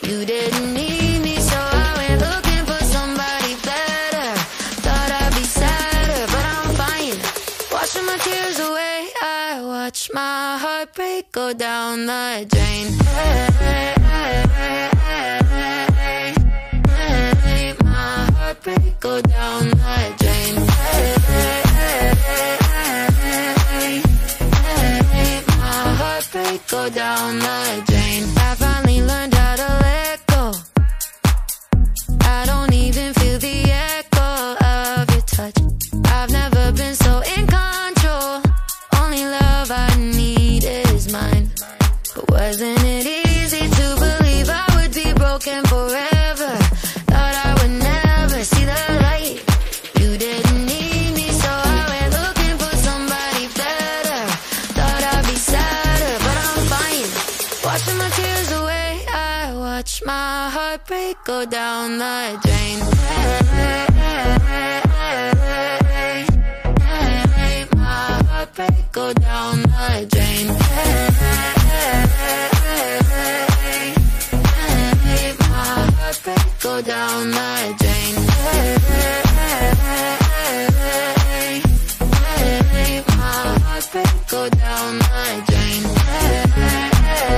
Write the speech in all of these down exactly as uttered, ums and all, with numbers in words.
You didn't need me, so I went looking for somebody better. Thought I'd be sadder, but I'm fine. Washing my tears away, I watch my heart break, go down the drain. Hey, hey, hey, hey, hey, hey, my heart break, go down the drain. Hey, hey, hey, hey, hey, hey, my heart break, go down the drain. I finally learned how to let go. I don't even feel the echo of your touch. I've never been so in control. Only love I need is mine. But wasn't it easy to believe I would be broken forever? Thought I would never see the light. You didn't need me, so I went looking for somebody better. Thought I'd be sadder, but I'm fine. Washing my tears away, I watch my heart break, go down the drain. Hey, hey, hey, hey, hey, hey, my heart break, go down the drain. Hey, hey, hey, hey, hey, my heart break, go down the drain. Hey, hey, hey, hey, my heart break, go down the drain. Hey, hey,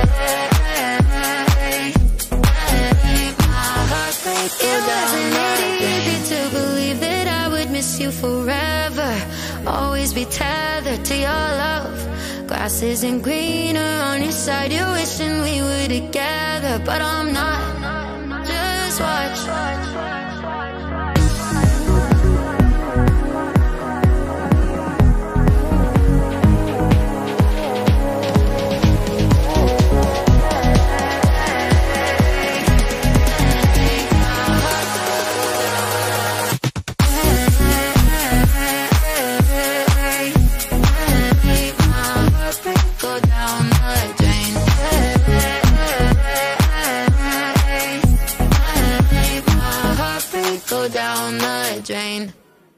hey, my heart break, go down the drain. It wasn't easy to believe that I would miss you forever. Always be tethered to your love. Grass isn't greener on your side. You're wishing we were together, but I'm not. Just watch. Go down the drain.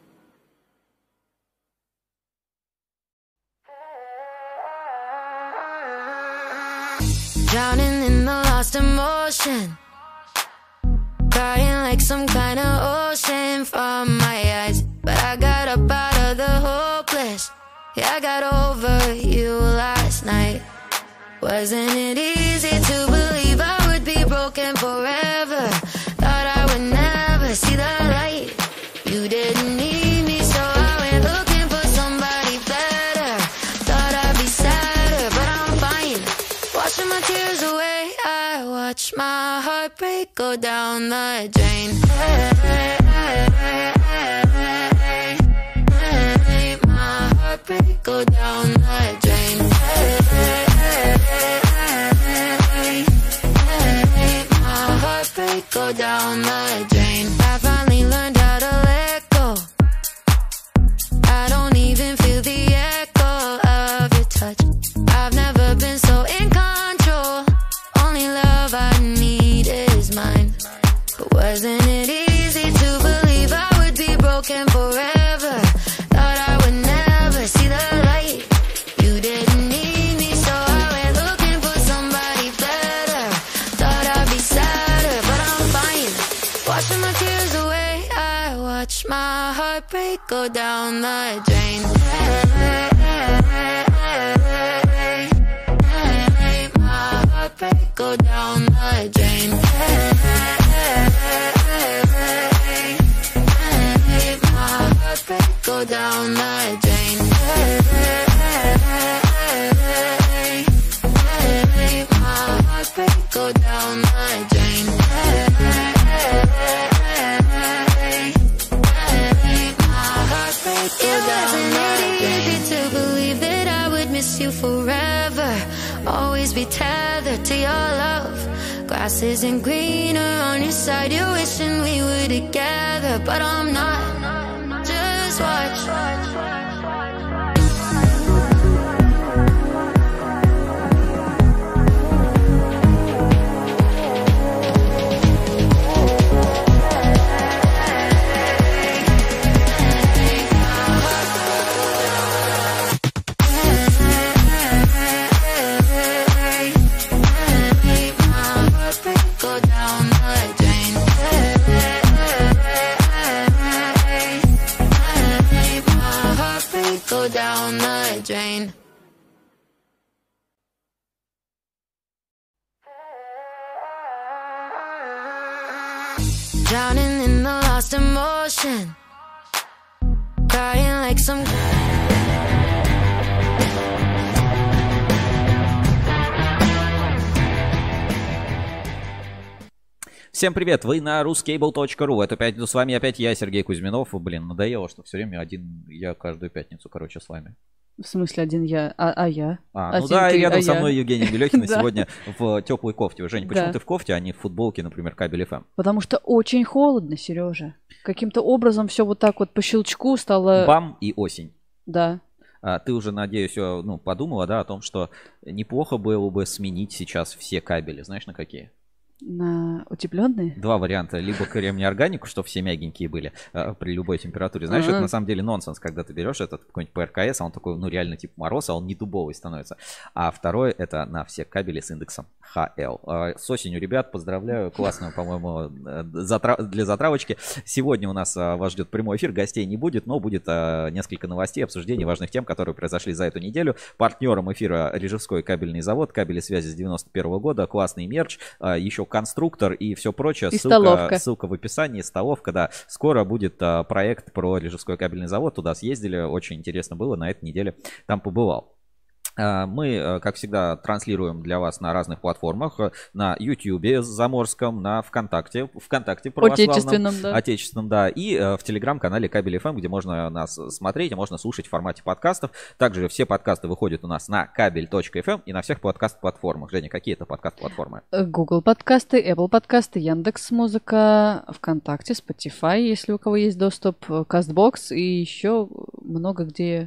Drowning in the lost emotion, crying like some kind of ocean from my eyes. But I got up out of the hopeless. Yeah, I got over you last night. Wasn't it easy to believe I would be broken forever? Thought I would never see the light. You didn't need me, so I went looking for somebody better. Thought I'd be sadder, but I'm fine. Washing my tears away, I watch my heart break, go down the drain. Hey, hey, hey, hey, hey, hey, my heart break, go down the drain. Hey, hey, hey, hey, hey, my heart break, go down the drain. I finally learned how to let go. I don't even feel the echo of your touch. I've never been so in control. Only love I need is mine. But wasn't it easy to believe I would be broken forever? Thought I would never see the light. You didn't need me, so I went looking for somebody better. Thought I'd be sadder, but I'm fine. Washing my tears away, I watch my heart break, go down the drain. Hey, hey, hey, hey, hey, my heart break, go down the drain. Hey, hey, hey, hey, my heart break, go down the drain. Hey, hey, hey, hey, my heart break, go down the drain. Hey, hey, hey, my heart break, go down the drain. It wasn't easy to believe that I would miss you forever. Always be tethered to your love. Grass isn't greener on your side. You're wishing we were together, but I'm not. Just watch. Go down. drowning in the lost emotion, crying like some... Всем привет, вы на ruskable точка ру. Это пятницу, с вами опять я, Сергей Кузьминов. Блин, надоело, что все время один я каждую пятницу, короче, с вами. В смысле один я, а, а я? А, ну да, ты, и рядом а со я. мной Евгений Милёхин сегодня в теплой кофте. Жень, почему Да. ты в кофте, а не в футболке, например, Кабель эф эм? Потому что очень холодно, Сережа. Каким-то образом все вот так вот по щелчку стало... Бам и осень. Да. А, ты уже, надеюсь, о, ну, подумала, да, о том, что неплохо было бы сменить сейчас все кабели. Знаешь, на какие? На утепленные? Два варианта. Либо кремний органику, что все мягенькие были а, при любой температуре. Знаешь, А-а. это на самом деле нонсенс, когда ты берешь этот какой-нибудь пэ эр ка эс, а он такой, ну, реально типа мороз, а он не дубовый становится. А второе, это на все кабели с индексом ха эл. А, с осенью, ребят, поздравляю. Классно, по-моему, затра... для затравочки. Сегодня у нас а, вас ждет прямой эфир. Гостей не будет, но будет а, несколько новостей, обсуждений важных тем, которые произошли за эту неделю. Партнером эфира Рижевской кабельный завод, кабели связи с девяносто первого года, классный мерч, а, еще конструктор и все прочее. И ссылка, столовка. ссылка в описании, столовка, да. Скоро будет а, проект про Рижевской кабельный завод. Туда съездили, очень интересно было. На этой неделе там побывал. А, Мы, а, как всегда, транслируем для вас на разных платформах. На Ютьюбе Заморском, на ВКонтакте, ВКонтакте православном, Отечественном, да. отечественном, да, и а, в Телеграм-канале Кабель эф эм, где можно нас смотреть, и можно слушать в формате подкастов. Также все подкасты выходят у нас на кабель точка эф эм и на всех подкаст-платформах. Женя, какие это подкаст-платформы? Google подкасты, Apple подкасты, Яндекс.Музыка, ВКонтакте, Spotify, если у кого есть доступ, Castbox и еще много где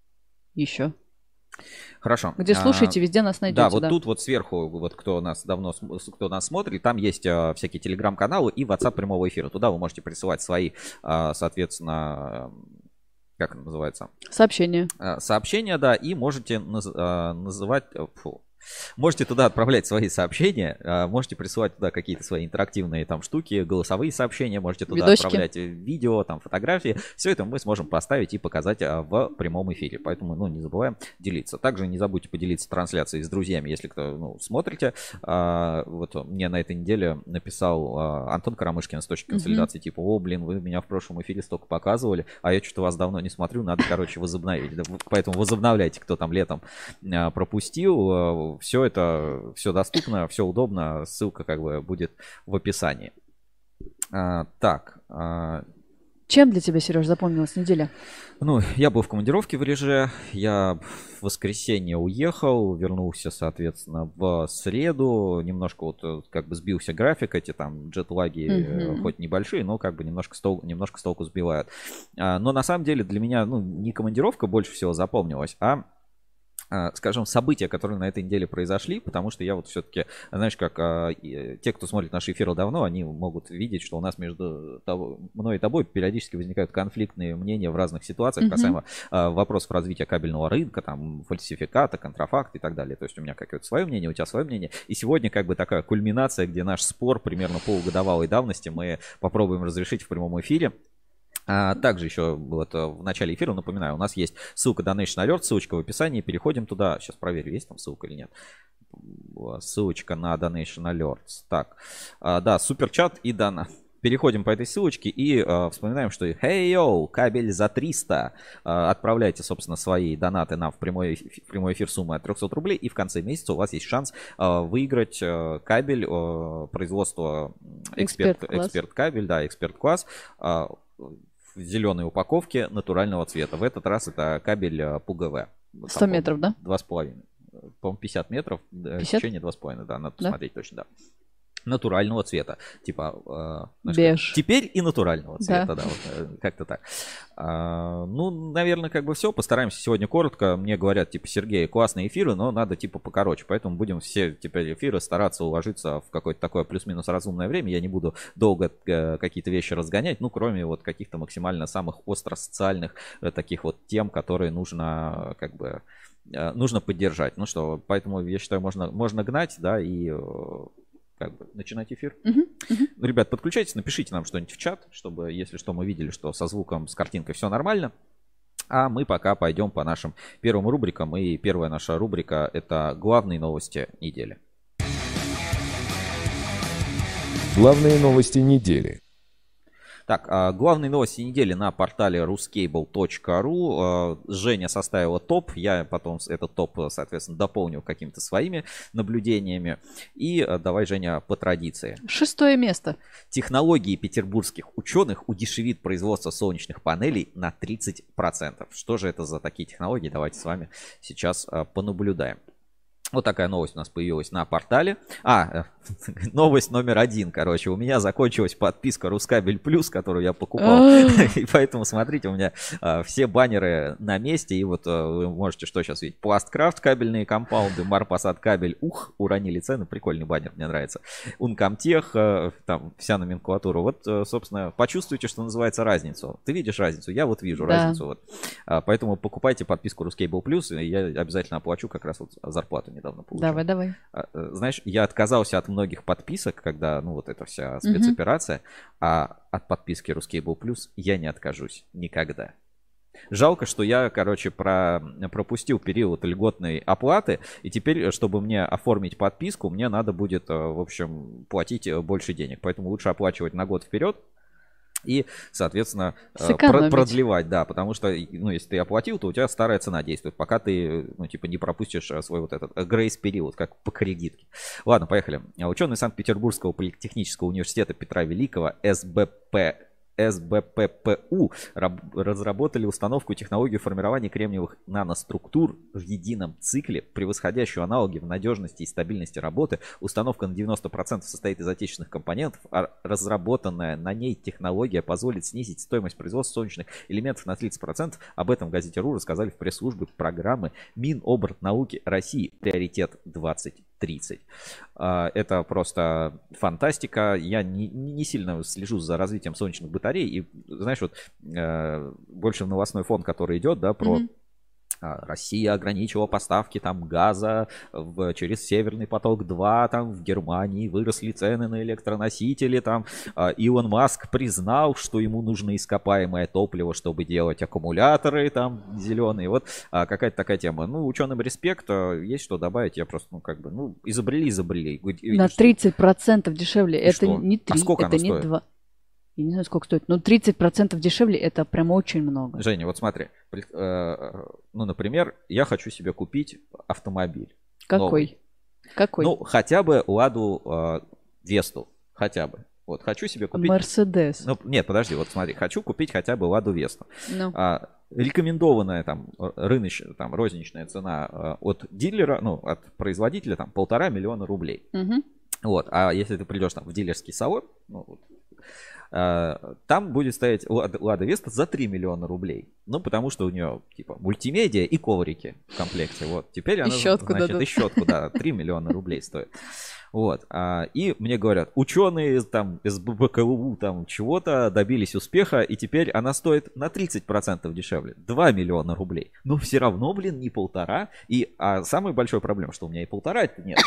еще. Хорошо. Где слушаете, А, везде нас найдете. Да, вот тут вот сверху, вот кто нас давно, см- кто нас смотрит, там есть а, всякие телеграм-каналы и WhatsApp прямого эфира. Туда вы можете присылать свои, а, соответственно, как это называется? Сообщение. А, сообщения, да, и можете наз- а, называть... Фу. Можете туда отправлять свои сообщения, а, можете присылать туда какие-то свои интерактивные там штуки, голосовые сообщения, можете туда Видосики. отправлять видео, там фотографии. Все это мы сможем поставить и показать а, в прямом эфире. Поэтому, ну, не забываем делиться. Также не забудьте поделиться трансляцией с друзьями, если кто, ну, смотрите. А, вот мне на этой неделе написал а, Антон Карамышкин с точки консолидации, типа, о, блин, вы меня в прошлом эфире столько показывали, а я что-то вас давно не смотрю, надо, короче, возобновить. Да, поэтому возобновляйте, кто там летом а, пропустил. Все это, все доступно, все удобно. Ссылка как бы будет в описании. А, так. А, Чем для тебя, Сереж, запомнилась неделя? ну, я был в командировке в Риже. Я в воскресенье уехал, вернулся, соответственно, в среду. Немножко вот э, как бы сбился график. Эти там джетлаги, э, Мгм. хоть небольшие, но как бы немножко с тол- немножко с толку сбивают. А, но на самом деле для меня, ну, не командировка больше всего запомнилась, а а, скажем, события, которые на этой неделе произошли, потому что я вот все-таки, знаешь, как а, и, те, кто смотрит наши эфиры давно, они могут видеть, что у нас между тобой, мной и тобой периодически возникают конфликтные мнения в разных ситуациях Мгм. касаемо а, вопросов развития кабельного рынка, там, фальсификата, контрафакт и так далее. То есть у меня какое-то свое мнение, у тебя свое мнение. И сегодня как бы такая кульминация, где наш спор примерно полугодовалой давности мы попробуем разрешить в прямом эфире. А также еще вот в начале эфира, напоминаю, у нас есть ссылка Donation Alert, ссылочка в описании, переходим туда. Сейчас проверю, есть там ссылка или нет. Ссылочка на Donation Alert. Так, а, да, суперчат и дана. Переходим по этой ссылочке и э, вспоминаем, что hey, yo, кабель за триста. Э, отправляйте, собственно, свои донаты нам в прямой, эф- в прямой эфир суммы от триста рублей. И в конце месяца у вас есть шанс э, выиграть э, кабель э, производства эксперт, Эксперт-класс. эксперт кабель, да, эксперт-класс. Э, в зеленой упаковке натурального цвета. В этот раз это кабель э, ПУ-ГВ. сто метров, да? Два с половиной. По-моему, пятьдесят метров. э, пятьдесят? Сечение два с половиной, да, надо Да? посмотреть точно, да. Натурального цвета. Типа, э, знаешь, Беж. как, теперь и натурального цвета, Да. да, вот, э, как-то так. А, ну, наверное, как бы все. Постараемся сегодня коротко. Мне говорят, типа, Сергей, классные эфиры, но надо, типа, покороче. Поэтому будем все теперь эфиры стараться уложиться в какое-то такое плюс-минус разумное время. Я не буду долго э, какие-то вещи разгонять, ну, кроме вот каких-то максимально самых остро социальных э, таких вот тем, которые нужно, как бы, э, нужно поддержать. Ну что, поэтому, я считаю, можно, можно гнать, да, и... э, как бы начинать эфир. Мгм, мгм. Ребят, подключайтесь, напишите нам что-нибудь в чат, чтобы, если что, мы видели, что со звуком, с картинкой все нормально. А мы пока пойдем по нашим первым рубрикам. И первая наша рубрика — это главные новости недели. Главные новости недели. Так, а, главные новости недели на портале ruskable точка ру. А, Женя составила топ. Я потом этот топ, соответственно, дополню какими-то своими наблюдениями. И а, давай, Женя, по традиции. Шестое место. Технологии петербургских ученых удешевит производство солнечных панелей на тридцать процентов. Что же это за такие технологии? Давайте с вами сейчас а, понаблюдаем. Вот такая новость у нас появилась на портале. А, новость номер один, короче. У меня закончилась подписка Рускабель Плюс, которую я покупал. И поэтому, смотрите, у меня а, все баннеры на месте. И вот а, вы можете что сейчас видеть? Пласткрафт, кабельные компаунды, Марпасад кабель. Ух, уронили цены. Прикольный баннер, мне нравится. Ункомтех, а, там вся номенклатура. Вот, а, собственно, почувствуйте, что называется, разницу. Ты видишь разницу? Я вот вижу да. разницу. Вот. А, поэтому покупайте подписку Рускейбл Плюс. И я обязательно оплачу как раз вот зарплату недавно получил. Давай, давай. Знаешь, я отказался от многих подписок, когда, ну, вот эта вся спецоперация, uh-huh. а от подписки Ruskable Plus я не откажусь никогда. Жалко, что я, короче, про... пропустил период льготной оплаты, и теперь, чтобы мне оформить подписку, мне надо будет, в общем, платить больше денег. Поэтому лучше оплачивать на год вперед. И, соответственно, про- продлевать, да, потому что, ну, если ты оплатил, то у тебя старая цена действует, пока ты, ну, типа, не пропустишь свой вот этот грейс-период, как по кредитке. Ладно, поехали. Ученые Санкт-Петербургского политехнического университета Петра Великого, эс бэ пэ эс бэ пэ пэ у разработали установку технологии формирования кремниевых наноструктур в едином цикле, превосходящую аналоги в надежности и стабильности работы. Установка на девяносто процентов состоит из отечественных компонентов, а разработанная на ней технология позволит снизить стоимость производства солнечных элементов на тридцать процентов. Об этом в газете РУ рассказали в пресс-службе программы Миноборнауки России «Приоритет двадцать тридцать». Это просто фантастика. Я не, не сильно слежу за развитием солнечных батарей. И, знаешь, вот э, больше в новостной фон, который идет, да, про mm-hmm. Россия ограничила поставки там газа в, через Северный поток-два, там в Германии выросли цены на электроносители, там э, Илон Маск признал, что ему нужно ископаемое топливо, чтобы делать аккумуляторы там зеленые. Вот э, какая-то такая тема. Ну, ученым респект, э, есть что добавить, я просто, ну, как бы, ну, изобрели, изобрели. На тридцать процентов дешевле, и это что? не три, а сколько это не два. Я не знаю, сколько стоит, но тридцать процентов дешевле, это прям очень много. Женя, вот смотри, ну, например, я хочу себе купить автомобиль. Какой? Новый. Какой? Ну, хотя бы Ладу Весту, хотя бы. Вот, хочу себе купить... Мерседес. Ну, нет, подожди, вот смотри, хочу купить хотя бы Ладу Весту. Ну. А, рекомендованная там рыночная, там, розничная цена от дилера, ну, от производителя, там, полтора миллиона рублей. Угу. Вот, а если ты придешь там в дилерский салон, ну, вот, там будет стоять Лада Веста за три миллиона рублей. Ну, потому что у нее, типа, мультимедиа и коврики в комплекте. Вот, теперь она, и щетку значит, дадут. и щетку, да, три миллиона рублей стоит. Вот, и мне говорят, ученые там из бэ бэ ка у там чего-то добились успеха, и теперь она стоит на тридцать процентов дешевле, два миллиона рублей. Но все равно, блин, не полтора. И, а самая большая проблема, что у меня и полтора это нет.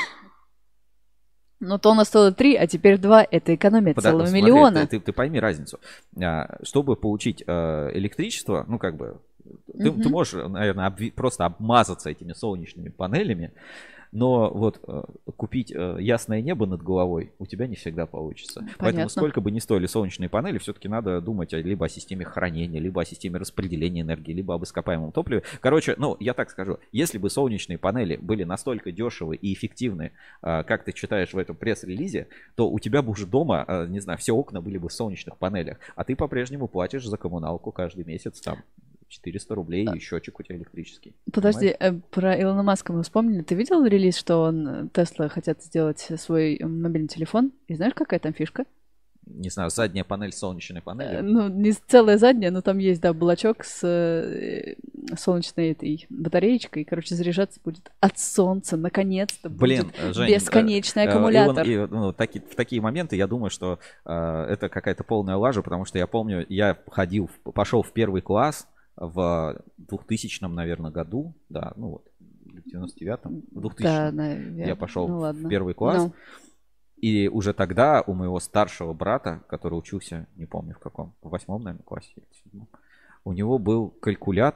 Ну, то она стоила три, а теперь два. Это экономия Подожди, целого смотри, миллиона. Ты, ты, ты пойми разницу. Чтобы получить электричество, ну, как бы, ты, mm-hmm. ты можешь, наверное, обви- просто обмазаться этими солнечными панелями, но вот купить ясное небо над головой у тебя не всегда получится. Понятно. Поэтому сколько бы ни стоили солнечные панели, все-таки надо думать либо о системе хранения, либо о системе распределения энергии, либо об ископаемом топливе. Короче, ну, я так скажу, если бы солнечные панели были настолько дешевы и эффективны, как ты читаешь в этом пресс-релизе, то у тебя бы уже дома, не знаю, все окна были бы в солнечных панелях, а ты по-прежнему платишь за коммуналку каждый месяц там четыреста рублей, и счетчик у тебя электрический. Подожди, понимаешь? Про Илона Маска мы вспомнили. Ты видел релиз, что он, Тесла хотят сделать свой мобильный телефон? И знаешь, какая там фишка? Не знаю, задняя панель солнечной панели. Ну, не целая задняя, но там есть, да, блочок с э, солнечной этой батареечкой. Короче, заряжаться будет от солнца. Наконец-то Блин, будет Жень, бесконечный э, аккумулятор. И он, и, ну, таки, в такие моменты я думаю, что э, это какая-то полная лажа, потому что я помню, я ходил, пошел в первый класс в двухтысячном, наверное, году, да, ну вот, в девяносто девятом, в двухтысячном, да, я пошел ну, в первый класс, ну. И уже тогда у моего старшего брата, который учился, не помню в каком, в восьмом, наверное, классе, у него был калькулятор, в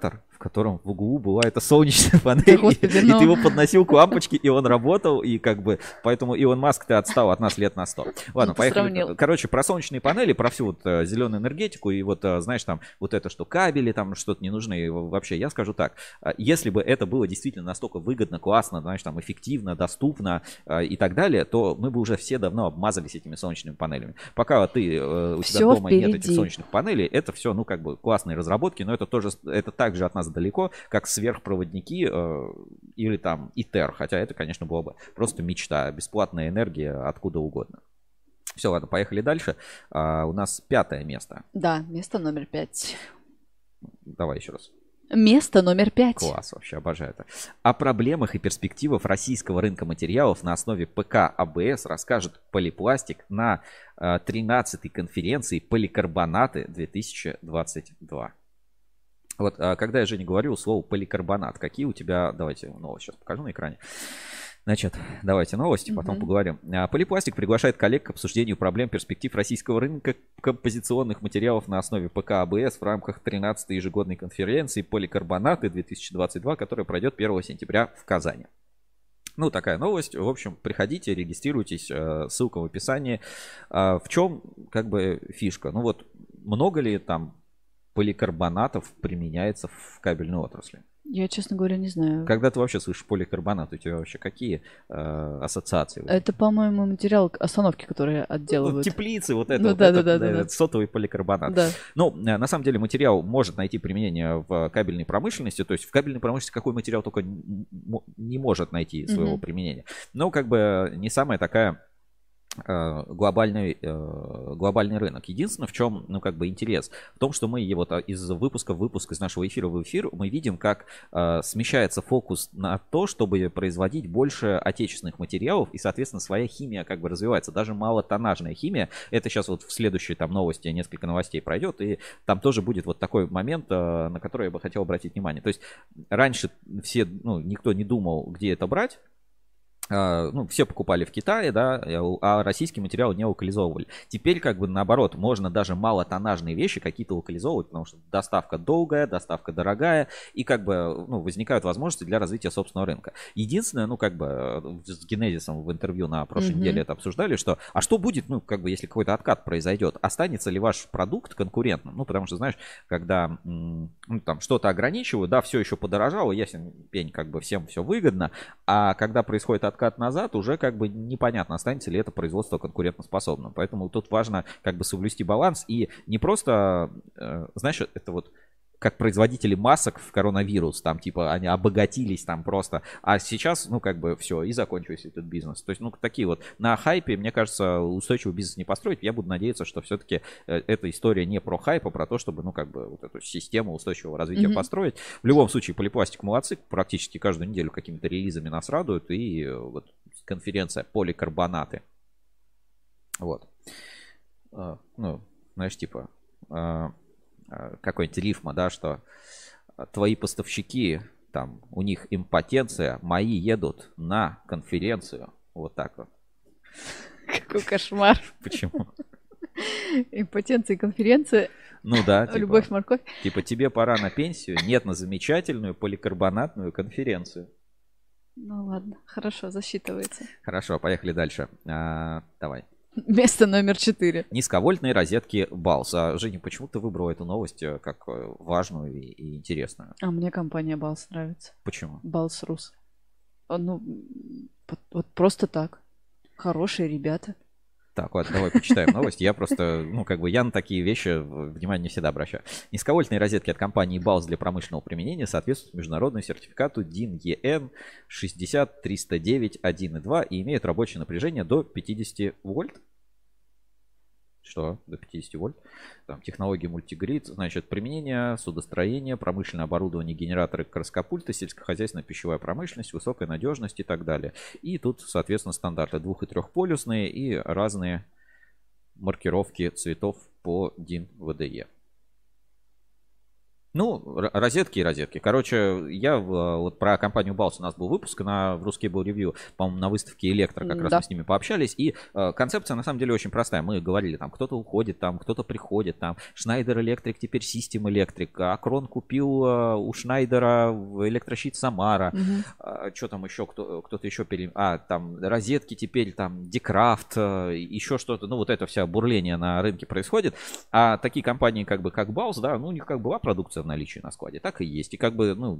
котором в углу была эта солнечная панель, Да, господи, и, ну. и ты его подносил к лампочке, и он работал, и как бы, поэтому Илон Маск, ты отстал от нас лет на сто. Ладно, Ну, поехали. сравнил. Короче, про солнечные панели, про всю вот э, зеленую энергетику, и вот, э, знаешь, там, вот это, что кабели там что-то не нужны, и вообще, я скажу так, э, если бы это было действительно настолько выгодно, классно, знаешь, там, эффективно, доступно э, и так далее, то мы бы уже все давно обмазались этими солнечными панелями. Пока ты, э, у тебя Всё дома нет впереди. этих солнечных панелей, это все, ну, как бы, классные разработки, но это тоже, это также от нас далеко, как сверхпроводники э, или там ИТЕР, хотя это, конечно, было бы просто мечта, бесплатная энергия откуда угодно. Все, ладно, поехали дальше. А, у нас пятое место. Да, место номер пять. Давай еще раз. Место номер пять. Класс, вообще обожаю это. О проблемах и перспективах российского рынка материалов на основе ПК АБС расскажет Полипластик на э, тринадцатой конференции «Поликарбонаты две тысячи двадцать два». Вот, а, когда я, Жене, говорил слово поликарбонат, какие у тебя, давайте, ну, сейчас покажу на экране. Значит, давайте новости, потом Мгм. поговорим. А, Полипластик приглашает коллег к обсуждению проблем перспектив российского рынка композиционных материалов на основе ПК АБС в рамках тринадцатой ежегодной конференции «Поликарбонаты две тысячи двадцать два», которая пройдет первого сентября в Казани. Ну, такая новость. В общем, приходите, регистрируйтесь, э, ссылка в описании. А, В чем, как бы, фишка? Ну вот, много ли там поликарбонатов применяется в кабельной отрасли? Я, честно говоря, не знаю. Когда ты вообще слышишь поликарбонат, у тебя вообще какие э, ассоциации? Это, по-моему, материал к- остановки, которые Ну, отделывают. теплицы, вот это, Ну вот да, этот, да, да, э, да, да. сотовый поликарбонат. Да. Ну, э, на самом деле материал может найти применение в кабельной промышленности. То есть в кабельной промышленности какой материал только н- м- не может найти своего Мгм. применения. Но как бы не самая такая э, глобальный, э, глобальный рынок. Единственное, в чем, ну, как бы интерес, в том, что мы и вот а, из выпуска в выпуск, из нашего эфира в эфир, мы видим, как э, смещается фокус на то, чтобы производить больше отечественных материалов, и, соответственно, своя химия как бы развивается. Даже малотоннажная химия, это сейчас вот в следующей там новости, несколько новостей пройдет, и там тоже будет вот такой момент, э, на который я бы хотел обратить внимание. То есть раньше все, ну, никто не думал, где это брать. А, ну, все покупали в Китае, да, а российский материал не локализовывали. Теперь, как бы, наоборот, можно даже малотоннажные вещи какие-то локализовывать, потому что доставка долгая, доставка дорогая, и, как бы, ну, возникают возможности для развития собственного рынка. Единственное, ну, как бы, с Генезисом в интервью на прошлой Мгм. неделе это обсуждали, что, а что будет, ну, как бы, если какой-то откат произойдет, останется ли ваш продукт конкурентным? Ну, потому что, знаешь, когда, м, ну, там, что-то ограничивают, да, все еще подорожало, ясен пень, как бы, всем все выгодно, а когда происходит откат назад, уже как бы непонятно, останется ли это производство конкурентоспособным. Поэтому тут важно как бы соблюсти баланс и не просто, э, знаешь, это вот как производители масок в коронавирус, там типа они обогатились там просто, а сейчас, ну, как бы все, и закончился этот бизнес. То есть, ну, такие вот на хайпе, мне кажется, устойчивый бизнес не построить. Я буду надеяться, что все-таки э, эта история не про хайп, а про то, чтобы, ну, как бы вот эту систему устойчивого развития Мгм. построить. В любом случае, Полипластик молодцы, практически каждую неделю какими-то релизами нас радуют, и э, вот конференция поликарбонаты. Вот. А, ну, знаешь, типа... а, какой-нибудь рифма, да, что твои поставщики, там, у них импотенция, мои едут на конференцию. Вот так вот. Какой кошмар. Почему? Импотенция и конференция. Ну да, типа, Любовь, морковь. типа тебе пора на пенсию, нет на замечательную поликарбонатную конференцию. Ну ладно, хорошо, засчитывается. Хорошо, поехали дальше. А, давай. Место номер четыре. Низковольтные розетки балс. А, Женя, почему ты выбрал эту новость э, как э, важную и, и интересную? А мне компания Балс нравится. Почему? Балс Рус. А, Ну, м, вот, вот просто так. Хорошие ребята. Так, ладно, давай почитаем новость. Я просто, ну, как бы, я на такие вещи внимание не всегда обращаю. Низковольтные розетки от компании балс для промышленного применения соответствуют международному сертификату дин и эн шестьдесят триста девять один и два и имеют рабочее напряжение до пятьдесят вольт. Что? До пятьдесят вольт. Там технологии мультигрид, значит, применение, судостроение, промышленное оборудование, генераторы, краскопульты, сельскохозяйственная пищевая промышленность, высокая надежность и так далее. И тут, соответственно, стандарты двух- и трехполюсные и разные маркировки цветов по дин ви ди и. Ну, розетки и розетки. Короче, я вот про компанию Балс, у нас был выпуск на в Ruscable Review, по-моему, на выставке Электро, как раз Да. мы с ними пообщались. И э, концепция на самом деле очень простая. Мы говорили, там кто-то уходит, там кто-то приходит, там Schneider Electric, теперь System Electric. Акрон купил э, у Шнайдера электрощит Самара. Мгм. А, что там еще, кто, кто-то еще пере... А, там розетки теперь, там Декрафт, еще что-то. Ну, вот это вся бурление на рынке происходит. А такие компании, как бы, как Балс, да, ну, у них как была продукция в наличии на складе, так и есть. И как бы, ну,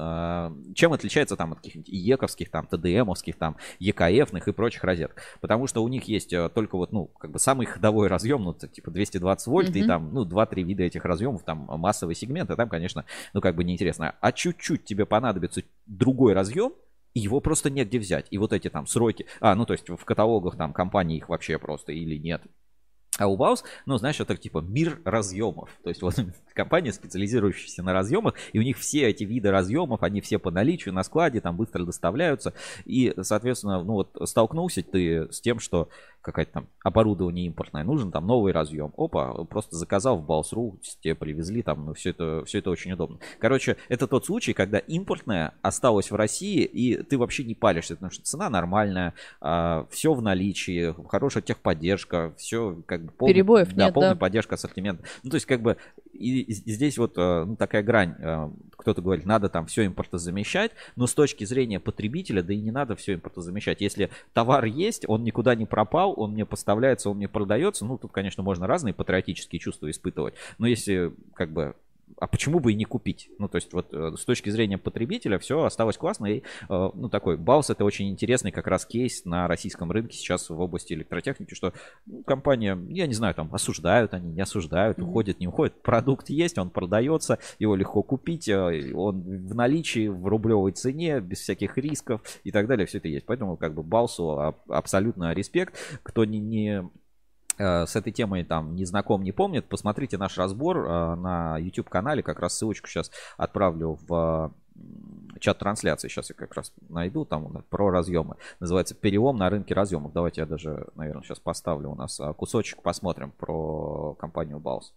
э, чем отличается там от каких-нибудь ИЕКовских, там, ТДМовских, там, ЕКФных и прочих розеток? Потому что у них есть э, только вот, ну, как бы самый ходовой разъем, ну, типа двести двадцать вольт, Мгм. и там, ну, два-три вида этих разъемов, там, массовый сегмент, и там, конечно, ну, как бы неинтересно. А чуть-чуть тебе понадобится другой разъем, и его просто негде взять. И вот эти там сроки, а, ну, то есть в каталогах там компании их вообще просто или нет. А у Балс, ну, знаешь, это типа мир разъемов. То есть вот компания, специализирующаяся на разъемах, и у них все эти виды разъемов, они все по наличию на складе, там быстро доставляются. И, соответственно, ну вот столкнулся ты с тем, что какое-то там оборудование импортное, нужен там новый разъем. Опа, просто заказал в Балс точка ру, тебе привезли, там, ну, все это, все это очень удобно. Короче, это тот случай, когда импортное осталось в России, и ты вообще не паришься, потому что цена нормальная, а, все в наличии, хорошая техподдержка, все как бы полный, Перебоев да, нет, полная да. поддержка ассортимента. Ну, то есть, как бы, и, и здесь вот э, ну, такая грань, э, кто-то говорит, надо там все импортозамещать, но с точки зрения потребителя, да и не надо все импортозамещать. Если товар есть, он никуда не пропал, он мне поставляется, он мне продается, ну, тут, конечно, можно разные патриотические чувства испытывать, но если, как бы, а почему бы и не купить? Ну, то есть, вот э, с точки зрения потребителя все осталось классно. И, э, ну, такой Балс — это очень интересный как раз кейс на российском рынке сейчас в области электротехники, что ну, компания, я не знаю, там, осуждают они, не осуждают, Мгм. уходит, не уходит. Продукт есть, он продается, его легко купить, э, он в наличии, в рублевой цене, без всяких рисков и так далее, все это есть. Поэтому, как бы, Балсу а- абсолютно респект. Кто не... не э, с этой темой там не знаком, не помнит, посмотрите наш разбор э, на YouTube-канале, как раз ссылочку сейчас отправлю в э, чат трансляции, сейчас я как раз найду, там у нас про разъемы, называется «Перелом на рынке разъемов». Давайте я даже, наверное, сейчас поставлю у нас э, кусочек, посмотрим про компанию Балс.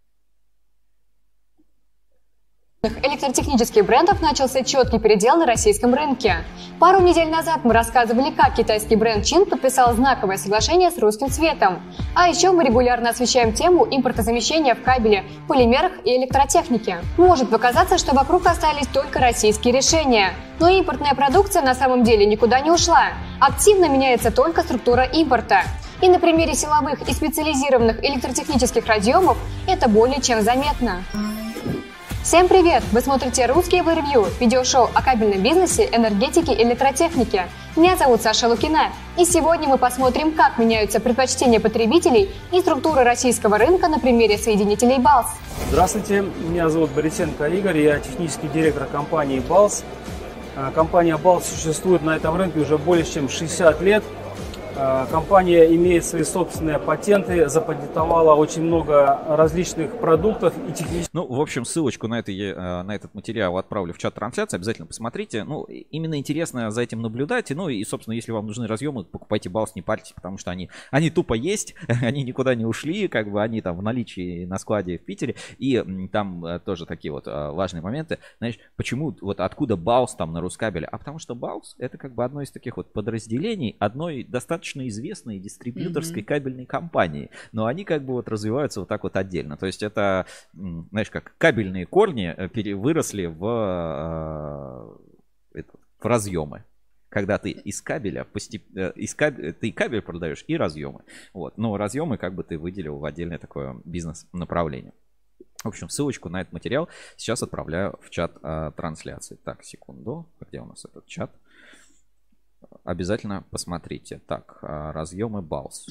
Электротехнических брендов начался четкий передел на российском рынке. Пару недель назад мы рассказывали, как китайский бренд Чин подписал знаковое соглашение с русским цветом. А еще мы регулярно освещаем тему импортозамещения в кабеле, полимерах и электротехнике. Может показаться, что вокруг остались только российские решения. Но импортная продукция на самом деле никуда не ушла. Активно меняется только структура импорта. И на примере силовых и специализированных электротехнических разъемов это более чем заметно. Всем привет! Вы смотрите Ruscable Review, видеошоу о кабельном бизнесе, энергетике и электротехнике. Меня зовут Саша Лукина, и сегодня мы посмотрим, как меняются предпочтения потребителей и структура российского рынка на примере соединителей Балс. Здравствуйте, меня зовут Борисенко Игорь, я технический директор компании Балс. Компания Балс существует на этом рынке уже более чем шестьдесят лет. Компания имеет свои собственные патенты, запатентовала очень много различных продуктов и технических. Ну, в общем, ссылочку на, это, на этот материал отправлю в чат трансляции, обязательно посмотрите. Ну, именно интересно за этим наблюдать. Ну, и, собственно, если вам нужны разъемы, покупайте Балс, не парьтесь, потому что они, они тупо есть, они никуда не ушли, как бы они там в наличии на складе в Питере. И там тоже такие вот важные моменты. Знаешь, почему, вот откуда Балс там на Рускабеле? А потому что Балс — это как бы одно из таких вот подразделений одной достаточно известной дистрибьюторской mm-hmm. кабельной компании, но они как бы вот развиваются вот так вот отдельно. То есть это, знаешь, как кабельные корни выросли в, в разъемы. Когда ты из кабеля, постеп... из кабеля, ты кабель продаешь и разъемы. Вот. Но разъемы как бы ты выделил в отдельное такое бизнес-направление. В общем, ссылочку на этот материал сейчас отправляю в чат а, трансляции. Так, секунду. Где у нас этот чат? Обязательно посмотрите. Так, разъемы Балс.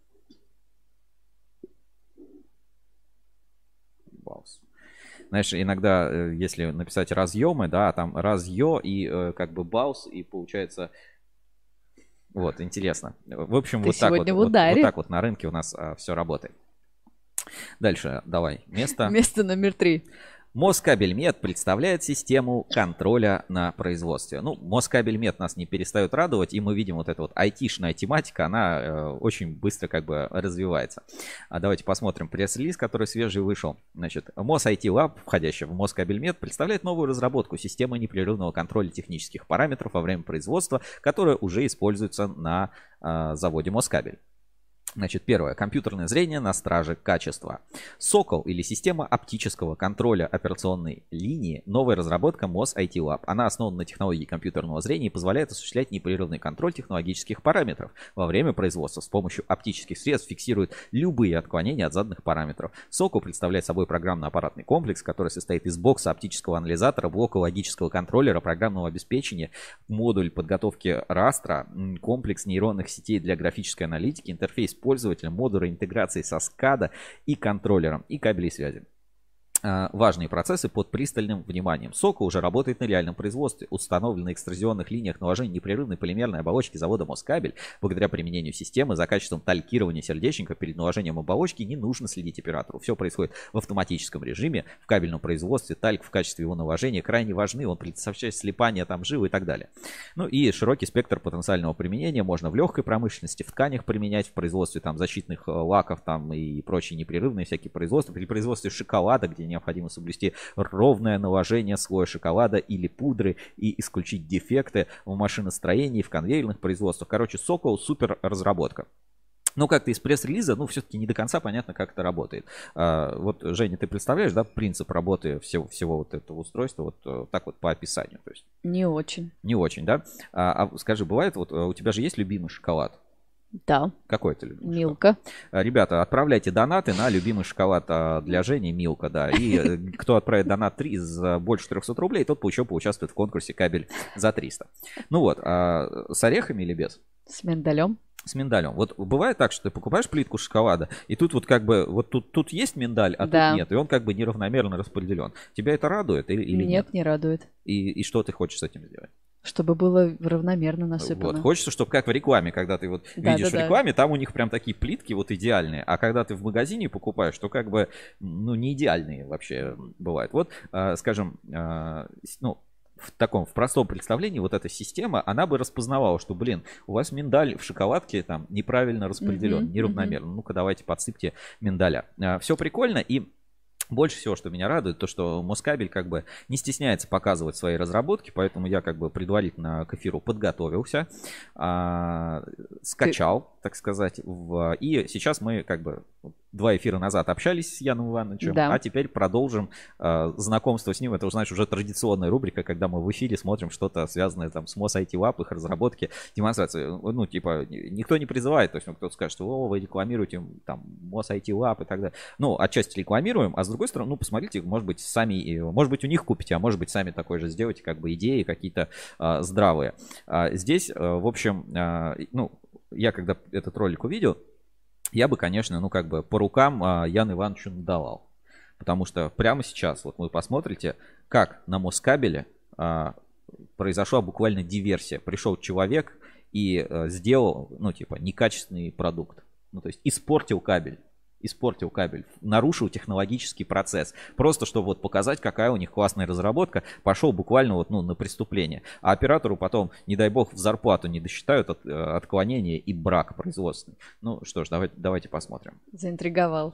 Балс. Знаешь, иногда, если написать разъемы, да, там разъё и как бы Балс, и получается... Вот, интересно. В общем, вот так вот, вот, вот так вот на рынке у нас а, все работает. Дальше, давай, место. Место номер три. Москабельмет представляет систему контроля на производстве. Ну, Москабельмет нас не перестает радовать, и мы видим вот эта вот айтишная тематика, она э, очень быстро как бы развивается. А давайте посмотрим пресс-релиз, который свежий вышел. Значит, MosIT-Lab, входящий в Москабельмет, представляет новую разработку системы непрерывного контроля технических параметров во время производства, которая уже используется на э, заводе Москабель. Значит, первое. Компьютерное зрение на страже качества. Сокол или система оптического контроля операционной линии. Новая разработка MosIT-Lab. Она основана на технологии компьютерного зрения и позволяет осуществлять непрерывный контроль технологических параметров во время производства. С помощью оптических средств фиксирует любые отклонения от заданных параметров. Сокол представляет собой программно-аппаратный комплекс, который состоит из бокса оптического анализатора, блока логического контроллера, программного обеспечения, модуль подготовки растра, комплекс нейронных сетей для графической аналитики, интерфейс пользователя, модуля интеграции со скада и контроллером и кабелей связи. Важные процессы под пристальным вниманием. Сокол уже работает на реальном производстве. Установлены на экструзионных линиях наложения непрерывной полимерной оболочки завода Москабель. Благодаря применению системы за качеством талькирования сердечника перед наложением оболочки не нужно следить оператору. Все происходит в автоматическом режиме. В кабельном производстве тальк в качестве его наложения крайне важны. Он предотвращает слипание там жилы и так далее. Ну и широкий спектр потенциального применения. Можно в легкой промышленности, в тканях применять, в производстве там защитных лаков там и прочие непрерывные всякие производства. При производстве шоколада, где необходимо соблюсти ровное наложение слоя шоколада или пудры и исключить дефекты в машиностроении, в конвейерных производствах. Короче, Сокол супер разработка. Но как-то из пресс-релиза, ну, все-таки не до конца понятно, как это работает. А, вот, Женя, ты представляешь, да, принцип работы всего, всего вот этого устройства вот так вот по описанию? То есть, не очень. Не очень, да? А, а скажи, бывает, вот у тебя же есть любимый шоколад? Да. Какой ты любишь? Милка. Ребята, отправляйте донаты на любимый шоколад для Жени, Милка, да. И кто отправит донат три за больше трехсот рублей, тот еще поучаствует в конкурсе кабель за триста. Ну вот, а с орехами или без? С миндалем. С миндалем. Вот бывает так, что ты покупаешь плитку шоколада, и тут вот как бы, вот тут, тут есть миндаль, а да. тут нет, и он как бы неравномерно распределен. Тебя это радует или, или нет? Нет, не радует. И, и что ты хочешь с этим сделать? Чтобы было равномерно насыпано. Вот. Хочется, чтобы как в рекламе, когда ты вот да, видишь да, в рекламе, да. там у них прям такие плитки вот идеальные, а когда ты в магазине покупаешь, то как бы, ну, не идеальные вообще бывают. Вот, э, скажем, э, ну, в таком, в простом представлении вот эта система, она бы распознавала, что, блин, у вас миндаль в шоколадке там неправильно распределен, mm-hmm, неравномерно. Mm-hmm. Ну-ка, давайте подсыпьте миндаля. Э, все прикольно, и больше всего, что меня радует, то, что Москабель как бы не стесняется показывать свои разработки, поэтому я как бы предварительно к эфиру подготовился, а, скачал, Ты... так сказать, в... и сейчас мы как бы два эфира назад общались с Яном Ивановичем, да. а теперь продолжим а, знакомство с ним. Это, знаешь, уже традиционная рубрика, когда мы в эфире смотрим что-то связанное там с MosIT-Lab, их разработки, демонстрации. Ну, типа, никто не призывает, то есть ну, кто-то скажет, что о, вы рекламируете там MosIT-Lab и так далее. Ну, отчасти рекламируем, а с другой стороны, ну, посмотрите, может быть, сами, может быть, у них купите, а может быть, сами такой же сделаете, как бы идеи какие-то а, здравые. А, здесь, а, в общем, а, ну, я когда этот ролик увидел, я бы, конечно, ну, как бы по рукам а, Яну Ивановичу надавал. Потому что прямо сейчас, вот вы посмотрите, как на Москабеле а, произошла буквально диверсия. Пришел человек и а, сделал, ну, типа, некачественный продукт. Ну, то есть испортил кабель. Испортил кабель, нарушил технологический процесс. Просто, чтобы вот показать, какая у них классная разработка, пошел буквально вот, ну, на преступление. А оператору потом, не дай бог, в зарплату не досчитают от, отклонения и брак производственный. Ну что ж, давайте, давайте посмотрим. Заинтриговал.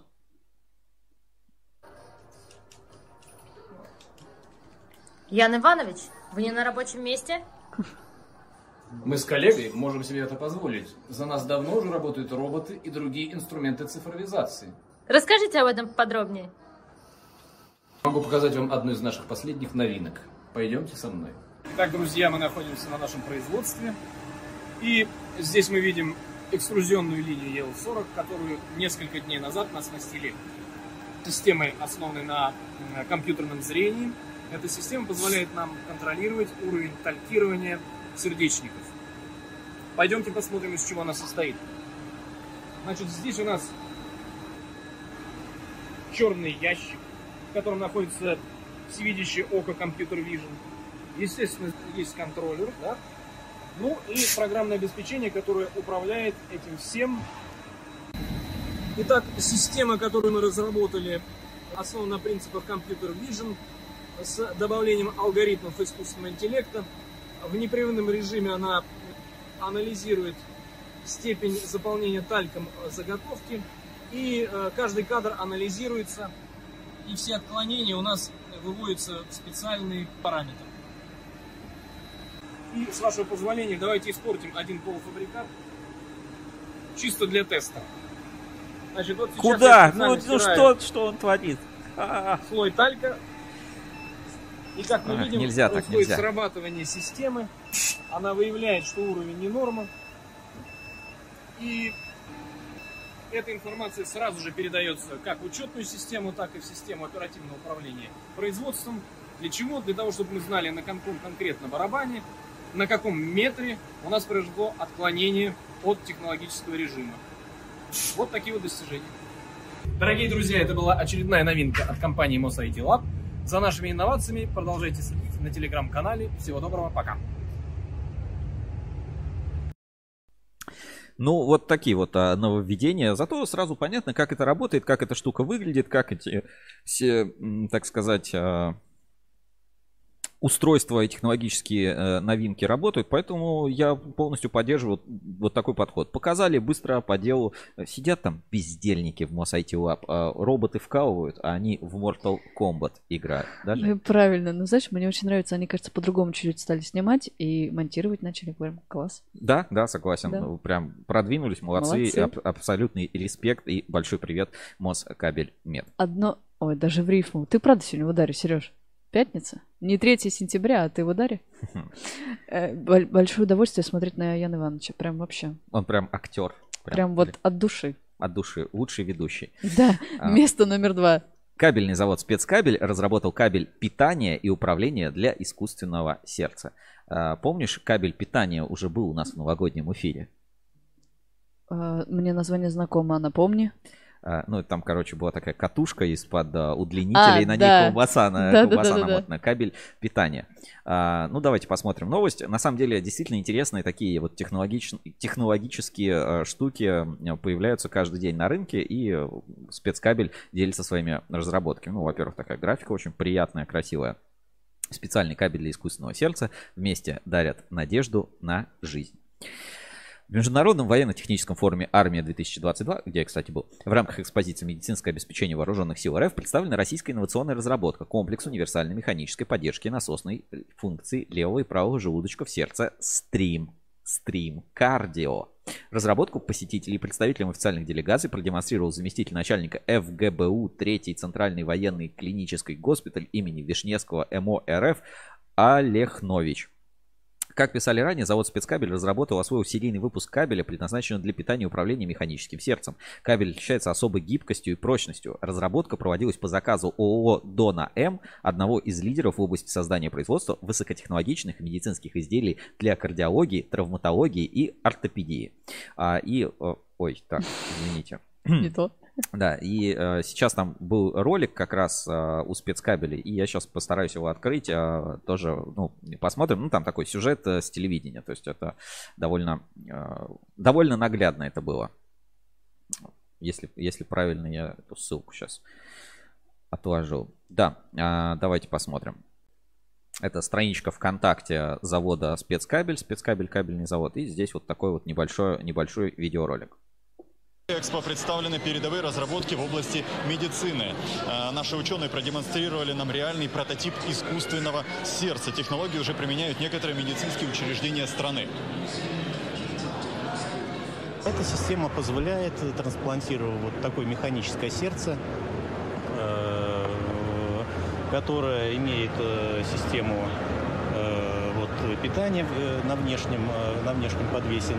Ян Иванович, вы не на рабочем месте? Мы с коллегой можем себе это позволить. За нас давно уже работают роботы и другие инструменты цифровизации. Расскажите об этом подробнее. Могу показать вам одну из наших последних новинок. Пойдемте со мной. Итак, друзья, мы находимся на нашем производстве. И здесь мы видим экструзионную линию и эл сорок, которую несколько дней назад нас оснастили системой, основанной на компьютерном зрении. Эта система позволяет нам контролировать уровень талькирования сердечников. Пойдемте посмотрим, из чего она состоит. Значит, здесь у нас черный ящик, в котором находится всевидящее око Computer Vision. Естественно, есть контроллер, да? Ну и программное обеспечение, которое управляет этим всем. Итак, система, которую мы разработали, основана на принципах компьютер vision с добавлением алгоритмов искусственного интеллекта. В непрерывном режиме она анализирует степень заполнения тальком заготовки, и каждый кадр анализируется, и все отклонения у нас выводятся в специальный параметр. И, с вашего позволения, давайте испортим один полуфабрикат чисто для теста. Значит, вот Куда? Ну, ну что, что он творит? Слой талька. И как мы а, видим, нельзя, происходит так, срабатывание системы. Она выявляет, что уровень не норма. И эта информация сразу же передается как в учетную систему, так и в систему оперативного управления производством. Для чего? Для того, чтобы мы знали, на каком конкретно барабане, на каком метре у нас произошло отклонение от технологического режима. Вот такие вот достижения. Дорогие друзья, это была очередная новинка от компании MOSAIT Lab. За нашими инновациями продолжайте следить на телеграм-канале. Всего доброго, пока. Ну, вот такие вот а, нововведения. Зато сразу понятно, как это работает, как эта штука выглядит, как эти все, так сказать, а, устройства и технологические а, новинки работают. Поэтому я полностью поддерживаю вот, вот такой подход. Показали быстро по делу. Сидят там бездельники в MOSAIT Lab, а роботы вкалывают, а они в Mortal Kombat играют. Даже? Ну, правильно. Ну, знаешь, мне очень нравится. Они, кажется, по-другому чуть-чуть стали снимать и монтировать начали. Прям класс. Да, да, согласен. Да. Прям продвинулись, молодцы. молодцы. Аб- абсолютный респект и большой привет Москабельмет. Одно... Ой, даже в рифму. Ты правда сегодня в ударе, Сереж? Пятница? Не третьего сентября, а ты в ударе? Большое удовольствие смотреть на Яна Ивановича. Прям вообще. Он прям актер. Прям, прям вот от души. От души. Лучший ведущий. Да, а, место номер два. Кабельный завод «Спецкабель» разработал кабель питания и управления для искусственного сердца. А, помнишь, кабель питания уже был у нас в новогоднем эфире? А, мне название знакомо, напомни. Ну, там, короче, была такая катушка из-под uh, удлинителей, а, на да. ней колбаса, на, да, колбаса да, да, намотана, да. кабель питания. Uh, ну, давайте посмотрим новость. На самом деле, действительно интересные такие вот технологич... технологические uh, штуки появляются каждый день на рынке, и спецкабель делится своими разработками. Ну, во-первых, такая графика очень приятная, красивая. Специальный кабель для искусственного сердца вместе дарят надежду на жизнь. В Международном военно-техническом форуме «Армия-две тысячи двадцать два», где я, кстати, был, в рамках экспозиции «Медицинское обеспечение вооруженных сил РФ» представлена российская инновационная разработка комплекс универсальной механической поддержки насосной функции левого и правого желудочков сердца «Стрим». Стрим Кардио. Разработку посетителей и представителям официальных делегаций продемонстрировал заместитель начальника эф гэ бэ у третий Центральный военный клинический госпиталь имени Вишневского эм о эр эф Олехнович. Как писали ранее, завод «Спецкабель» разработал освоил серийный выпуск кабеля, предназначенного для питания и управления механическим сердцем. Кабель отличается особой гибкостью и прочностью. Разработка проводилась по заказу ООО «Дона М», одного из лидеров в области создания и производства высокотехнологичных медицинских изделий для кардиологии, травматологии и ортопедии. А, и... Ой, так, извините. Не то. Да, и э, сейчас там был ролик как раз э, у спецкабелей, и я сейчас постараюсь его открыть, э, тоже, ну, посмотрим. Ну, там такой сюжет э, с телевидения, то есть это довольно, э, довольно наглядно это было. Если, если правильно я эту ссылку сейчас отложил. Да, э, давайте посмотрим. Это страничка ВКонтакте завода «Спецкабель», «Спецкабель» кабельный завод, и здесь вот такой вот небольшой, небольшой видеоролик. Экспо представлены передовые разработки в области медицины. Наши ученые продемонстрировали нам реальный прототип искусственного сердца. Технологии уже применяют некоторые медицинские учреждения страны. Эта система позволяет трансплантировать вот такое механическое сердце, которое имеет систему вот, питания на внешнем, на внешнем подвесе.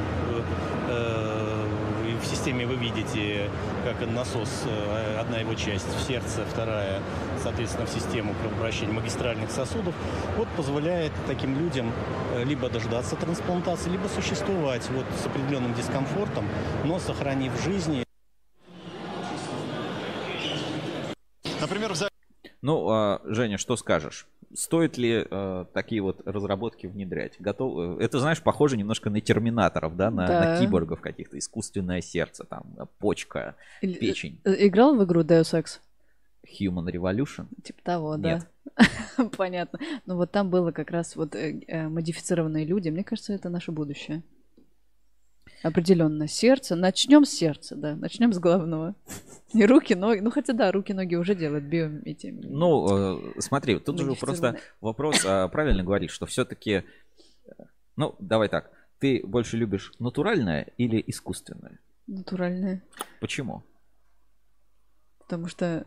В системе вы видите, как насос, одна его часть в сердце, вторая, соответственно, в систему кровообращения магистральных сосудов. Вот позволяет таким людям либо дождаться трансплантации, либо существовать вот с определенным дискомфортом, но сохранив жизнь. Например, в... Ну, Женя, что скажешь? Стоит ли э, такие вот разработки внедрять? Готов... Это, знаешь, похоже немножко на терминаторов, да, на, да. на киборгов каких-то, искусственное сердце, там, почка, Или... печень. Играл в игру Deus Ex? Human Revolution? Типа того, Нет. да. Понятно. Ну вот там было как раз вот э, э, модифицированные люди. Мне кажется, это наше будущее. Определенно. Сердце. Начнем с сердца, да. Начнем с главного. Не руки, ноги. Ну хотя да, руки, ноги уже делают био эти. Ну, э, смотри, тут же просто вопрос, а, правильно говоришь, что все-таки, ну, давай так, ты больше любишь натуральное или искусственное? Натуральное. Почему? Потому что,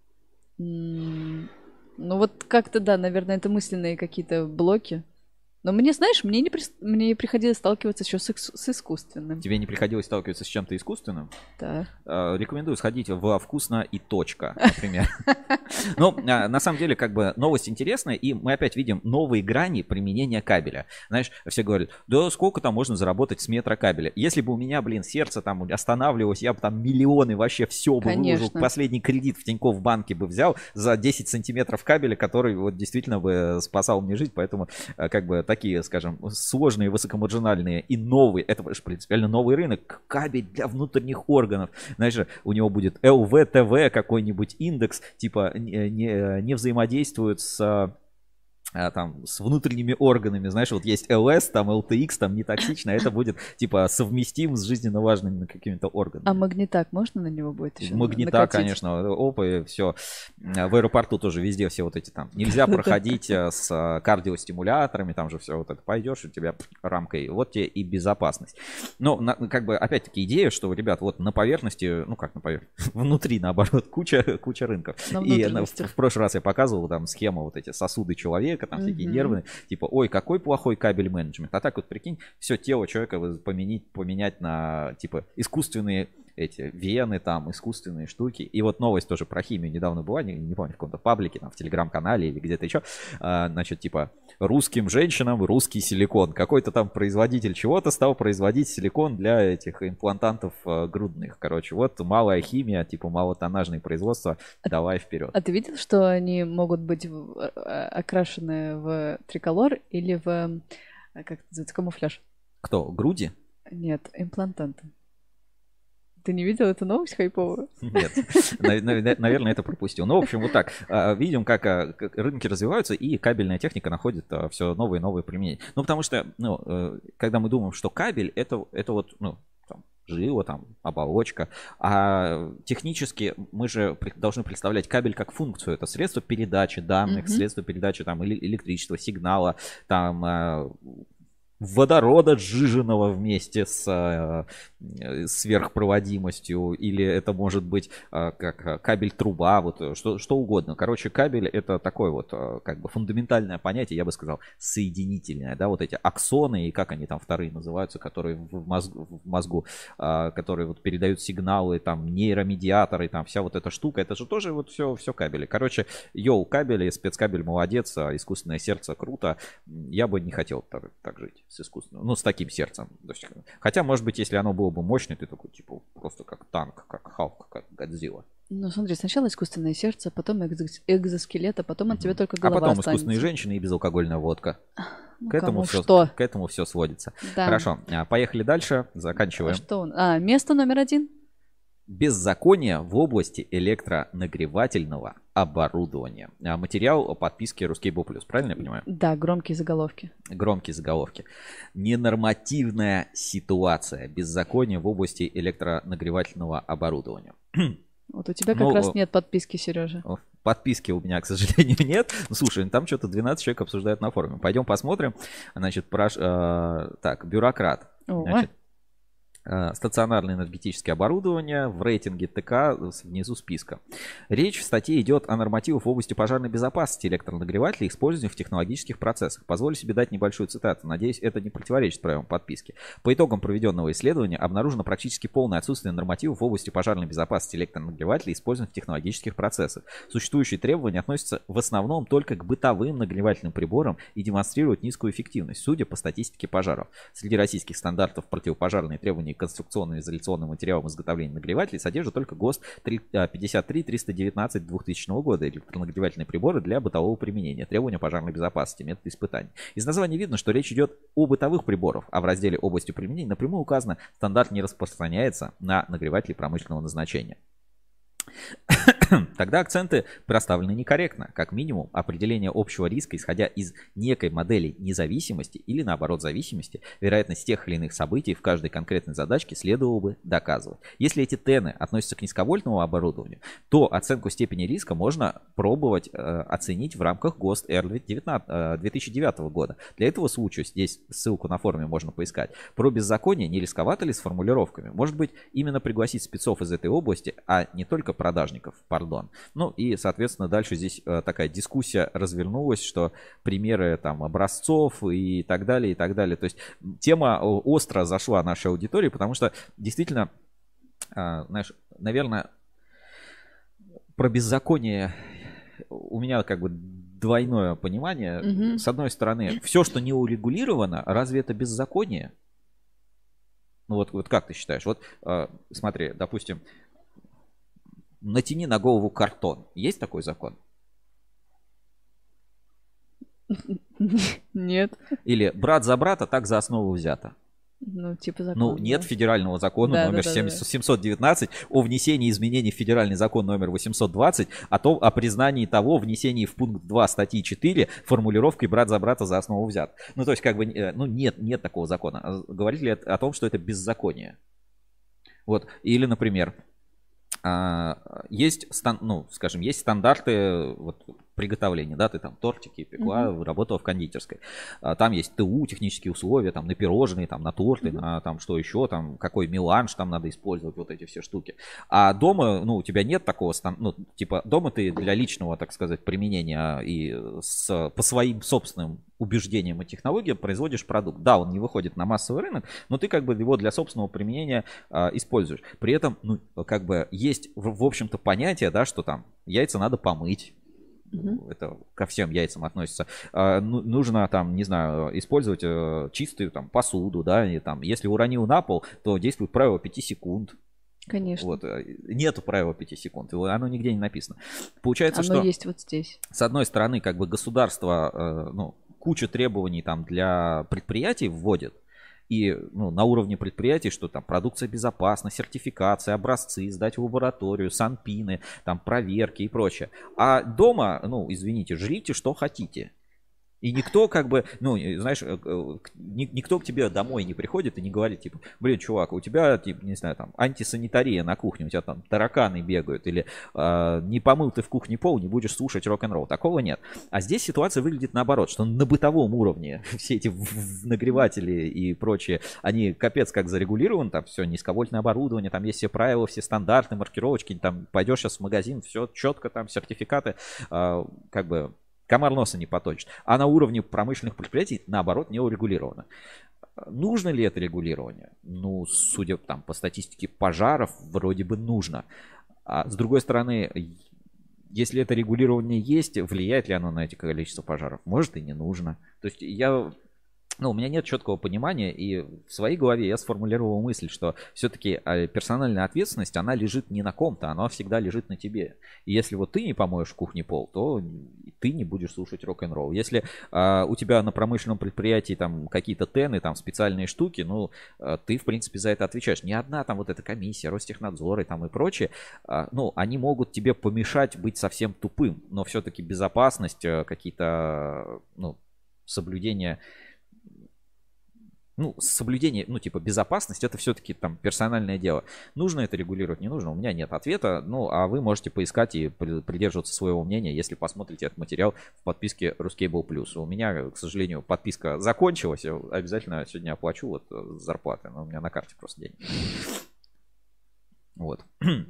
м- ну вот как-то, да, наверное, это мысленные какие-то блоки. Но мне, знаешь, мне не при... мне приходилось сталкиваться еще с, икс... с искусственным. Тебе не приходилось сталкиваться с чем-то искусственным? Да. Э, Рекомендую сходить во «Вкусно и точка», например. Ну, на самом деле, как бы новость интересная, и мы опять видим новые грани применения кабеля. Знаешь, все говорят, да сколько там можно заработать с метра кабеля? Если бы у меня, блин, сердце там останавливалось, я бы там миллионы вообще все бы выложил, последний кредит в Тинькофф банке бы взял за десять сантиметров кабеля, который вот действительно бы спасал мне жизнь, поэтому как бы такие, скажем, сложные, высокомаржинальные и новые, это же принципиально новый рынок, кабель для внутренних органов. Знаешь, у него будет эл ви ти ви какой-нибудь индекс, типа не, не, не взаимодействует с... там, с внутренними органами, знаешь, вот есть эл эс, там, эл ти экс, там, не токсично, это будет, типа, совместим с жизненно важными какими-то органами. А магнитак можно на него будет еще Магнитак, накатить? конечно, опа, и все. В аэропорту тоже везде все вот эти там, нельзя проходить с кардиостимуляторами, там же все вот это, пойдешь, у тебя рамкой, вот тебе и безопасность. Но, как бы, опять-таки, идея, что, ребят, вот на поверхности, ну, как на поверхности, внутри, наоборот, куча, куча рынков. И в прошлый раз я показывал там схему вот эти сосуды человека, там всякие mm-hmm. нервные, типа, ой, какой плохой кабель менеджмент. А так вот, прикинь, все тело человека поменять, поменять на, типа, искусственные эти вены, там, искусственные штуки. И вот новость тоже про химию недавно была, не, не помню, в каком-то паблике, там, в телеграм-канале или где-то еще. А, значит, типа, русским женщинам русский силикон. Какой-то там производитель чего-то стал производить силикон для этих имплантантов а, грудных. Короче, вот малая химия, типа, малотоннажное производство, давай вперед. А ты видел, что они могут быть окрашены в триколор или в, как это называется, камуфляж? Кто, груди? Нет, имплантанты. Ты не видел эту новость хайповую? Нет, наверное, это пропустил. Ну, в общем, вот так. Видим, как рынки развиваются, и кабельная техника находит все новые и новые применения. Ну, потому что, ну, когда мы думаем, что кабель, это, это вот, ну, там, жила, там, оболочка. А технически мы же должны представлять кабель как функцию. Это средство передачи данных, mm-hmm. средство передачи там электричества, сигнала, там... водорода сжиженного вместе с э, сверхпроводимостью, или это может быть э, как кабель-труба, вот что, что угодно. Короче, кабель это такое вот э, как бы фундаментальное понятие, я бы сказал, соединительное, да, вот эти аксоны и как они там вторые называются, которые в мозгу, в мозгу э, которые вот передают сигналы, там нейромедиаторы, там вся вот эта штука, это же тоже вот все, все кабели. Короче, йоу, кабели, спецкабель молодец, искусственное сердце круто, я бы не хотел так, так жить. С искусственным, ну, с таким сердцем. Хотя, может быть, если оно было бы мощное, ты такой, типа, просто как танк, как Халк, как Годзилла. Ну, смотри, сначала искусственное сердце, потом экзос- экзоскелет, а потом от тебя только голова А потом останется. Искусственные женщины и безалкогольная водка. Ну, к, этому все, что? к этому все сводится. Да. Хорошо, поехали дальше, заканчиваем. А что он? А, место номер один. Беззаконие в области электронагревательного оборудования. Материал о подписке Ruskable Plus, правильно я понимаю? Да, громкие заголовки. Громкие заголовки. Ненормативная ситуация. Беззаконие в области электронагревательного оборудования. Вот у тебя как ну, раз нет подписки, Сережа. Подписки у меня, к сожалению, нет. Ну, слушай, там что-то двенадцать человек обсуждают на форуме. Пойдем посмотрим. Значит, прош... э, так, бюрократ. Значит, стационарное энергетическое оборудование в рейтинге ТК внизу списка. Речь в статье идет о нормативах в области пожарной безопасности электронагревателей, используемых в технологических процессах. Позволю себе дать небольшую цитату. Надеюсь, это не противоречит правилам подписки. По итогам проведенного исследования обнаружено практически полное отсутствие нормативов в области пожарной безопасности электронагревателей, используемых в технологических процессах. Существующие требования относятся в основном только к бытовым нагревательным приборам и демонстрируют низкую эффективность, судя по статистике пожаров. Среди российских стандартов противопожарные требования конструкционно-изоляционным материалом изготовления нагревателей содержит только ГОСТ пятьдесят три триста девятнадцать двухтысячного года. Электронагревательные приборы для бытового применения. Требования пожарной безопасности. Метод испытаний. Из названия видно, что речь идет о бытовых приборах, а в разделе области применения напрямую указано, стандарт не распространяется на нагреватели промышленного назначения. тогда акценты проставлены некорректно. Как минимум, определение общего риска, исходя из некой модели независимости или, наоборот, зависимости, вероятность тех или иных событий в каждой конкретной задачке следовало бы доказывать. Если эти тены относятся к низковольтному оборудованию, то оценку степени риска можно пробовать э, оценить в рамках ГОСТ эр две тысячи девятого года. Для этого случая, здесь ссылку на форуме можно поискать, про беззаконие не рисковато ли с формулировками? Может быть, именно пригласить спецов из этой области, а не только продажников, пардон. Ну и, соответственно, дальше здесь э, такая дискуссия развернулась, что примеры там образцов и так далее, и так далее. То есть тема остро зашла нашей аудитории, потому что действительно, э, знаешь, наверное, про беззаконие у меня как бы двойное понимание. Mm-hmm. С одной стороны, все, что не урегулировано, разве это беззаконие? Ну вот, вот как ты считаешь? Вот э, смотри, допустим, натяни на голову картон. Есть такой закон? Нет. Или брат за брата, так за основу взято. Ну, типа закон. Ну, нет да. федерального закона да, номер да, да, семьсот девятнадцать о внесении изменений в федеральный закон номер восемьсот двадцать о, том, о признании того, внесении в пункт два статьи четыре формулировкой брат за брата за основу взят. Ну, то есть, как бы, ну, нет, нет такого закона. Говорит ли о том, что это беззаконие? Вот. Или, например, есть, ну, скажем, есть стандарты вот, приготовления, да, ты там тортики пекла, mm-hmm. работала в кондитерской, там есть ТУ, технические условия, там на пирожные, там на торты, mm-hmm. на там что еще, там какой меланж там надо использовать, вот эти все штуки. А дома, ну, у тебя нет такого, ну, типа, дома ты для личного, так сказать, применения и с, по своим собственным убеждениям и технологиям производишь продукт. Да, он не выходит на массовый рынок, но ты как бы его для собственного применения а, используешь. При этом, ну, как бы есть, в, в общем-то, понятие, да, что там яйца надо помыть. Mm-hmm. Это ко всем яйцам относится. А, ну, нужно там, не знаю, использовать а, чистую там посуду, да, и там, если уронил на пол, то действует правило пяти секунд. Конечно. Вот. Нету правила пяти секунд, оно нигде не написано. Получается, оно что есть вот здесь. С одной стороны, как бы государство, а, ну, кучу требований там для предприятий вводит. И ну, на уровне предприятий, что там продукция безопасна, сертификация, образцы, сдать в лабораторию, санпины, там проверки и прочее. А дома, ну, извините, жрите, что хотите. И никто как бы, ну, знаешь, никто к тебе домой не приходит и не говорит, типа, блин, чувак, у тебя, типа, не знаю, там, антисанитария на кухне, у тебя там тараканы бегают, или э, не помыл ты в кухне пол, не будешь слушать рок-н-ролл. Такого нет. А здесь ситуация выглядит наоборот, что на бытовом уровне все эти нагреватели и прочие, они капец как зарегулированы, там все, низковольтное оборудование, там есть все правила, все стандарты, маркировочки, там пойдешь сейчас в магазин, все четко, там сертификаты, э, как бы... Комар носа не поточит. А на уровне промышленных предприятий, наоборот, не урегулировано. Нужно ли это регулирование? Ну, судя там, по статистике пожаров, вроде бы нужно. А с другой стороны, если это регулирование есть, влияет ли оно на эти количество пожаров? Может и не нужно. То есть я... Ну, у меня нет четкого понимания, и в своей голове я сформулировал мысль, что все-таки персональная ответственность, она лежит не на ком-то, она всегда лежит на тебе. И если вот ты не помоешь в кухне пол, то ты не будешь слушать рок-н-ролл. Если а, у тебя на промышленном предприятии там какие-то тены, там специальные штуки, ну, а, ты, в принципе, за это отвечаешь. Не одна там вот эта комиссия, Ростехнадзор и там и прочее, а, ну, они могут тебе помешать быть совсем тупым, но все-таки безопасность, какие-то, ну, соблюдение... Ну, соблюдение, ну, типа, безопасность, это все-таки там персональное дело. Нужно это регулировать, не нужно? У меня нет ответа. Ну, а вы можете поискать и придерживаться своего мнения, если посмотрите этот материал в подписке Ruscable Plus. У меня, к сожалению, подписка закончилась. Я обязательно сегодня оплачу вот зарплаты, но у меня на карте просто денег. Вот.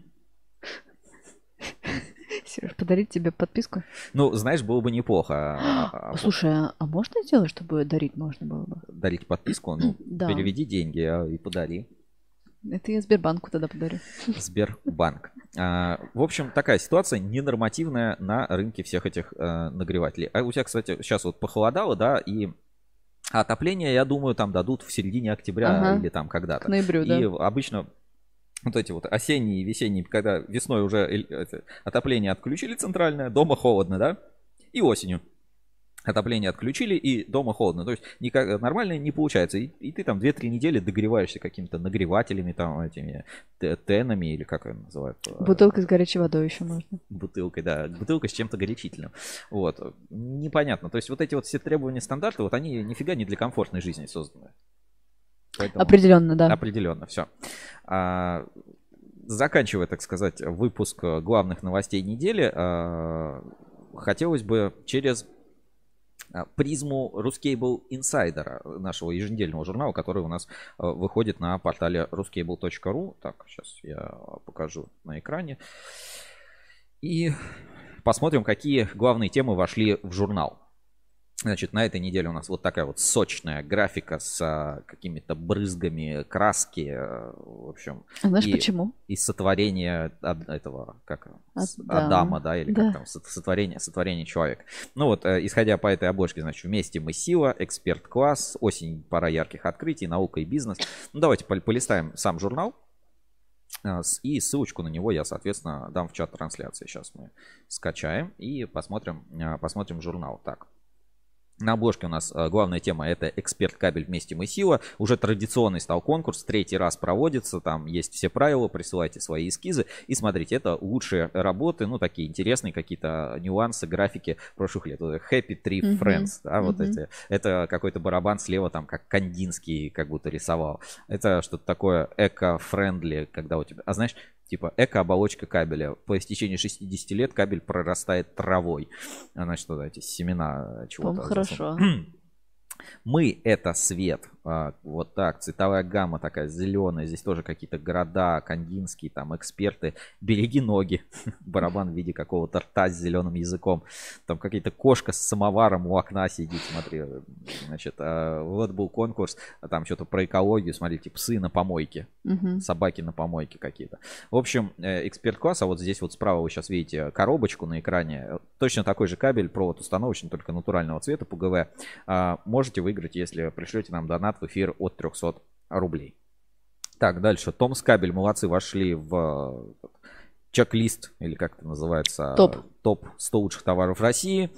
Сереж, подарить тебе подписку? Ну, знаешь, было бы неплохо. Слушай, а, а можно сделать, чтобы дарить можно было бы? Дарить подписку? Ну, да. Переведи деньги и подари. Это я Сбербанку тогда подарю. Сбербанк. А, в общем, такая ситуация ненормативная на рынке всех этих а, нагревателей. А у тебя, кстати, сейчас вот похолодало, да, и отопление, я думаю, там дадут в середине октября ага. или там когда-то. К ноябрю, и да. обычно... Вот эти вот осенние и весенние, когда весной уже отопление отключили центральное, дома холодно, да, и осенью. Отопление отключили, и дома холодно. То есть никак, нормально не получается. И, и ты там две-три недели догреваешься какими-то нагревателями, там, этими тенами, или как это называют? Бутылкой с горячей водой еще можно. Бутылкой, да. Бутылка с чем-то горячительным. Вот. Непонятно. То есть вот эти вот все требования, стандарты, вот они нифига не для комфортной жизни созданы. Поэтому... Определенно, да. Определенно, все. А, заканчивая, так сказать, выпуск главных новостей недели, а, хотелось бы через... призму Ruscable Insider, нашего еженедельного журнала, который у нас выходит на портале ruskable точка ру. Так, сейчас я покажу на экране. И посмотрим, какие главные темы вошли в журнал. Значит, на этой неделе у нас вот такая вот сочная графика с а, какими-то брызгами краски, а, в общем. А знаешь и, почему? Из сотворения от, этого, как Адама. Адама, да, или да. как там, сотворение, сотворение человека. Ну вот, э, исходя по этой обложке, значит, вместе мы сила, эксперт-класс, осень, пора ярких открытий, наука и бизнес. Ну давайте полистаем сам журнал. И ссылочку на него я, соответственно, дам в чат трансляции. Сейчас мы скачаем и посмотрим, посмотрим журнал. Так. На обложке у нас главная тема — это эксперт кабель вместе мы сила. Уже традиционный стал конкурс, третий раз проводится, там есть все правила, присылайте свои эскизы. И смотрите, это лучшие работы, ну такие интересные какие-то нюансы, графики прошлых лет. Happy Tree Friends, mm-hmm. да, вот mm-hmm. эти. Это какой-то барабан слева, там как Кандинский как будто рисовал. Это что-то такое эко-френдли, когда у тебя... А знаешь, типа эко-оболочка кабеля. По истечении шестидесяти лет кабель прорастает травой. Значит, что эти семена чего-то. Хорошо. Мы — это свет. Вот так. Цветовая гамма такая зеленая. Здесь тоже какие-то города, кандинские, там эксперты. Береги ноги. Барабан в виде какого-то рта с зеленым языком. Там какие-то кошка с самоваром у окна сидит. Смотри. Значит, вот был конкурс. Там что-то про экологию. Смотрите, псы на помойке. Угу. Собаки на помойке какие-то. В общем, эксперт-класс. А вот здесь вот справа вы сейчас видите коробочку на экране. Точно такой же кабель, провод установочный, только натурального цвета по ГВ. Можете выиграть, если пришлете нам донат в эфир от трехсот рублей. Так, дальше. Томс Кабель, молодцы, вошли в чек-лист, или как это называется? Топ. Топ сто лучших товаров России.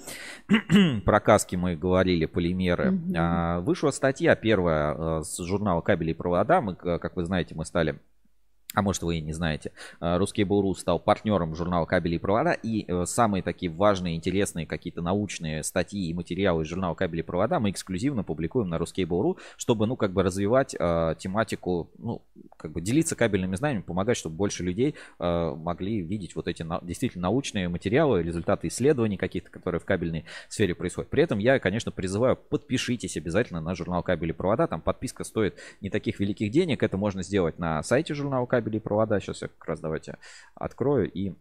Про каски мы говорили, полимеры. Mm-hmm. Вышла статья первая с журнала «Кабели и провода». Мы, как вы знаете, мы стали... А может, вы и не знаете, Ruskable.ru стал партнером журнала «Кабели и провода», и самые такие важные, интересные какие-то научные статьи и материалы из журнала «Кабели и провода» мы эксклюзивно публикуем на Ruskable.ru, чтобы, ну, как бы развивать э, тематику, ну, как бы делиться кабельными знаниями, помогать, чтобы больше людей э, могли видеть вот эти на, действительно научные материалы, результаты исследований каких-то, которые в кабельной сфере происходят. При этом я, конечно, призываю, подпишитесь обязательно на журнал «Кабели и провода», там подписка стоит не таких великих денег, это можно сделать на сайте журнала «Кабели и провода». Сейчас я как раз давайте открою. И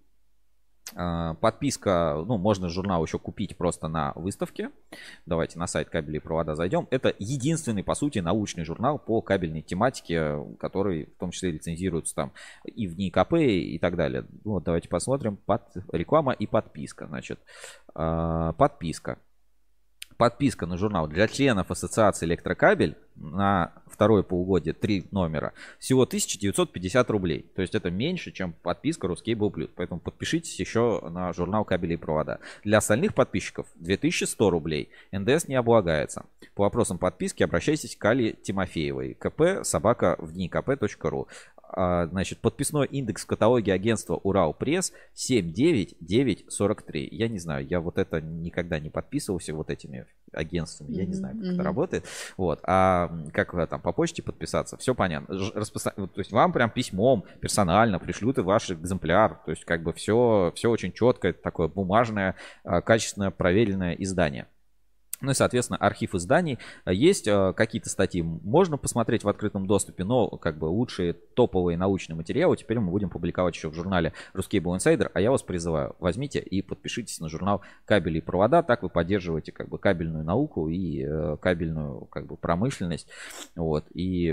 э, подписка, ну, можно журнал еще купить просто на выставке. Давайте на сайт «Кабели и провода» зайдем. Это единственный, по сути, научный журнал по кабельной тематике, который в том числе лицензируется там и в НИИКП и так далее. Вот, давайте посмотрим. Под... Реклама и подписка. Значит, э, подписка. Подписка на журнал для членов Ассоциации Электрокабель на второе полугодие, три номера, всего тысяча девятьсот пятьдесят рублей. То есть это меньше, чем подписка Ruskable Plus. Поэтому подпишитесь еще на журнал «Кабели и провода». Для остальных подписчиков две тысячи сто рублей. эн дэ эс не облагается. По вопросам подписки обращайтесь к Али Тимофеевой. КП собака в ник п точка ру. Значит, подписной индекс в каталоге агентства Урал Пресс семь девять девять сорок три. Я не знаю, я вот это никогда не подписывался вот этими агентствами. Я mm-hmm. не знаю, как mm-hmm. это работает. Вот. А как там по почте подписаться? Все понятно. Распро... То есть вам прям письмом персонально пришлют и ваш экземпляр. То есть как бы все, все очень четко. Это такое бумажное, качественно проверенное издание. Ну и, соответственно, архив изданий. Есть какие-то статьи, можно посмотреть в открытом доступе, но как бы лучшие топовые научные материалы теперь мы будем публиковать еще в журнале Ruskable Insider. А я вас призываю, возьмите и подпишитесь на журнал «Кабели и провода». Так вы поддерживаете как бы кабельную науку и э, кабельную как бы промышленность. Вот. И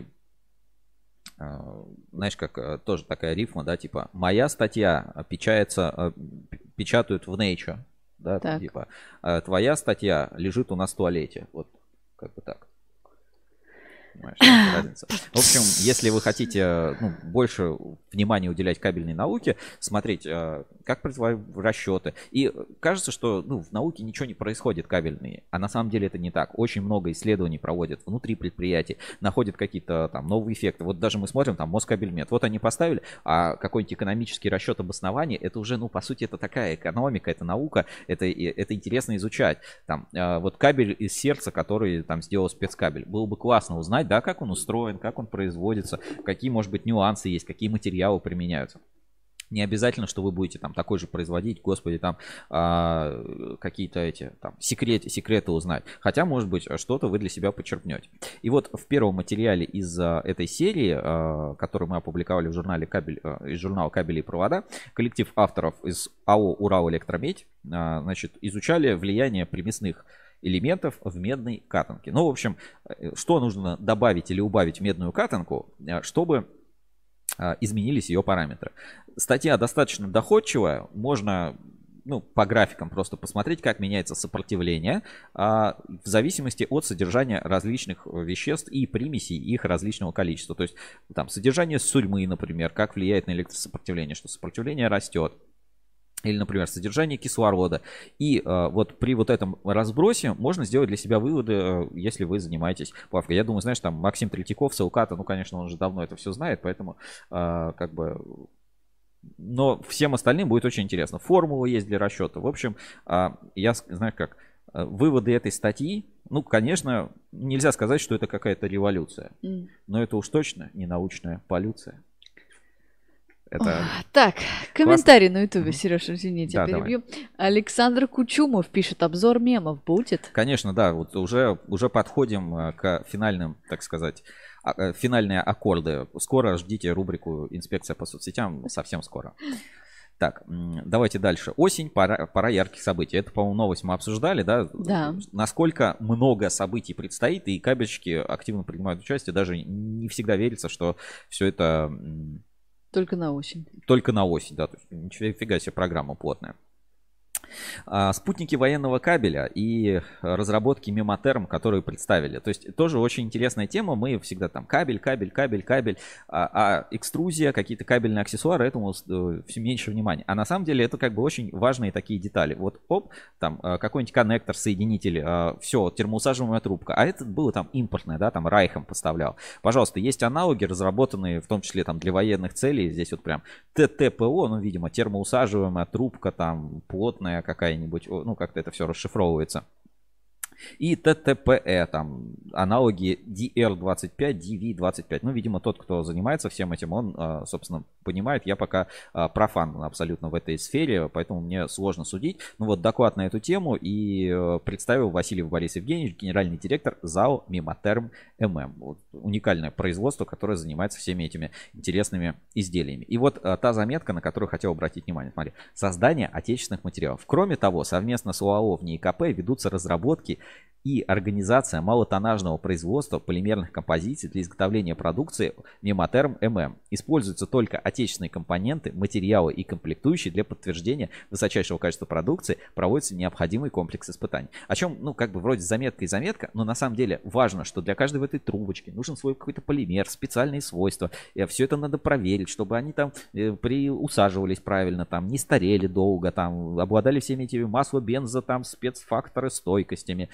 э, знаешь, как э, тоже такая рифма, да, типа «Моя статья печатается, э, печатают в Nature». Да, там, типа, твоя статья лежит у нас в туалете. Вот как бы так. понимаешь, разница. В общем, если вы хотите ну, больше внимания уделять кабельной науке, смотреть, как производят расчеты. И кажется, что ну, в науке ничего не происходит кабельные, а на самом деле это не так. Очень много исследований проводят внутри предприятий, находят какие-то там новые эффекты. Вот даже мы смотрим, там, Москабельмет, вот они поставили, а какой-нибудь экономический расчет обоснования, это уже, ну, по сути, это такая экономика, это наука, это, это интересно изучать. Там, вот кабель из сердца, который там сделал спецкабель, было бы классно узнать, да, как он устроен, как он производится, какие, может быть, нюансы есть, какие материалы применяются. Не обязательно, что вы будете там такой же производить, господи, там а, какие-то эти там секреты, секреты узнать. Хотя, может быть, что-то вы для себя почерпнете. И вот в первом материале из а, этой серии, а, который мы опубликовали в журнале Кабель, а, из журнала «Кабели и провода», коллектив авторов из АО «Уралэлектромедь» а, значит, изучали влияние примесных элементов в медной катанке. Ну, в общем, что нужно добавить или убавить в медную катанку, чтобы изменились ее параметры. Статья достаточно доходчивая, можно ну, по графикам просто посмотреть, как меняется сопротивление а, в зависимости от содержания различных веществ и примесей их различного количества. То есть там содержание сурьмы, например, как влияет на электросопротивление, что сопротивление растет. Или, например, содержание кислорода. И э, вот при вот этом разбросе можно сделать для себя выводы, э, если вы занимаетесь плавкой. Я думаю, знаешь, там Максим Третьяков, Сауката, ну, конечно, он же давно это все знает, поэтому э, как бы... Но всем остальным будет очень интересно. Формула есть для расчета. В общем, э, я, знаешь как, э, выводы этой статьи, ну, конечно, нельзя сказать, что это какая-то революция. Mm. Но это уж точно не научная полюция. Это... О, так, комментарий на ютубе, Сереж, извините, да, перебью. Давай. Александр Кучумов пишет, обзор мемов будет? Конечно, да, вот уже, уже подходим к финальным, так сказать, финальные аккорды. Скоро ждите рубрику «Инспекция по соцсетям», совсем скоро. Так, давайте дальше. Осень, пора, пора ярких событий. Это, по-моему, новость мы обсуждали, да? Да. Насколько много событий предстоит, и кабельщики активно принимают участие. Даже не всегда верится, что все это... Только на осень. Только на осень, да. То есть, нифига себе, программа плотная. А, спутники военного кабеля и разработки Мемотерм, которые представили. То есть тоже очень интересная тема. Мы всегда там кабель, кабель, кабель, кабель. А, а экструзия, какие-то кабельные аксессуары, этому все меньше внимания. А на самом деле это как бы очень важные такие детали. Вот оп, там какой-нибудь коннектор, соединитель, все, термоусаживаемая трубка. А это было там импортное, да, там Райхом поставлял. Пожалуйста, есть аналоги, разработанные в том числе там для военных целей. Здесь вот прям ТТПО, ну, видимо, термоусаживаемая трубка, там плотная какая-нибудь, ну, как-то это все расшифровывается. И ТТПЭ, там, аналоги ди эр двадцать пять, ди ви двадцать пять. Ну, видимо, тот, кто занимается всем этим, он, собственно, понимает. Я пока профан абсолютно в этой сфере, поэтому мне сложно судить. Ну, вот доклад на эту тему и представил Василий Борис Евгеньевич, генеральный директор ЗАО Мемотерм ММ. Вот, уникальное производство, которое занимается всеми этими интересными изделиями. И вот та заметка, на которую хотел обратить внимание. Смотри, создание отечественных материалов. Кроме того, совместно с ОАО в НИИКП ведутся разработки и организация малотоннажного производства полимерных композиций для изготовления продукции Мемотерм ММ. Используются только отечественные компоненты, материалы и комплектующие для подтверждения высочайшего качества продукции. Проводится необходимый комплекс испытаний. О чем, ну, как бы вроде заметка и заметка, но на самом деле важно, что для каждой в этой трубочке нужен свой какой-то полимер, специальные свойства. И все это надо проверить, чтобы они там приусаживались правильно, там не старели долго, там обладали всеми этими масло, бензо, там спецфакторы, стойкостями.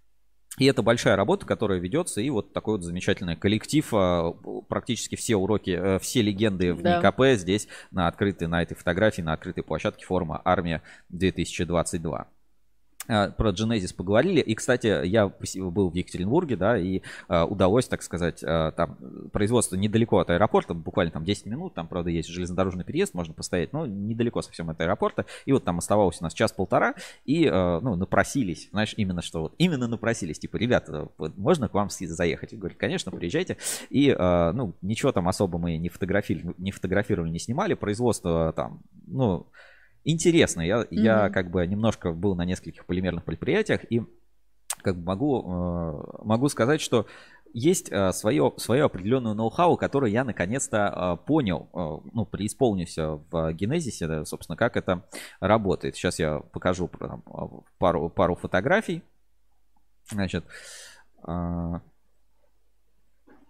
И это большая работа, которая ведется, и вот такой вот замечательный коллектив, практически все уроки, все легенды в да. НИИКП здесь на открытой, на этой фотографии, на открытой площадке форума «Армия две тысячи двадцать два». Про Genesis поговорили. И, кстати, я был в Екатеринбурге, да, и э, удалось, так сказать, э, там производство недалеко от аэропорта, буквально там десять минут, там, правда, есть железнодорожный переезд, можно постоять, но недалеко совсем от аэропорта. И вот там оставалось у нас час-полтора, и, э, ну, напросились, знаешь, именно что вот, именно напросились, типа, ребята, можно к вам заехать? И говорят, конечно, приезжайте. И, э, ну, ничего там особо мы не фотографировали, не фотографировали, не снимали, производство там, ну, интересно, я, mm-hmm. я как бы немножко был на нескольких полимерных предприятиях и как бы могу, э, могу сказать, что есть э, свое, свое определенное ноу-хау, которое я наконец-то э, понял, э, ну, преисполнился в Генезисе, да, собственно, как это работает. Сейчас я покажу там, пару, пару фотографий. Значит, э,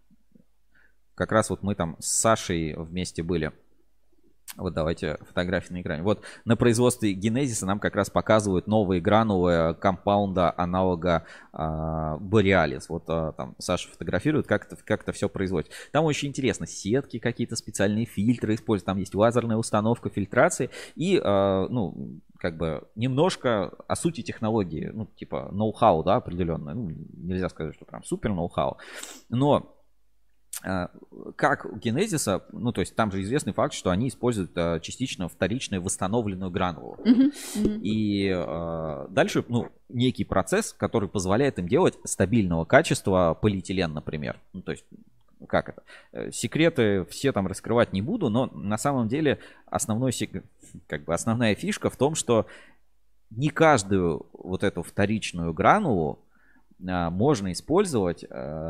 как раз вот мы там с Сашей вместе были. Вот давайте фотографии на экране. Вот на производстве Генезиса нам как раз показывают новые гранулы компаунда аналога а, Borealis. Вот а, там Саша фотографирует, как это, как это все производит. Там очень интересно. Сетки какие-то, специальные фильтры используют. Там есть лазерная установка фильтрации. И, а, ну, как бы немножко о сути технологии. Ну, типа ноу-хау, да, определенное. Ну, нельзя сказать, что прям супер ноу-хау. Но как у Генезиса, ну, то есть там же известный факт, что они используют а, частично вторичную восстановленную гранулу. Uh-huh. Uh-huh. И а, дальше, ну, некий процесс, который позволяет им делать стабильного качества полиэтилен, например. Ну, то есть, как это? Секреты все там раскрывать не буду, но на самом деле основной, как бы основная фишка в том, что не каждую вот эту вторичную гранулу можно использовать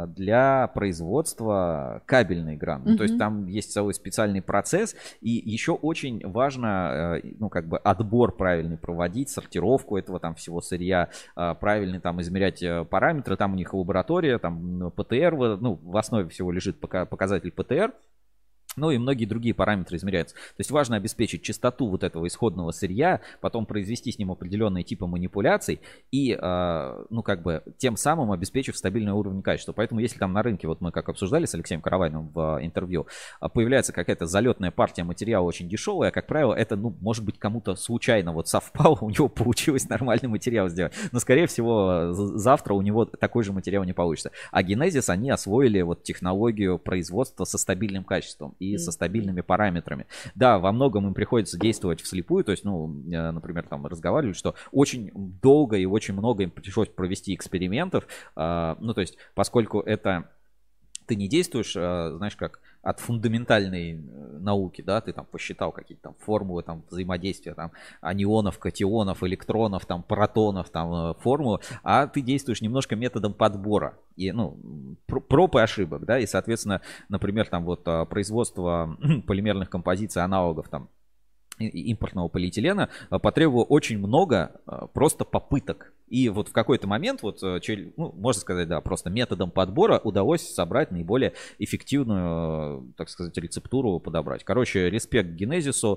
для производства кабельной гранулы. Mm-hmm. То есть там есть целый специальный процесс, и еще очень важно, ну, как бы отбор правильный проводить, сортировку этого там всего сырья, правильно там измерять параметры. Там у них лаборатория, там ПТР, ну, в основе всего лежит показатель ПТР. Ну и многие другие параметры измеряются. То есть важно обеспечить чистоту вот этого исходного сырья, потом произвести с ним определенные типы манипуляций и, э, ну, как бы, тем самым обеспечив стабильный уровень качества. Поэтому если там на рынке, вот мы как обсуждали с Алексеем Каравайным в э, интервью, появляется какая-то залетная партия материала очень дешевая, как правило, это, ну, может быть, кому-то случайно вот совпало, у него получилось нормальный материал сделать. Но, скорее всего, завтра у него такой же материал не получится. А Генезис, они освоили вот технологию производства со стабильным качеством и со стабильными параметрами. Да, во многом им приходится действовать вслепую, то есть, ну, например, там разговаривали, что очень долго и очень много им пришлось провести экспериментов, ну, то есть, поскольку это ты не действуешь, знаешь, как от фундаментальной науки, да, ты там посчитал какие-то там формулы там взаимодействия там анионов, катионов, электронов, там протонов, там формулы, а ты действуешь немножко методом подбора и, ну, проб и ошибок, да, и, соответственно, например, там вот производство полимерных композиций, аналогов там импортного полиэтилена потребовало очень много просто попыток. И вот в какой-то момент, вот, ну, можно сказать, да, просто методом подбора удалось собрать наиболее эффективную, так сказать, рецептуру подобрать. Короче, респект Генезису,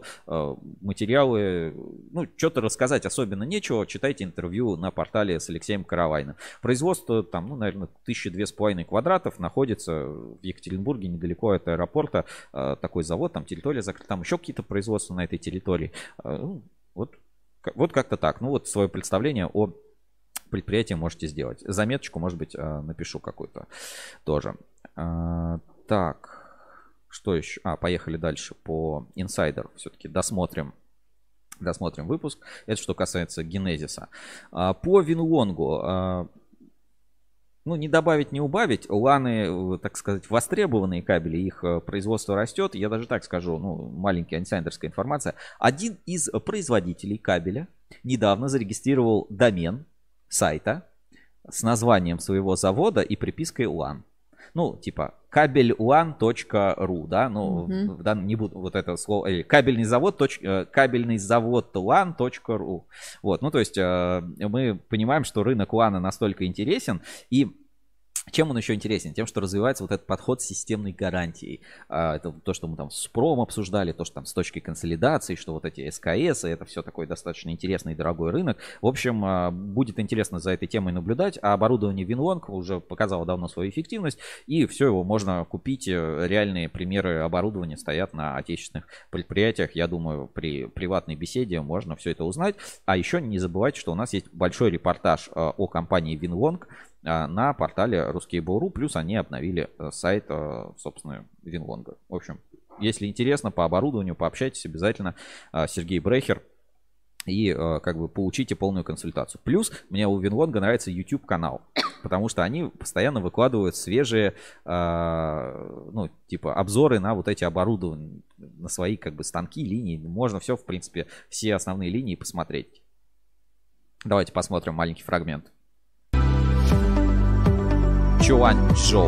материалы, ну, что-то рассказать особенно нечего, читайте интервью на портале с Алексеем Каравайным. Производство там, ну, наверное, тысяча две с половиной квадратов, находится в Екатеринбурге, недалеко от аэропорта, такой завод, там территория закрыта, там еще какие-то производства на этой территории. Вот, вот как-то так. Ну, вот свое представление о предприятие можете сделать. Заметочку, может быть, напишу какую-то тоже. Так, что еще? А, поехали дальше по инсайдер. Все-таки досмотрим. Досмотрим выпуск. Это что касается Генезиса. По Винлонгу. Ну, не добавить, не убавить. Ланы, так сказать, востребованные кабели, их производство растет. Я даже так скажу, ну, маленькая инсайдерская информация. Один из производителей кабеля недавно зарегистрировал домен сайта с названием своего завода и припиской лан. Ну, типа кабель лан точка ру, да, ну, mm-hmm. да, не буду вот это слово, или кабельный завод, точ, кабельный завод лан точка ру. Вот, ну, то есть мы понимаем, что рынок лана настолько интересен, и чем он еще интересен? Тем, что развивается вот этот подход с системной гарантией. Это то, что мы там с ПРОМ обсуждали, то, что там с точки консолидации, что вот эти СКС, это все такой достаточно интересный и дорогой рынок. В общем, будет интересно за этой темой наблюдать. А оборудование Винлонг уже показало давно свою эффективность, и все его можно купить. Реальные примеры оборудования стоят на отечественных предприятиях. Я думаю, при приватной беседе можно все это узнать. А еще не забывайте, что у нас есть большой репортаж о компании Винлонг на портале Ruskable.ru, плюс они обновили сайт, собственно, Винлонга. В общем, если интересно по оборудованию, пообщайтесь обязательно, Сергей Брехер, и как бы получите полную консультацию. Плюс мне у Винлонга нравится YouTube канал, потому что они постоянно выкладывают свежие, ну, типа обзоры на вот эти оборудования, на свои как бы станки, линии. Можно все, в принципе, все основные линии посмотреть. Давайте посмотрим маленький фрагмент. Чуанчжоу.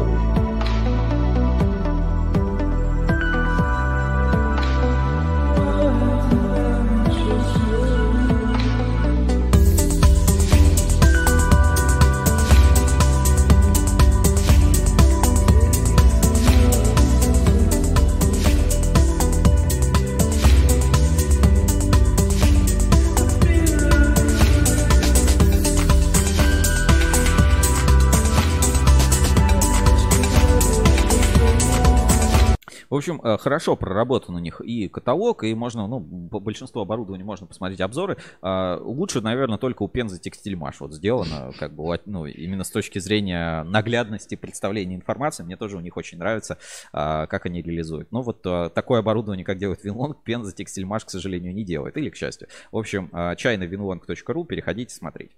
общем, хорошо проработан у них и каталог, и можно, ну, большинство оборудования можно посмотреть обзоры. Лучше, наверное, только у Пенза Текстильмаш вот сделано, как бы, ну, именно с точки зрения наглядности представления информации. Мне тоже у них очень нравится, как они реализуют. Но вот такое оборудование, как делает Винлонг, Пенза Текстильмаш, к сожалению, не делает. Или к счастью. В общем, чайна винлонг точка ру, переходите смотреть.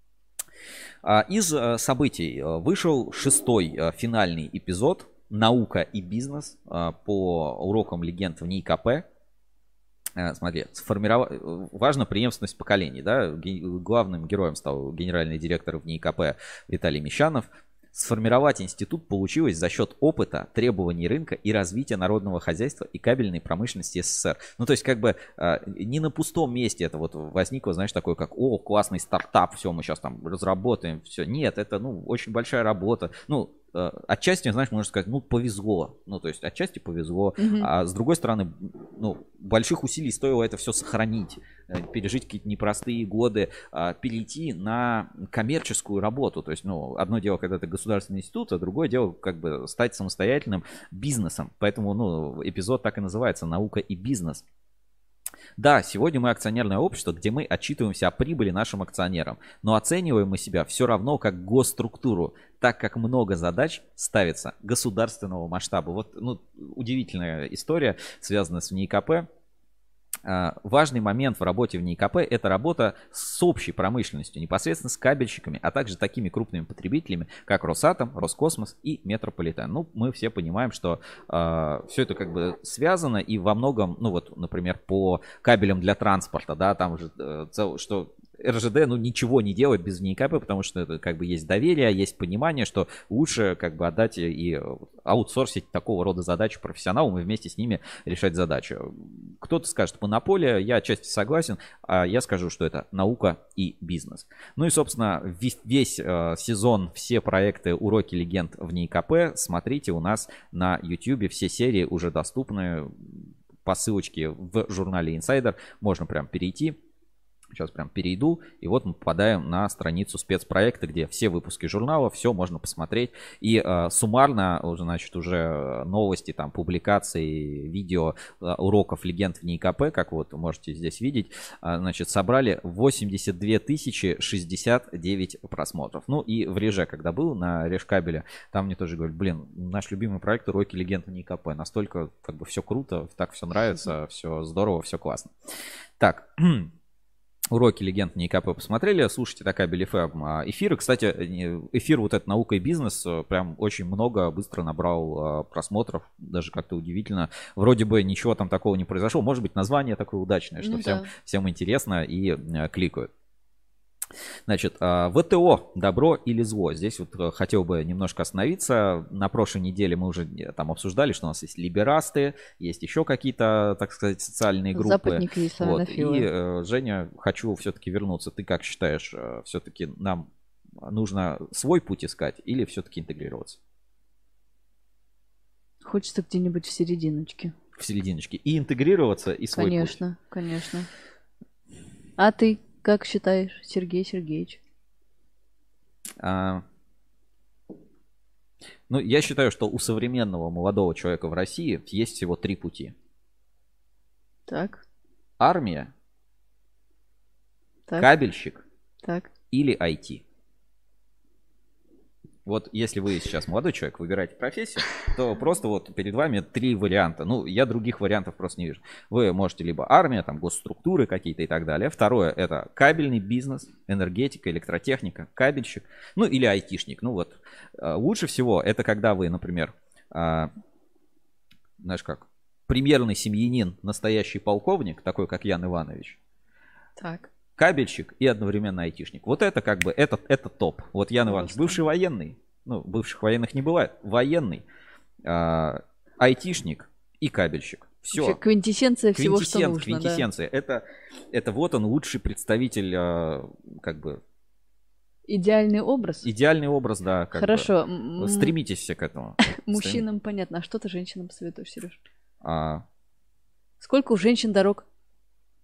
Из событий вышел шестой финальный эпизод «Наука и бизнес» по урокам легенд в НИИКП. Смотри, сформиров... важна преемственность поколений. Да? Главным героем стал генеральный директор в НИИКП Виталий Мещанов. Сформировать институт получилось за счет опыта, требований рынка и развития народного хозяйства и кабельной промышленности СССР. Ну, то есть, как бы, не на пустом месте это вот возникло, знаешь, такое, как, о, классный стартап, все, мы сейчас там разработаем, все. Нет, это, ну, очень большая работа. Ну, отчасти, знаешь, можно сказать, ну, повезло. Ну, то есть, отчасти повезло. Mm-hmm. А с другой стороны, ну, больших усилий стоило это все сохранить, пережить какие-то непростые годы, перейти на коммерческую работу. То есть, ну, одно дело, когда ты государственный институт, а другое дело, как бы, стать самостоятельным бизнесом. Поэтому, ну, эпизод так и называется «Наука и бизнес». Да, сегодня мы акционерное общество, где мы отчитываемся о прибыли нашим акционерам, но оцениваем мы себя все равно как госструктуру, так как много задач ставится государственного масштаба. Вот, ну, удивительная история, связанная с НИИКП. Важный момент в работе в НИИКП – это работа с общей промышленностью, непосредственно с кабельщиками, а также такими крупными потребителями, как Росатом, Роскосмос и Метрополитен. Ну, мы все понимаем, что э, все это как бы связано и во многом, ну вот, например, по кабелям для транспорта, да, там же, э, цел, что эр жэ дэ, ну, ничего не делает без НИИКП, потому что это как бы есть доверие, есть понимание, что лучше как бы отдать и аутсорсить такого рода задачи профессионалам и вместе с ними решать задачу. Кто-то скажет монополия, я отчасти согласен, а я скажу, что это наука и бизнес. Ну и, собственно, весь, весь э, сезон, все проекты «Уроки легенд» в НИИКП смотрите у нас на YouTube, все серии уже доступны по ссылочке в журнале Insider, можно прям перейти. Сейчас прям перейду, и вот мы попадаем на страницу спецпроекта, где все выпуски журнала, все можно посмотреть. И э, суммарно, уже, значит, уже новости, там, публикации, видео э, уроков легенд в НИИКП, как вот можете здесь видеть, э, значит, собрали восемьдесят две тысячи шестьдесят девять просмотров. Ну и в Реже, когда был на Режкабеле, там мне тоже говорят, блин, наш любимый проект уроки легенд в НИИКП. Настолько, как бы, все круто, так все нравится, все здорово, все классно. Так. Уроки легенд НИИКП посмотрели, слушайте Кабель эф эм эфиры. Кстати, эфир вот этот «Наука и бизнес» прям очень много, быстро набрал просмотров, даже как-то удивительно. Вроде бы ничего там такого не произошло. Может быть, название такое удачное, что ну, всем, да. всем интересно и кликают. Значит, вэ тэ о, добро или зло. Здесь вот хотел бы немножко остановиться. На прошлой неделе мы уже там обсуждали, что у нас есть либерасты, есть еще какие-то, так сказать, социальные группы. Западники и славянофилы. Вот. И, Женя, хочу все-таки вернуться. Ты как считаешь, все-таки нам нужно свой путь искать или все-таки интегрироваться? Хочется где-нибудь в серединочке. В серединочке. И интегрироваться, и свой конечно, путь. Конечно, конечно. А ты? Как считаешь, Сергей Сергеевич? А, ну, я считаю, что у современного молодого человека в России есть всего три пути. Так. Армия, так. кабельщик так. или ай ти. Вот если вы сейчас молодой человек, выбираете профессию, то просто вот перед вами три варианта. Ну, я других вариантов просто не вижу. Вы можете либо армия, там госструктуры какие-то и так далее. Второе — это кабельный бизнес, энергетика, электротехника, кабельщик, ну или айтишник. Ну вот, лучше всего это когда вы, например, знаешь как, примерный семьянин, настоящий полковник, такой как Ян Иванович. Так. Кабельщик и одновременно айтишник. Вот это как бы, это, это топ. Вот Ян Иванович, бывший военный, ну, бывших военных не бывает, военный, э, айтишник и кабельщик. Все. Вообще квинтэссенция всего, что нужно. Квинтэссенция. Да. Это, это вот он, лучший представитель, э, как бы... Идеальный образ? Идеальный образ, да. Как Хорошо. Бы. Стремитесь все к этому. Мужчинам понятно. А что ты женщинам посоветуешь, Сереж? А... Сколько у женщин дорог?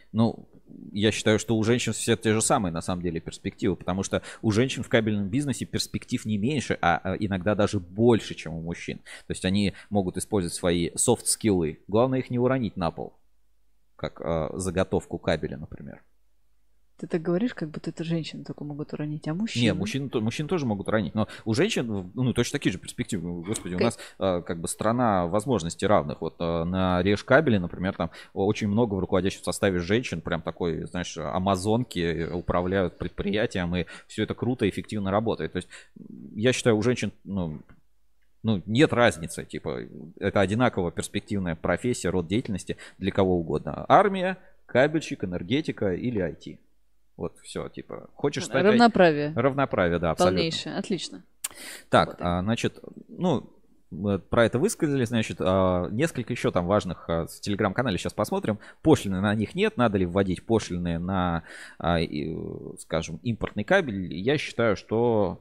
Ну, я считаю, что у женщин все те же самые, на самом деле, перспективы, потому что у женщин в кабельном бизнесе перспектив не меньше, а иногда даже больше, чем у мужчин. То есть они могут использовать свои софт-скиллы. Главное их не уронить на пол, как э, заготовку кабеля, например. Ты так говоришь, как будто это женщины только могут уронить, а мужчины? Нет, мужчин, мужчин тоже могут уронить, но у женщин, ну, точно такие же перспективы. Господи, у нас э, как бы страна возможностей равных. Вот э, на Режкабеле, например, там очень много в руководящем составе женщин, прям такой, знаешь, амазонки управляют предприятием, и все это круто, эффективно работает. То есть я считаю, у женщин, ну, ну, нет разницы, типа, это одинаково перспективная профессия, род деятельности для кого угодно. Армия, кабельщик, энергетика или ай ти. Вот все, типа, хочешь стать... Равноправие. Равноправие, да, абсолютно. Полнейшее, отлично. Так, а, значит, ну, мы про это высказали, значит, а, несколько еще там важных а, в телеграм-канале сейчас посмотрим. Пошлины на них нет, надо ли вводить пошлины на, а, и, скажем, импортный кабель? Я считаю, что...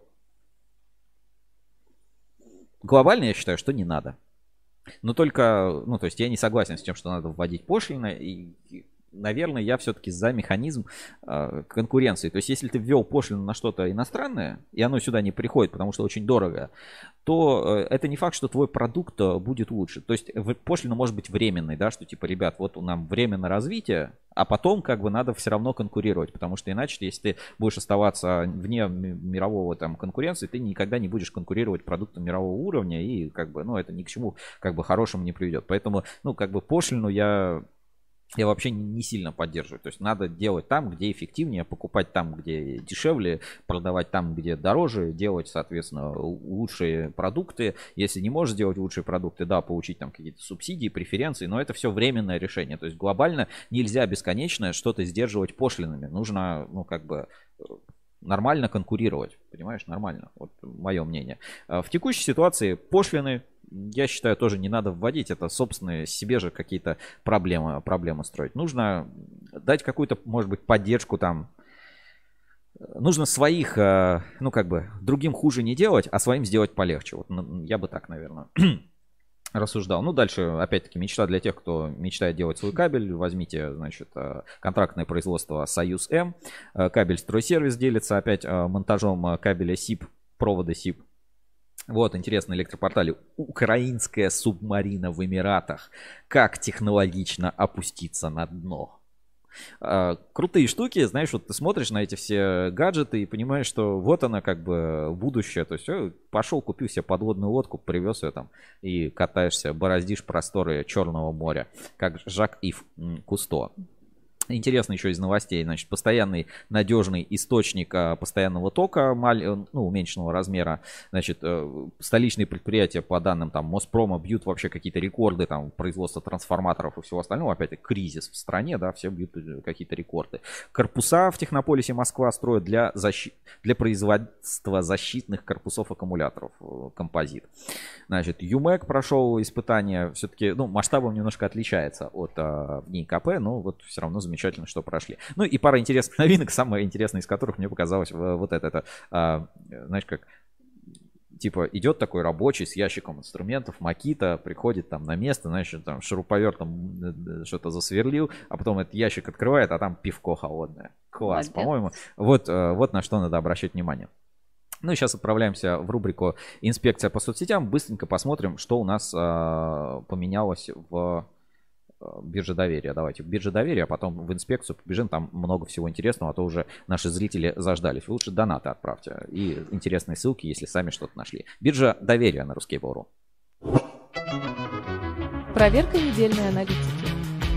Глобально я считаю, что не надо. Но только, ну, то есть я не согласен с тем, что надо вводить пошлины, и... Наверное, я все-таки за механизм э, конкуренции. То есть, если ты ввел пошлину на что-то иностранное, и оно сюда не приходит, потому что очень дорого, то э, это не факт, что твой продукт будет лучше. То есть, пошлина может быть временной, да, что типа, ребят, вот у нас время на развитие, а потом как бы надо все равно конкурировать, потому что иначе, если ты будешь оставаться вне мирового там конкуренции, ты никогда не будешь конкурировать продуктом мирового уровня, и как бы, ну, это ни к чему как бы хорошему не приведет. Поэтому, ну, как бы пошлину я... Я вообще не сильно поддерживаю. То есть надо делать там, где эффективнее, покупать там, где дешевле, продавать там, где дороже, делать, соответственно, лучшие продукты. Если не можешь сделать лучшие продукты, да, получить там какие-то субсидии, преференции, но это все временное решение. То есть глобально нельзя бесконечно что-то сдерживать пошлинами. Нужно, ну, как бы... нормально конкурировать, понимаешь, нормально, вот мое мнение. В текущей ситуации пошлины, я считаю, тоже не надо вводить, это собственные себе же какие-то проблемы, проблемы строить. Нужно дать какую-то, может быть, поддержку там, нужно своих, ну как бы, другим хуже не делать, а своим сделать полегче, вот я бы так, наверное, рассуждал. Ну, дальше, опять-таки, мечта для тех, кто мечтает делать свой кабель. Возьмите, значит, контрактное производство Союз-М. Кабель стройсервис делится опять монтажом кабеля СИП, провода СИП. Вот, интересно, на электропортале. Украинская субмарина в Эмиратах. Как технологично опуститься на дно. Крутые штуки, знаешь, вот ты смотришь на эти все гаджеты и понимаешь, что вот она как бы будущее. То есть пошел, купил себе подводную лодку, привез ее там и катаешься, бороздишь просторы Черного моря, как Жак-Ив Кусто. Интересно еще из новостей, значит, постоянный надежный источник постоянного тока, ну, уменьшенного размера, значит, столичные предприятия, по данным там Моспрома, бьют вообще какие-то рекорды там производства трансформаторов и всего остального, опять-таки кризис в стране, да, все бьют какие-то рекорды. Корпуса в Технополисе Москва строят для, защи... для производства защитных корпусов аккумуляторов, композит. Значит, ЮМЭК прошел испытание, все-таки, ну, масштабом немножко отличается от а, НИИКП, но вот все равно замечательно. Замечательно, что прошли. Ну и пара интересных новинок, самая интересная из которых мне показалось вот это. Это, а, знаешь, как типа идет такой рабочий с ящиком инструментов, Макита, приходит там на место, знаешь, там шуруповертом что-то засверлил, а потом этот ящик открывает, а там пивко холодное. Класс, по-моему. Вот, вот на что надо обращать внимание. Ну и сейчас отправляемся в рубрику «Инспекция по соцсетям». Быстренько посмотрим, что у нас а, поменялось в бирже доверия. Давайте в бирже доверия, а потом в инспекцию побежим. Там много всего интересного, а то уже наши зрители заждались. Вы лучше донаты отправьте и интересные ссылки, если сами что-то нашли. Биржа доверия на Ruskable.ru. Проверка недельной аналитики.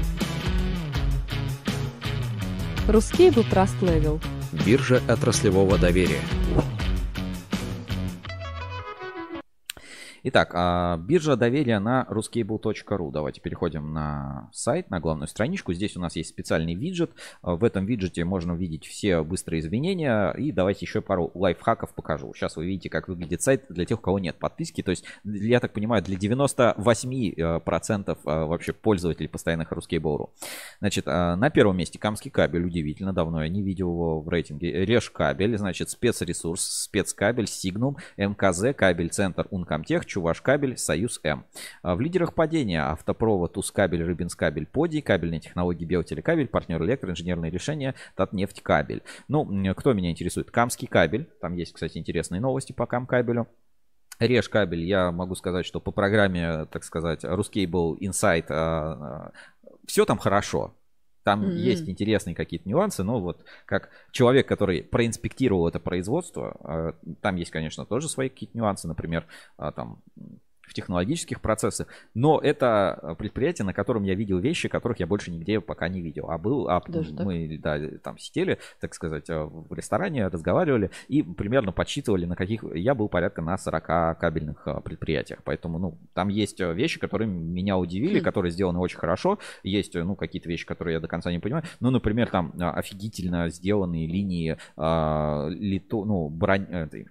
Ruskable Trust Level. Биржа отраслевого доверия. Итак, биржа доверия на ruskable точка ру. Давайте переходим на сайт, на главную страничку. Здесь у нас есть специальный виджет. В этом виджете можно увидеть все быстрые изменения. И давайте еще пару лайфхаков покажу. Сейчас вы видите, как выглядит сайт для тех, у кого нет подписки. То есть, я так понимаю, для девяноста восьми процентов вообще пользователей постоянных Ruskable.ru. Значит, на первом месте Камский кабель. Удивительно, давно я не видел его в рейтинге. Режкабель, значит, спецресурс, спецкабель, Сигнум, МКЗ, кабель Центр, Ункомтех, хочу ваш кабель Союз М. В лидерах падения Автопровод, Тускабель, Рыбинскабель, Поди, кабельные технологии Биотелекабель, партнер Электро, инженерные решения, Татнефтькабель. Ну, кто меня интересует? Камский кабель. Там есть, кстати, интересные новости по Камкабелю. Режкабель, я могу сказать, что по программе, так сказать, Ruscable Insight, все там хорошо. Там mm-hmm. есть интересные какие-то нюансы, но вот как человек, который проинспектировал это производство, там есть, конечно, тоже свои какие-то нюансы, например, там в технологических процессах, но это предприятие, на котором я видел вещи, которых я больше нигде пока не видел. А был, а мы да, там сидели, так сказать, в ресторане, разговаривали и примерно подсчитывали, на каких я был порядка на сорока кабельных предприятиях. Поэтому, ну, там есть вещи, которые меня удивили, mm. которые сделаны очень хорошо. Есть, ну, какие-то вещи, которые я до конца не понимаю. Ну, например, там офигительно сделанные линии, э, лито, ну, бронь, этой,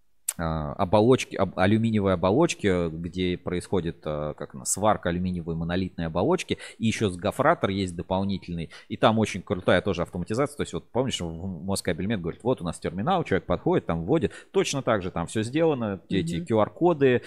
оболочки, алюминиевые оболочки, где происходит как она, сварка алюминиевой монолитной оболочки, и еще с гофратор есть дополнительный, и там очень крутая тоже автоматизация. То есть вот помнишь, в Москабельмет говорит, вот у нас терминал, человек подходит, там вводит, точно так же там все сделано, mm-hmm. эти ку ар-коды,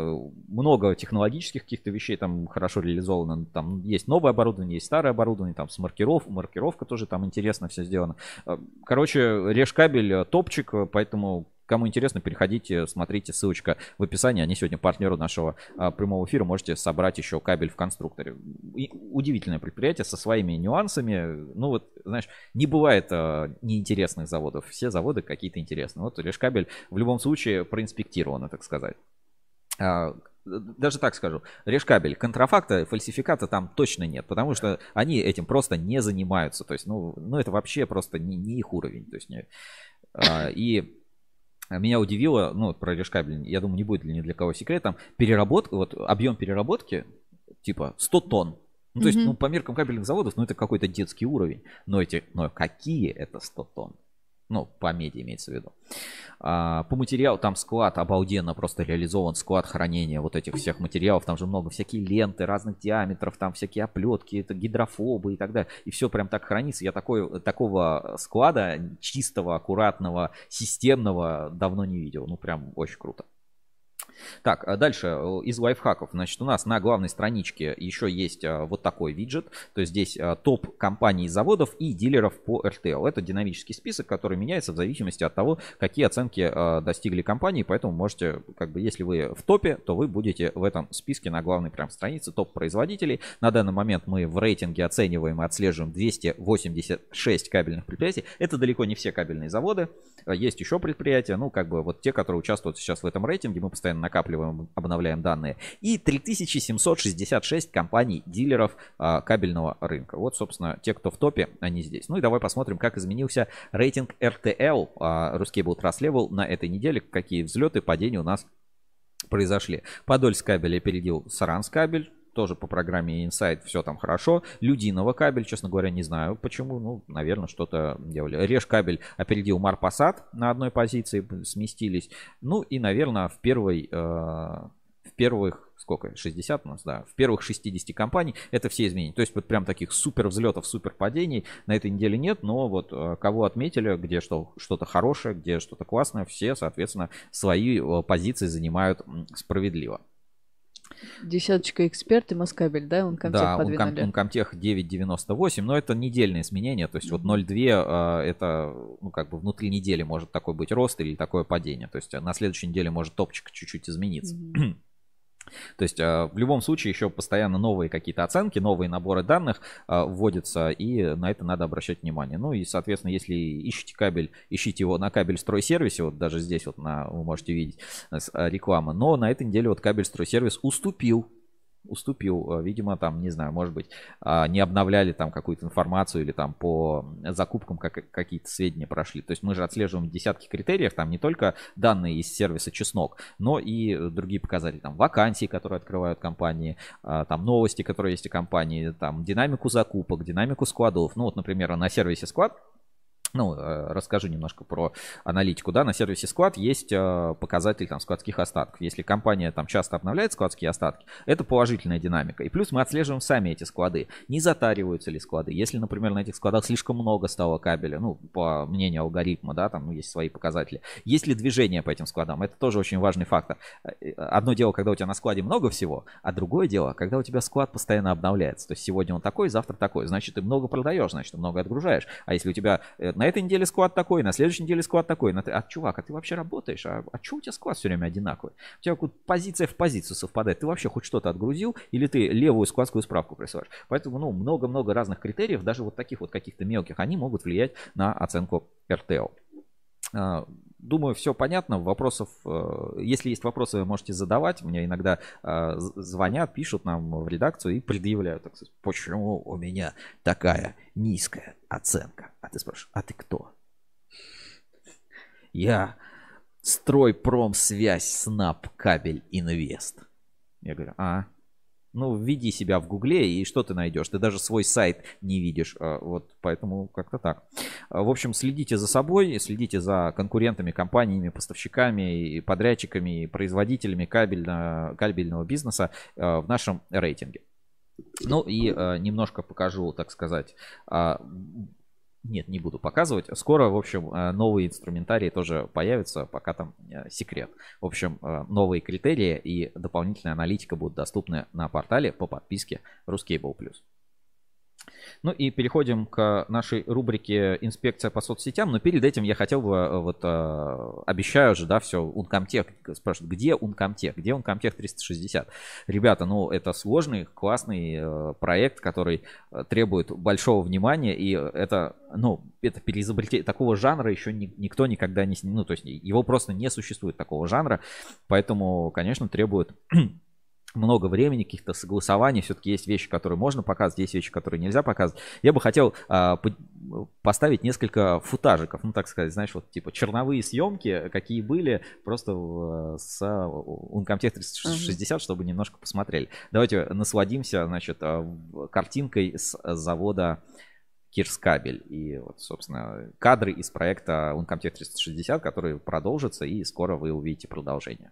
много технологических каких-то вещей там хорошо реализовано, там есть новое оборудование, есть старое оборудование, там с маркировкой, маркировка тоже там интересно все сделано. Короче, Режкабель топчик, поэтому кому интересно, переходите, смотрите, ссылочка в описании. Они сегодня партнеру нашего а, прямого эфира. Можете собрать еще кабель в конструкторе. И удивительное предприятие со своими нюансами. Ну вот, знаешь, не бывает а, неинтересных заводов. Все заводы какие-то интересные. Вот Режкабель в любом случае проинспектировано, так сказать. А, даже так скажу, Режкабель, контрафакта, фальсификата там точно нет, потому что они этим просто не занимаются. То есть, ну, ну это вообще просто не, не их уровень. То есть, не, а, и меня удивило, ну, про Режкабель, я думаю, не будет ни для кого секретом, переработка, вот объем переработки, типа сто тонн. Ну, то mm-hmm. есть, ну, по меркам кабельных заводов, ну, это какой-то детский уровень. Но эти, но какие это сто тонн? Ну, по меди имеется в виду. А, по материалу там склад обалденно просто реализован, склад хранения вот этих всех материалов. Там же много всякие ленты разных диаметров, там всякие оплетки, это гидрофобы и так далее. И все прям так хранится. Я такой, такого склада чистого, аккуратного, системного давно не видел. Ну, прям очень круто. Так, дальше из лайфхаков. Значит, у нас на главной страничке еще есть вот такой виджет. То есть здесь топ компаний, заводов и дилеров по эр тэ эл. Это динамический список, который меняется в зависимости от того, какие оценки достигли компании. Поэтому можете, как бы, если вы в топе, то вы будете в этом списке на главной прям странице топ производителей. На данный момент мы в рейтинге оцениваем и отслеживаем двести восемьдесят шесть кабельных предприятий. Это далеко не все кабельные заводы. Есть еще предприятия, ну, как бы вот те, которые участвуют сейчас в этом рейтинге. Мы постоянно накапливаем, обновляем данные. И три тысячи семьсот шестьдесят шесть компаний-дилеров а, кабельного рынка. Вот, собственно, те, кто в топе, они здесь. Ну и давай посмотрим, как изменился рейтинг эр тэ эл, а, Ruscable Trust Level на этой неделе, какие взлеты, падения у нас произошли. Подольскабель опередил Саранскабель. Тоже по программе Insight все там хорошо. Людиново кабель, честно говоря, не знаю почему. Ну, наверное, что-то делали. Режкабель опередил Марпасад на одной позиции, сместились. Ну и, наверное, в первой, э, в первых, сколько, шестьдесят у нас, да, в первых шестидесяти компаний это все изменения. То есть вот прям таких супер взлетов, супер падений на этой неделе нет. Но вот э, кого отметили, где что, что-то хорошее, где что-то классное, все, соответственно, свои э, позиции занимают справедливо. Десяточка эксперт и Москабель, да, Uncomtech да, подвинули. Uncomtech девять девяносто восемь, но это недельные изменения, то есть вот ноль целых две это, ну, как бы внутри недели может такой быть рост или такое падение, то есть на следующей неделе может топчик чуть-чуть измениться. Mm-hmm. То есть в любом случае еще постоянно новые какие-то оценки, новые наборы данных вводятся, и на это надо обращать внимание. Ну и, соответственно, если ищете кабель, ищите его на Кабельстройсервисе, вот даже здесь вот на, вы можете видеть реклама, но на этой неделе вот Кабельстройсервис уступил. уступил, видимо, там, не знаю, может быть, не обновляли там какую-то информацию или там по закупкам как, какие-то сведения прошли. То есть мы же отслеживаем десятки критериев, там не только данные из сервиса Чеснок, но и другие показатели, там вакансии, которые открывают компании, там новости, которые есть у компании, там динамику закупок, динамику складов. Ну вот, например, на сервисе Склад Ну, расскажу немножко про аналитику, да, на сервисе Squad есть показатель там складских остатков. Если компания там часто обновляет складские остатки, это положительная динамика. И плюс мы отслеживаем сами эти склады, не затариваются ли склады. Если, например, на этих складах слишком много стало кабеля, ну, по мнению алгоритма, да, там ну, есть свои показатели. Есть ли движение по этим складам? Это тоже очень важный фактор. Одно дело, когда у тебя на складе много всего, а другое дело, когда у тебя склад постоянно обновляется. То есть сегодня он такой, завтра такой. Значит, ты много продаешь, значит, ты много отгружаешь. А если у тебя на этой неделе склад такой, на следующей неделе склад такой. А, чувак, а ты вообще работаешь? А, а что у тебя склад все время одинаковый? У тебя вот позиция в позицию совпадает. Ты вообще хоть что-то отгрузил или ты левую складскую справку присылаешь? Поэтому, ну, много-много разных критериев, даже вот таких вот каких-то мелких, они могут влиять на оценку эр тэ эл. Думаю, все понятно. Вопросов, если есть вопросы, вы можете задавать. Мне иногда звонят, пишут нам в редакцию и предъявляют, так сказать, почему у меня такая низкая оценка. А ты спрашиваешь, а ты кто? Я Стройпромсвязь Снаб Кабель Инвест. Я говорю, а, ну введи себя в гугле и что ты найдешь? Ты даже свой сайт не видишь. Вот поэтому как-то так. В общем, следите за собой, следите за конкурентами, компаниями, поставщиками, подрядчиками, производителями кабельно, кабельного бизнеса в нашем рейтинге. Ну и немножко покажу, так сказать... Нет, не буду показывать. Скоро, в общем, новые инструментарии тоже появятся, пока там секрет. В общем, новые критерии и дополнительная аналитика будут доступны на портале по подписке Ruscable плюс. Ну и переходим к нашей рубрике «Инспекция по соцсетям». Но перед этим я хотел бы, вот обещаю же, да, все, Uncomtech спрашивают, где Uncomtech, где Uncomtech триста шестьдесят? Ребята, ну это сложный, классный проект, который требует большого внимания, и это, ну, это переизобретение, такого жанра еще ни, никто никогда не, ну, то есть его просто не существует, такого жанра, поэтому, конечно, требует... много времени, каких-то согласований. Все-таки есть вещи, которые можно показывать, есть вещи, которые нельзя показывать. Я бы хотел а, по- поставить несколько футажиков, ну так сказать, знаешь, вот типа черновые съемки, какие были просто в, с Uncomtech триста шестьдесят, uh-huh. чтобы немножко посмотрели. Давайте насладимся, значит, картинкой с завода Кирскабель. И вот, собственно, кадры из проекта Uncomtech триста шестьдесят, которые продолжатся, и скоро вы увидите продолжение.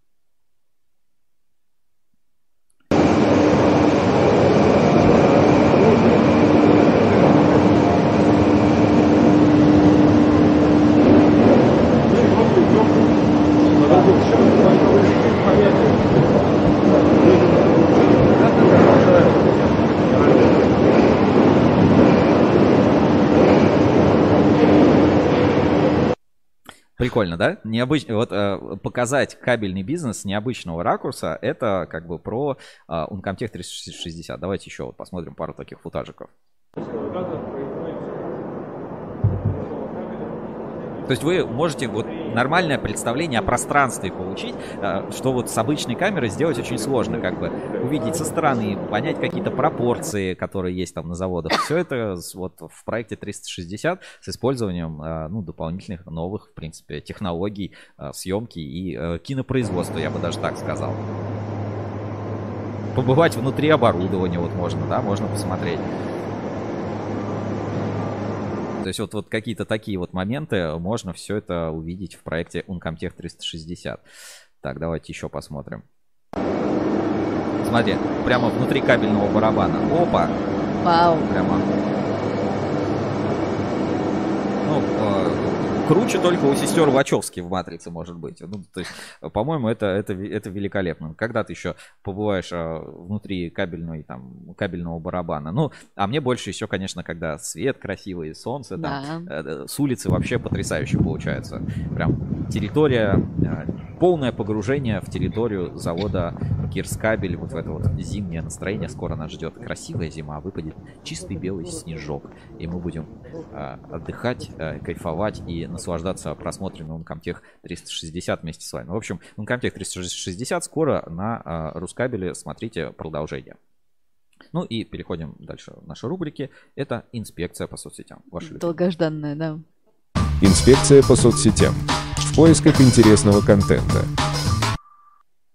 Прикольно, да? Необычно. Вот э, показать кабельный бизнес с необычного ракурса, это как бы про э, Uncomtech триста шестьдесят. Давайте еще вот посмотрим пару таких футажиков. То есть вы можете вот нормальное представление о пространстве получить, что вот с обычной камерой сделать очень сложно, как бы увидеть со стороны, понять какие-то пропорции, которые есть там на заводах. Все это вот в проекте триста шестьдесят с использованием, ну, дополнительных новых, в принципе, технологий съемки и кинопроизводства, я бы даже так сказал. Побывать внутри оборудования вот можно, да, можно посмотреть. То есть вот, вот какие-то такие вот моменты можно все это увидеть в проекте Uncomtech триста шестьдесят. Так, давайте еще посмотрим. Смотри, прямо внутри кабельного барабана. Опа! Вау! Прямо. Ну, э, круче только у сестер Вачовски в «Матрице» может быть. Ну, то есть, по-моему, это, это, это великолепно. Когда ты еще побываешь э, внутри кабельной, там, кабельного барабана. Ну, а мне больше еще, конечно, когда свет красивый, солнце, там, да. э, с улицы вообще потрясающе получается. Прям территория, э, полное погружение в территорию завода Кирскабель. Вот в это вот зимнее настроение. Скоро нас ждет красивая зима, выпадет чистый белый снежок. И мы будем э, отдыхать, э, кайфовать и наслаждаться просмотренным Uncomtech триста шестьдесят вместе с вами. В общем, Uncomtech триста шестьдесят скоро на э, Рускабеле. Смотрите продолжение. Ну и переходим дальше в наши рубрики. Это инспекция по соцсетям. Ваши долгожданная, да. Инспекция по соцсетям. В поисках интересного контента.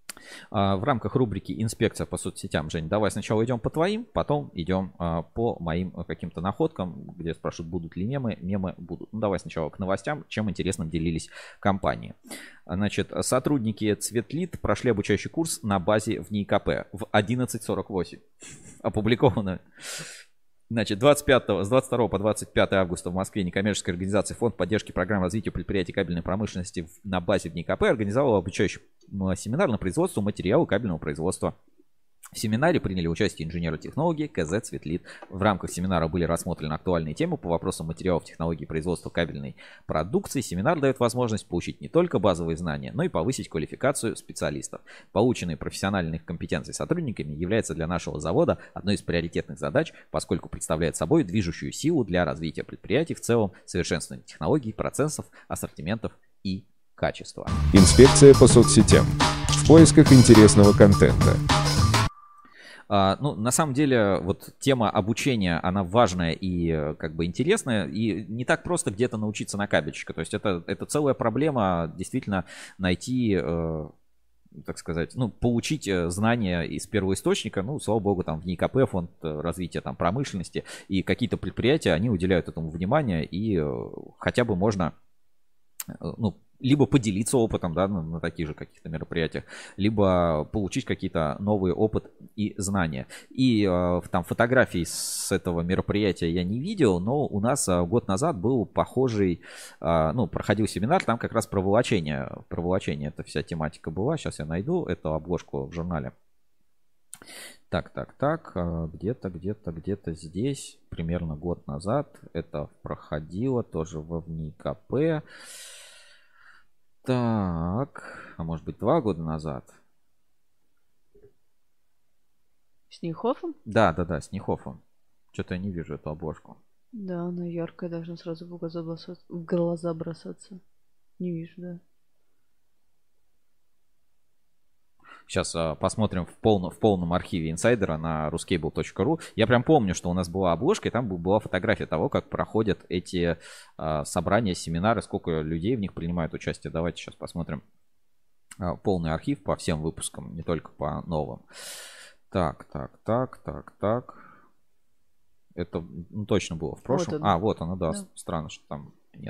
В рамках рубрики «Инспекция по соцсетям», Жень, давай сначала идем по твоим, потом идем по моим каким-то находкам, где спрашивают, будут ли мемы. Мемы будут. Ну, давай сначала к новостям, чем интересным делились компании. Значит, сотрудники Цветлит прошли обучающий курс на базе в НИИКП в одиннадцать сорок восемь. Опубликовано. Значит, двадцать пятого, с двадцать второго по двадцать пятое августа в Москве некоммерческая организация Фонд поддержки программ развития предприятий кабельной промышленности на базе в НИИКП организовала обучающий семинар на производство материала кабельного производства. В семинаре приняли участие инженеры-технологи КЗ «Цветлит». В рамках семинара были рассмотрены актуальные темы по вопросам материалов, технологий производства кабельной продукции. Семинар дает возможность получить не только базовые знания, но и повысить квалификацию специалистов. Полученные профессиональных компетенций сотрудниками является для нашего завода одной из приоритетных задач, поскольку представляет собой движущую силу для развития предприятий в целом, совершенствования технологий, процессов, ассортиментов и качества. Инспекция по соцсетям. В поисках интересного контента. Uh, ну, на самом деле, вот тема обучения, она важная и как бы интересная, и не так просто где-то научиться на кабельщика. То есть это, это целая проблема действительно найти, э, так сказать, ну, получить знания из первого источника. Ну, слава богу, там в НИИКП, фонд развития там промышленности и какие-то предприятия, они уделяют этому внимание, и э, хотя бы можно, э, ну, либо поделиться опытом, да, на, на таких же каких-то мероприятиях, либо получить какие-то новые опыт и знания. И э, там фотографий с этого мероприятия я не видел, но у нас э, год назад был похожий, э, ну, проходил семинар, там как раз про волочение, про волочение эта вся тематика была. Сейчас я найду эту обложку в журнале. Так, так, так, где-то, где-то, где-то здесь, примерно год назад это проходило тоже во НИИКП. Так, а может быть два года назад? С Нейхофом? Да, да, да, с Нейхофом. Что-то я не вижу эту обложку. Да, она яркая, должна сразу в глаза бросаться. В глаза бросаться. Не вижу, да. Сейчас а, посмотрим в, полно, в полном архиве инсайдера на ruskable точка ру. Я прям помню, что у нас была обложка, и там была фотография того, как проходят эти а, собрания, семинары, сколько людей в них принимают участие. Давайте сейчас посмотрим а, полный архив по всем выпускам, не только по новым. Так, так, так, так, так. Это ну, точно было в прошлом. Вот а, вот оно, да, да. Странно, что там нет.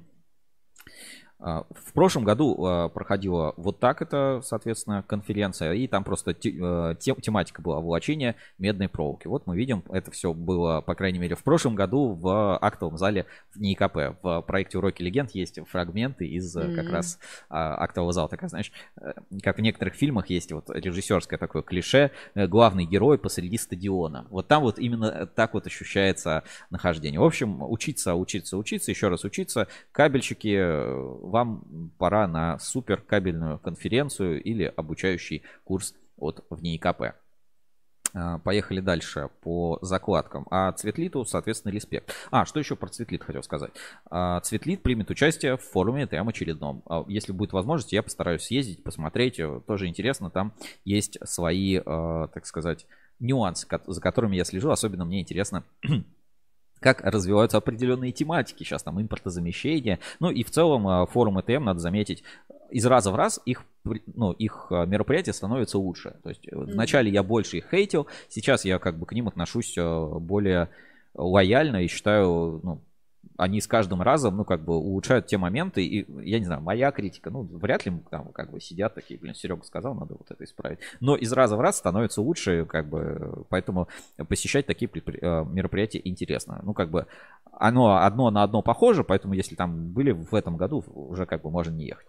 В прошлом году проходила вот так это, соответственно, конференция, и там просто тематика была волочение медной проволоки. Вот мы видим, это все было, по крайней мере, в прошлом году в актовом зале в НИИКП. В проекте «Уроки легенд» есть фрагменты из mm-hmm. как раз актового зала. Такая, знаешь, как в некоторых фильмах есть вот режиссерское такое клише, главный герой посреди стадиона. Вот там вот именно так вот ощущается нахождение. В общем, учиться, учиться, учиться, еще раз учиться. Кабельщики, вам пора на супер кабельную конференцию или обучающий курс от в НИИКП. Поехали дальше по закладкам. А Цветлиту, соответственно, респект. А, что еще про Цветлит хотел сказать. Цветлит примет участие в форуме ТМ очередном. Если будет возможность, я постараюсь съездить, посмотреть. Тоже интересно, там есть свои, так сказать, нюансы, за которыми я слежу. Особенно мне интересно, как развиваются определенные тематики. Сейчас там импортозамещение. Ну и в целом форум ЭТМ, надо заметить, из раза в раз их, ну, их мероприятия становятся лучше. То есть mm-hmm. вначале я больше их хейтил, сейчас я как бы к ним отношусь более лояльно и считаю, ну, они с каждым разом, ну, как бы улучшают те моменты, и, я не знаю, моя критика, ну, вряд ли там, как бы, сидят такие, блин, Серега сказал, надо вот это исправить. Но из раза в раз становится лучше, как бы, поэтому посещать такие мероприятия интересно. Ну, как бы, оно одно на одно похоже, поэтому, если там были в этом году, уже, как бы, можно не ехать.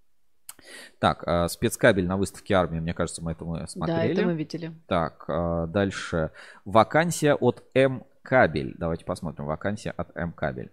Так, спецкабель на выставке армии, мне кажется, мы это мы смотрели. Да, это мы видели. Так, дальше. Вакансия от М-кабель. Давайте посмотрим. Вакансия от М-кабель.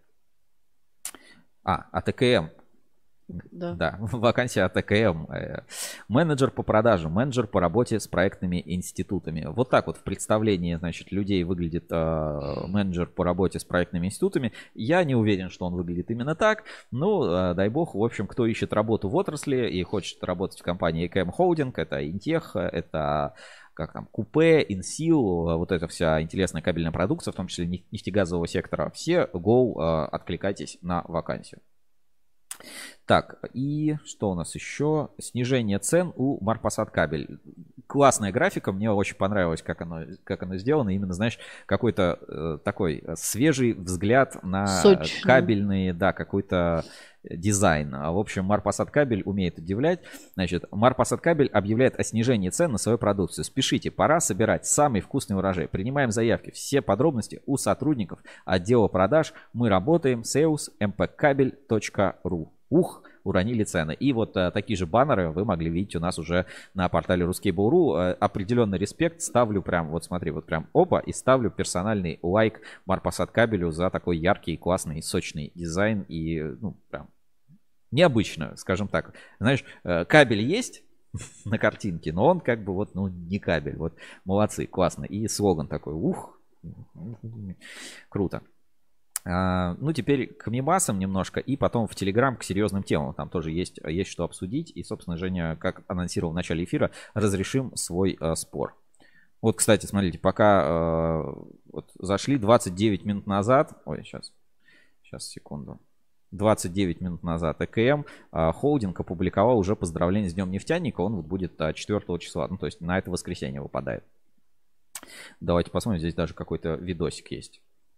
А, от ЭКМ. Да. Да, вакансия от ЭКМ. Менеджер по продажам, менеджер по работе с проектными институтами. Вот так вот в представлении, значит, людей выглядит э, менеджер по работе с проектными институтами. Я не уверен, что он выглядит именно так. Ну, э, дай бог, в общем, кто ищет работу в отрасли и хочет работать в компании ЭКМ Holding, это Интех, это как там, Купе, Инсил, вот эта вся интересная кабельная продукция, в том числе нефтегазового сектора. Все, go, э, откликайтесь на вакансию. Так, и что у нас еще? Снижение цен у Марпасад кабель. Классная графика, мне очень понравилось, как оно, как оно сделано. Именно, знаешь, какой-то э, такой свежий взгляд на Сочный. Кабельные, да, какой-то дизайн. В общем, Марпасад кабель умеет удивлять. Значит, Марпасад кабель объявляет о снижении цен на свою продукцию. Спешите, пора собирать самый вкусный урожай. Принимаем заявки. Все подробности у сотрудников отдела продаж. Мы работаем. sales эм пэ кабель точка ру. Ух, уронили цены. И вот а, такие же баннеры вы могли видеть у нас уже на портале Ruskable точка ру. А, определенный респект ставлю прям, вот смотри, вот прям опа, и ставлю персональный лайк Марпасад кабелю за такой яркий, классный, сочный дизайн и, ну, прям необычно, скажем так. Знаешь, кабель есть на картинке, но он как бы вот, ну, не кабель. Вот молодцы, классно. И слоган такой, ух, круто. А, ну, теперь к мемасам немножко, и потом в Телеграм к серьезным темам. Там тоже есть, есть что обсудить. И, собственно, Женя, как анонсировал в начале эфира, разрешим свой а, спор. Вот, кстати, смотрите, пока а, вот зашли двадцать девять минут назад. Ой, сейчас, сейчас, секунду. двадцать девять минут назад ЭКМ а, холдинг опубликовал уже поздравление с Днем нефтяника. Он вот будет а, четвёртого числа, ну, то есть на это воскресенье выпадает. Давайте посмотрим, здесь даже какой-то видосик есть.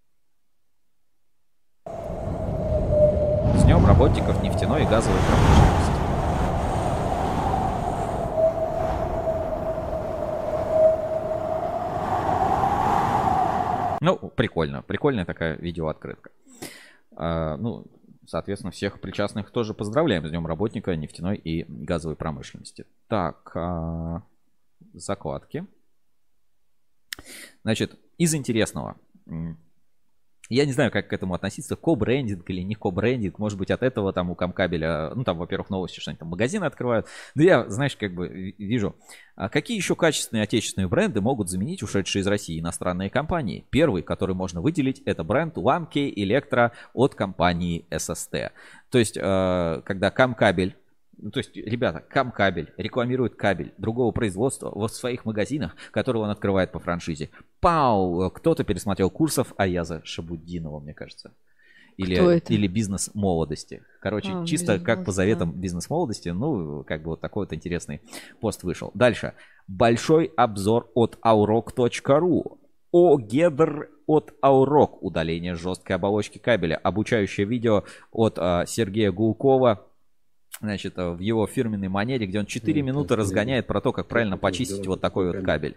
С Днем работников нефтяной и газовой промышленности. Ну, прикольно. Прикольная такая видеооткрытка. А, ну, соответственно, всех причастных тоже поздравляем с Днем работника нефтяной и газовой промышленности. Так, а, закладки. Значит, из интересного. Я не знаю, как к этому относиться, ко-брендинг или не ко-брендинг. Может быть, от этого там у Камкабеля, ну там, во-первых, новости, что они там магазины открывают. Но я, знаешь, как бы вижу, какие еще качественные отечественные бренды могут заменить ушедшие из России иностранные компании. Первый, который можно выделить, это бренд уан кей Electro от компании эс эс ти. То есть, когда Камкабель, ну, то есть, ребята, Камкабель рекламирует кабель другого производства в своих магазинах, которые он открывает по франшизе. Пау! Кто-то пересмотрел Курсов Аяза Шабуддинова, мне кажется. Или, или бизнес молодости. Короче, а, чисто как молодости, по заветам да. бизнес молодости. Ну, как бы вот такой вот интересный пост вышел. Дальше. Большой обзор от аурок точка ру. Огедр от Аурок. Удаление жесткой оболочки кабеля. Обучающее видео от а, Сергея Гулкова. Значит, в его фирменной манере, где он четыре ну, минуты разгоняет про то, как правильно почистить вот такой вот кабель.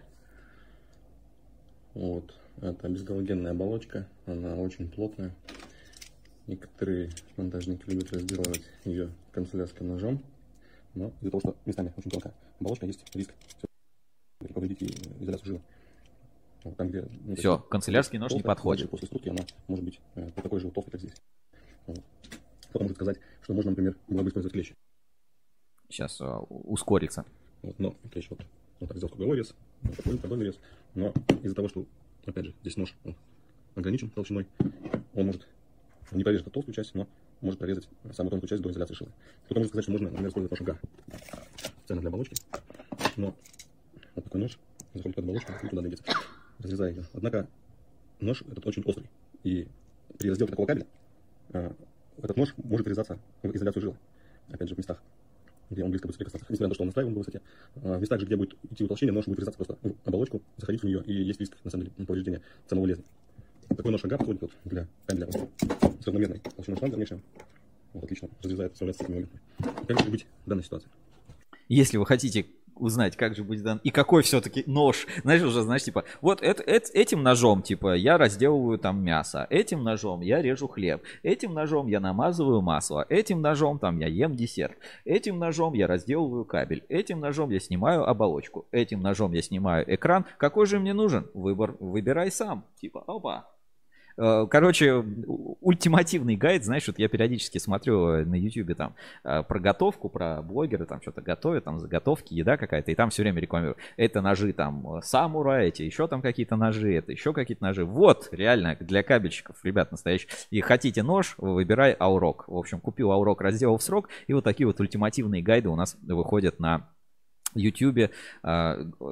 Вот, это безгалогенная оболочка, она очень плотная. Некоторые монтажники любят разделывать ее канцелярским ножом, но из-за того, что местами очень тонкая оболочка, есть риск повредить изоляцию жила. Вот, там, где, ну, все, канцелярский нож толстая, не подходит. После стружки она может быть э, такой же вот толстой, как здесь. Вот. Кто-то может сказать, что можно, например, было бы использовать клещи. Сейчас uh, ускорится. Вот, но клещ вот, вот так сделал круговой рез, вот такой продольный рез. Но из-за того, что, опять же, здесь нож он ограничен толщиной, он может не прорезать толстую часть, но может прорезать самую тонкую часть до изоляции шила. Кто-то может сказать, что можно, например, использовать нож га специально для оболочки, но вот такой нож заходит под оболочку и туда двигается, разрезая ее. Однако нож этот очень острый, и при разделке такого кабеля этот нож может врезаться в изоляцию жила, опять же, в местах, где он близко будет соприкасаться. Несмотря на то, что он настраиваем по высоте, в местах же, где будет идти утолщение, нож будет врезаться просто в оболочку, заходить в нее, и есть риск, на самом деле, повреждения самого лезвия. Такой нож ага подходит вот для кабеля с равномерной толщиной шланга внешнего. Вот, отлично, разрезает, справляется с этим моментом. Как же быть в данной ситуации? Если вы хотите узнать, как же будет дан и какой все-таки нож, знаешь, уже, знаешь, типа, вот это, это, этим ножом, типа, я разделываю там мясо, этим ножом я режу хлеб, этим ножом я намазываю масло, этим ножом там я ем десерт, этим ножом я разделываю кабель, этим ножом я снимаю оболочку, этим ножом я снимаю экран. Какой же мне нужен? Выбор, выбирай сам, типа, опа. Короче, ультимативный гайд, знаешь, вот я периодически смотрю на ютубе там про готовку, про блогеры там что-то готовят, там заготовки, еда какая-то, и там все время рекламируют. Это ножи там самура, эти еще там какие-то ножи, это еще какие-то ножи. Вот, реально, для кабельщиков, ребят, настоящий. И хотите нож, выбирай Аурок. В общем, купил Аурок, разделал в срок, и вот такие вот ультимативные гайды у нас выходят на ютубе.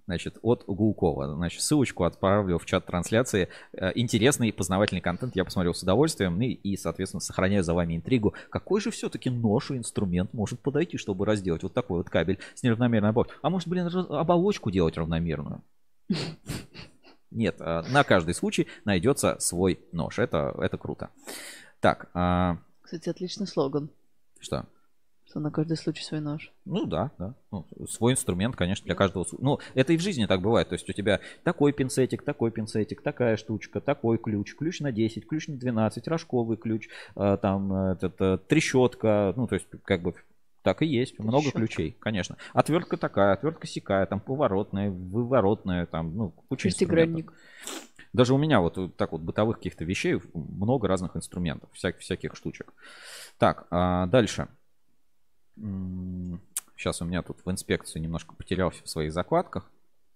Значит, от Гулкова. Значит, ссылочку отправлю в чат трансляции. Интересный познавательный контент я посмотрел с удовольствием. И, и соответственно, сохраняю за вами интригу. Какой же все-таки нож и инструмент может подойти, чтобы разделать вот такой вот кабель с неравномерной оболочкой? А может, блин, оболочку делать равномерную? Нет, на каждый случай найдется свой нож. Это, это круто. Так. А... Кстати, отличный слоган. Что? Что на каждый случай свой нож. Ну да, да. Ну, свой инструмент, конечно, для каждого. Ну, это и в жизни так бывает. То есть у тебя такой пинцетик, такой пинцетик, такая штучка, такой ключ, ключ на десять, ключ на двенадцать, рожковый ключ, там этот, трещотка. Ну, то есть как бы так и есть. Трещотка. Много ключей, конечно. Отвертка такая, отвертка сякая, там поворотная, выворотная, там, ну, куча инструментов. Даже у меня вот так вот бытовых каких-то вещей много разных инструментов, всяких, всяких штучек. Так, а дальше. Сейчас у меня тут в инспекции немножко потерялся в своих закладках.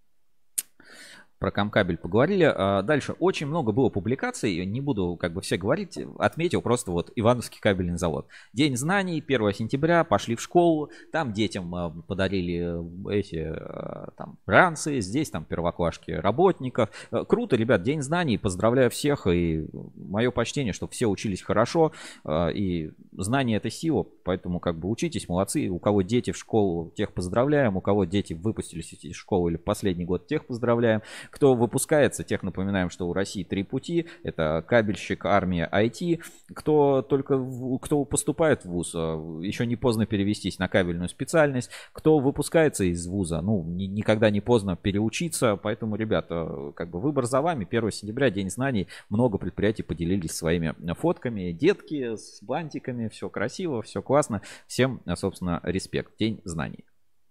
Про Комкабель поговорили. Дальше очень много было публикаций. Не буду как бы все говорить. Отметил просто вот Ивановский кабельный завод. День знаний, первого сентября. Пошли в школу. Там детям подарили эти там ранцы. Здесь там первоклашки работников. Круто, ребят, день знаний. Поздравляю всех. И мое почтение, чтобы все учились хорошо. И знание — это сила. Поэтому как бы учитесь, молодцы. У кого дети в школу, тех поздравляем. У кого дети выпустились из школы или в последний год, тех поздравляем. Кто выпускается, тех напоминаем, что у России три пути. Это кабельщик, армия, ай ти. Кто только кто поступает в вуз, еще не поздно перевестись на кабельную специальность. Кто выпускается из вуза, ну, ни, никогда не поздно переучиться. Поэтому, ребята, как бы выбор за вами. первого сентября, день знаний. Много предприятий поделились своими фотками. Детки с бантиками. Все красиво, все классно. Всем, собственно, респект. День знаний.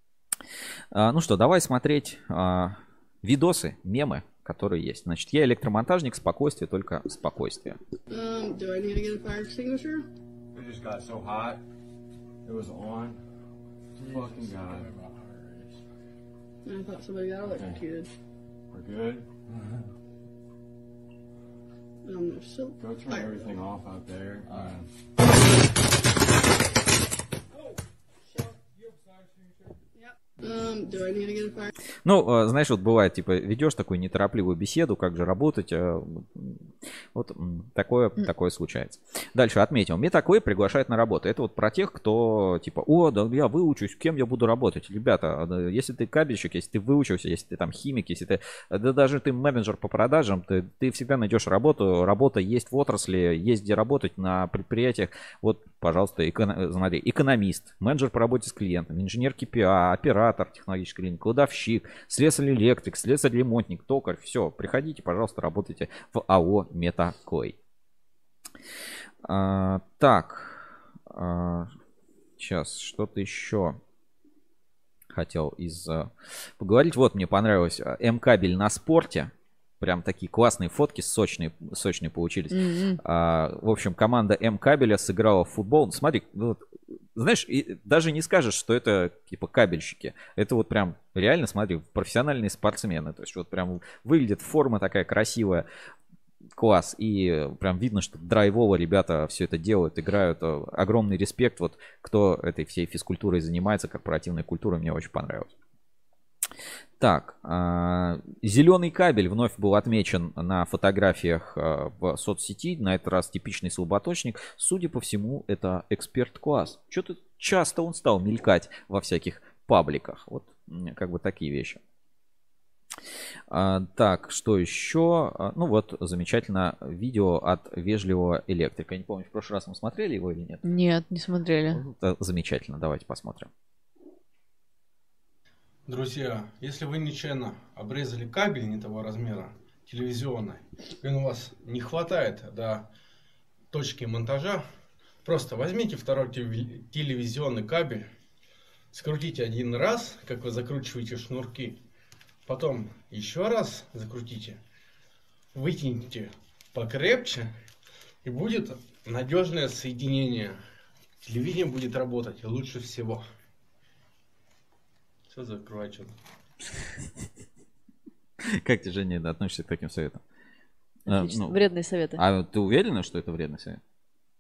Ну что, давай смотреть... видосы, мемы, которые есть. Значит, я электромонтажник, спокойствие, только спокойствие. Um, do I need to get a fire extinguisher? It just got so hot. It was on. Fucking God. I thought somebody got electrocuted. We're good? Um, there's still Go turn fire. Everything off out there. Alright. Um, do I need to get a fire? Ну, знаешь, вот бывает, типа, ведешь такую неторопливую беседу, как же работать. Вот такое, такое случается. Дальше отметил. Метаквей приглашает на работу. Это вот про тех, кто, типа, о, да я выучусь, кем я буду работать. Ребята, если ты кабельщик, если ты выучился, если ты там химик, если ты, да даже ты менеджер по продажам, ты, ты всегда найдешь работу. Работа есть в отрасли, есть где работать на предприятиях. Вот, пожалуйста, эко, смотри, экономист, менеджер по работе с клиентом, инженер ка пи эй, оператор технологической линии, кладовщик, слесарь-электрик, слесарь-ремонтник, токарь. Все, приходите, пожалуйста, работайте в АО Метаклей. А, так, а, сейчас что-то еще хотел из поговорить. Вот, мне понравилось М-кабель на спорте. Прям такие классные фотки, сочные, сочные получились. Mm-hmm. А, в общем, команда М-кабеля сыграла в футбол. Смотри, вот, знаешь, и даже не скажешь, что это типа кабельщики. Это вот прям реально, смотри, профессиональные спортсмены. То есть вот прям выглядит форма такая красивая. Класс. И прям видно, что драйвово ребята все это делают, играют. Огромный респект. Вот кто этой всей физкультурой занимается, корпоративной культурой, мне очень понравилось. Так, зеленый кабель вновь был отмечен на фотографиях в соцсети. На этот раз типичный слаботочник. Судя по всему, это эксперт-класс. Что-то часто он стал мелькать во всяких пабликах. Вот как бы такие вещи. Так, что еще? Ну вот, замечательно видео от вежливого электрика. Я не помню, в прошлый раз мы смотрели его или нет? Нет, не смотрели. Замечательно, давайте посмотрим. Друзья, если вы нечаянно обрезали кабель не того размера, телевизионный, и у вас не хватает до точки монтажа, просто возьмите второй телевизионный кабель, скрутите один раз, как вы закручиваете шнурки, потом еще раз закрутите, вытяните покрепче, и будет надежное соединение. Телевидение будет работать лучше всего. Все, закрывай что-то. Как ты, Женя, относишься к таким советам? А, ну, вредные советы. А ты уверена, что это вредный совет?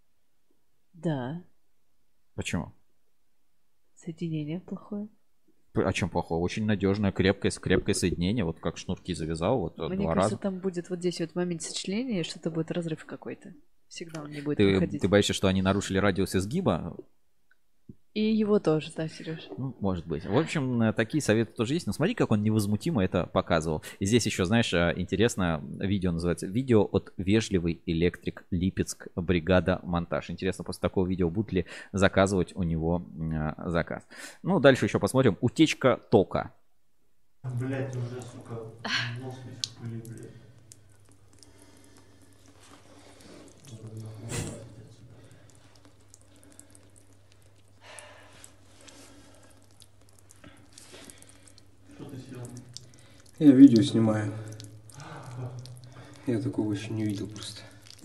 Да. Почему? Соединение плохое. О чем плохого? Очень надежное, крепкое, крепкое соединение. Вот как шнурки завязал, вот Мне два кажется, раза. там будет вот здесь вот в моменте сочленения что-то будет разрыв какой-то. Сигнал не будет Ты, выходить. ты боишься, что они нарушили радиус изгиба? И его тоже, да, Сереж? Ну, может быть. В общем, такие советы тоже есть. Но смотри, как он невозмутимо это показывал. И здесь еще, знаешь, интересно, видео называется «Видео от вежливый электрик Липецк, бригада монтаж». Интересно, после такого видео будут ли заказывать у него э, заказ. Ну, дальше еще посмотрим. Утечка тока. Блять, уже, сука, нос весь в пыли, блядь. Я видео снимаю. Я такого еще не видел просто.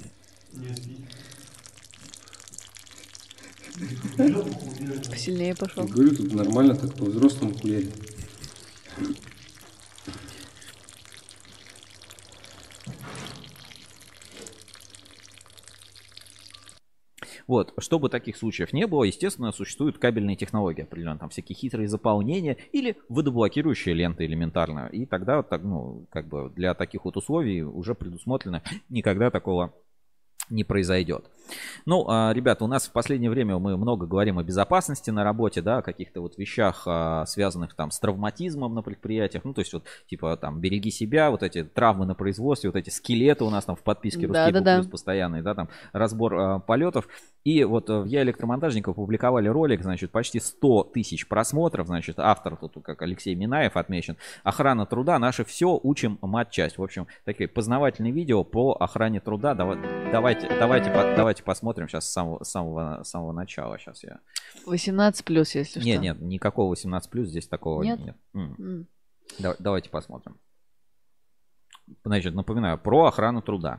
Сильнее пошел. Я говорю, тут нормально так по-взрослому хуярит. Вот, чтобы таких случаев не было, естественно, существуют кабельные технологии определенно, там всякие хитрые заполнения или водоблокирующие ленты элементарно. И тогда, так, ну, как бы для таких вот условий уже предусмотрено, никогда такого не произойдет. Ну, ребята, у нас в последнее время мы много говорим о безопасности на работе, да, о каких-то вот вещах, связанных там с травматизмом на предприятиях. Ну, то есть вот типа там береги себя, вот эти травмы на производстве, вот эти скелеты у нас там в подписке да, Русский да, Плюс да. постоянный, да, там разбор э, полетов. И вот в Я электромонтажник опубликовали ролик, значит, почти сто тысяч просмотров, значит, автор тут как Алексей Минаев отмечен. Охрана труда, наше все, учим матчасть. В общем, такие познавательные видео по охране труда. Давай, давайте, давайте, давайте посмотрим сейчас с самого, с самого, с самого начала. Сейчас я... восемнадцать плюс, если нет, что. Нет, никакого восемнадцать плюс, здесь такого нет. нет. М. Mm. Да, давайте посмотрим. Значит, напоминаю, про охрану труда.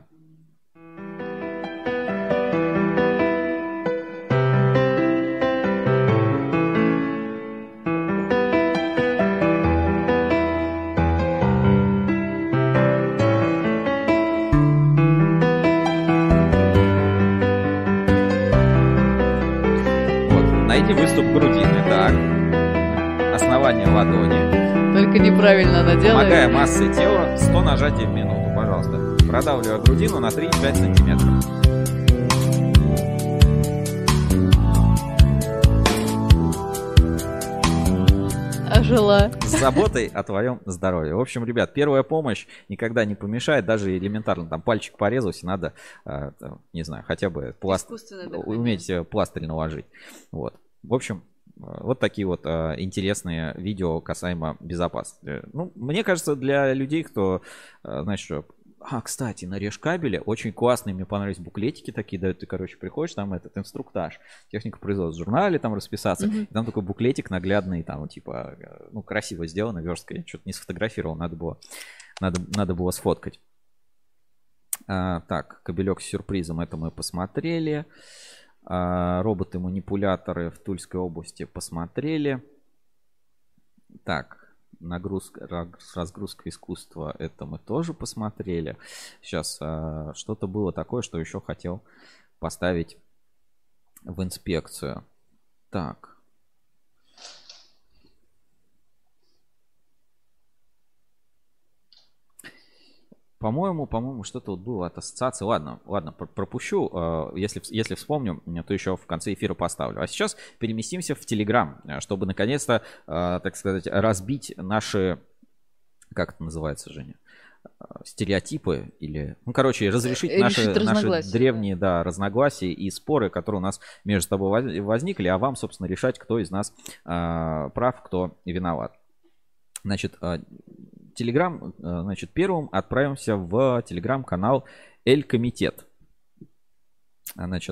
Найди выступ грудины, так. Основание ладони. Только неправильно она делает. Помогая массой тела, сто нажатий в минуту, пожалуйста. Продавливая грудину на три-пять сантиметров. Ожила. С заботой о твоем здоровье. В общем, ребят, первая помощь никогда не помешает. Даже элементарно там пальчик порезался, надо, э, не знаю, хотя бы пласт... уметь пластырь наложить. Вот. В общем, вот такие вот э, интересные видео касаемо безопасности. Ну, мне кажется, для людей, кто, э, знаешь, что... А, кстати, на Решкабеле очень классные, мне понравились буклетики такие дают. Ты, короче, приходишь, там этот инструктаж, техника производства, в журнале там расписаться. Mm-hmm. И там такой буклетик наглядный, там, типа, ну, красиво сделано, верстка. Я что-то не сфотографировал, надо было, надо, надо было сфоткать. А, так, кабелек с сюрпризом, это мы посмотрели. А, роботы-манипуляторы в Тульской области посмотрели. Так. Нагрузка, разгрузка искусства, это мы тоже посмотрели. Сейчас а, что-то было такое, что еще хотел поставить в инспекцию. Так. По-моему, по-моему, что-то вот было от ассоциации. Ладно, ладно, пропущу. Если, если вспомню, то еще в конце эфира поставлю. А сейчас переместимся в Телеграм, чтобы наконец-то, так сказать, разбить наши, как это называется, Женя, стереотипы или, ну, короче, разрешить наши, наши древние, да, разногласия и споры, которые у нас между собой возникли, а вам, собственно, решать, кто из нас прав, кто виноват. Значит, Телеграм, значит, первым отправимся в телеграм-канал Эль-Комитет. Значит,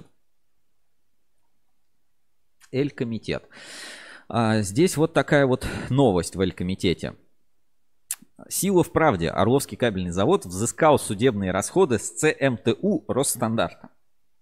Эль-Комитет. Здесь вот такая вот новость в Эль-Комитете. Сила в правде. Орловский кабельный завод взыскал судебные расходы с ЦМТУ Росстандарта.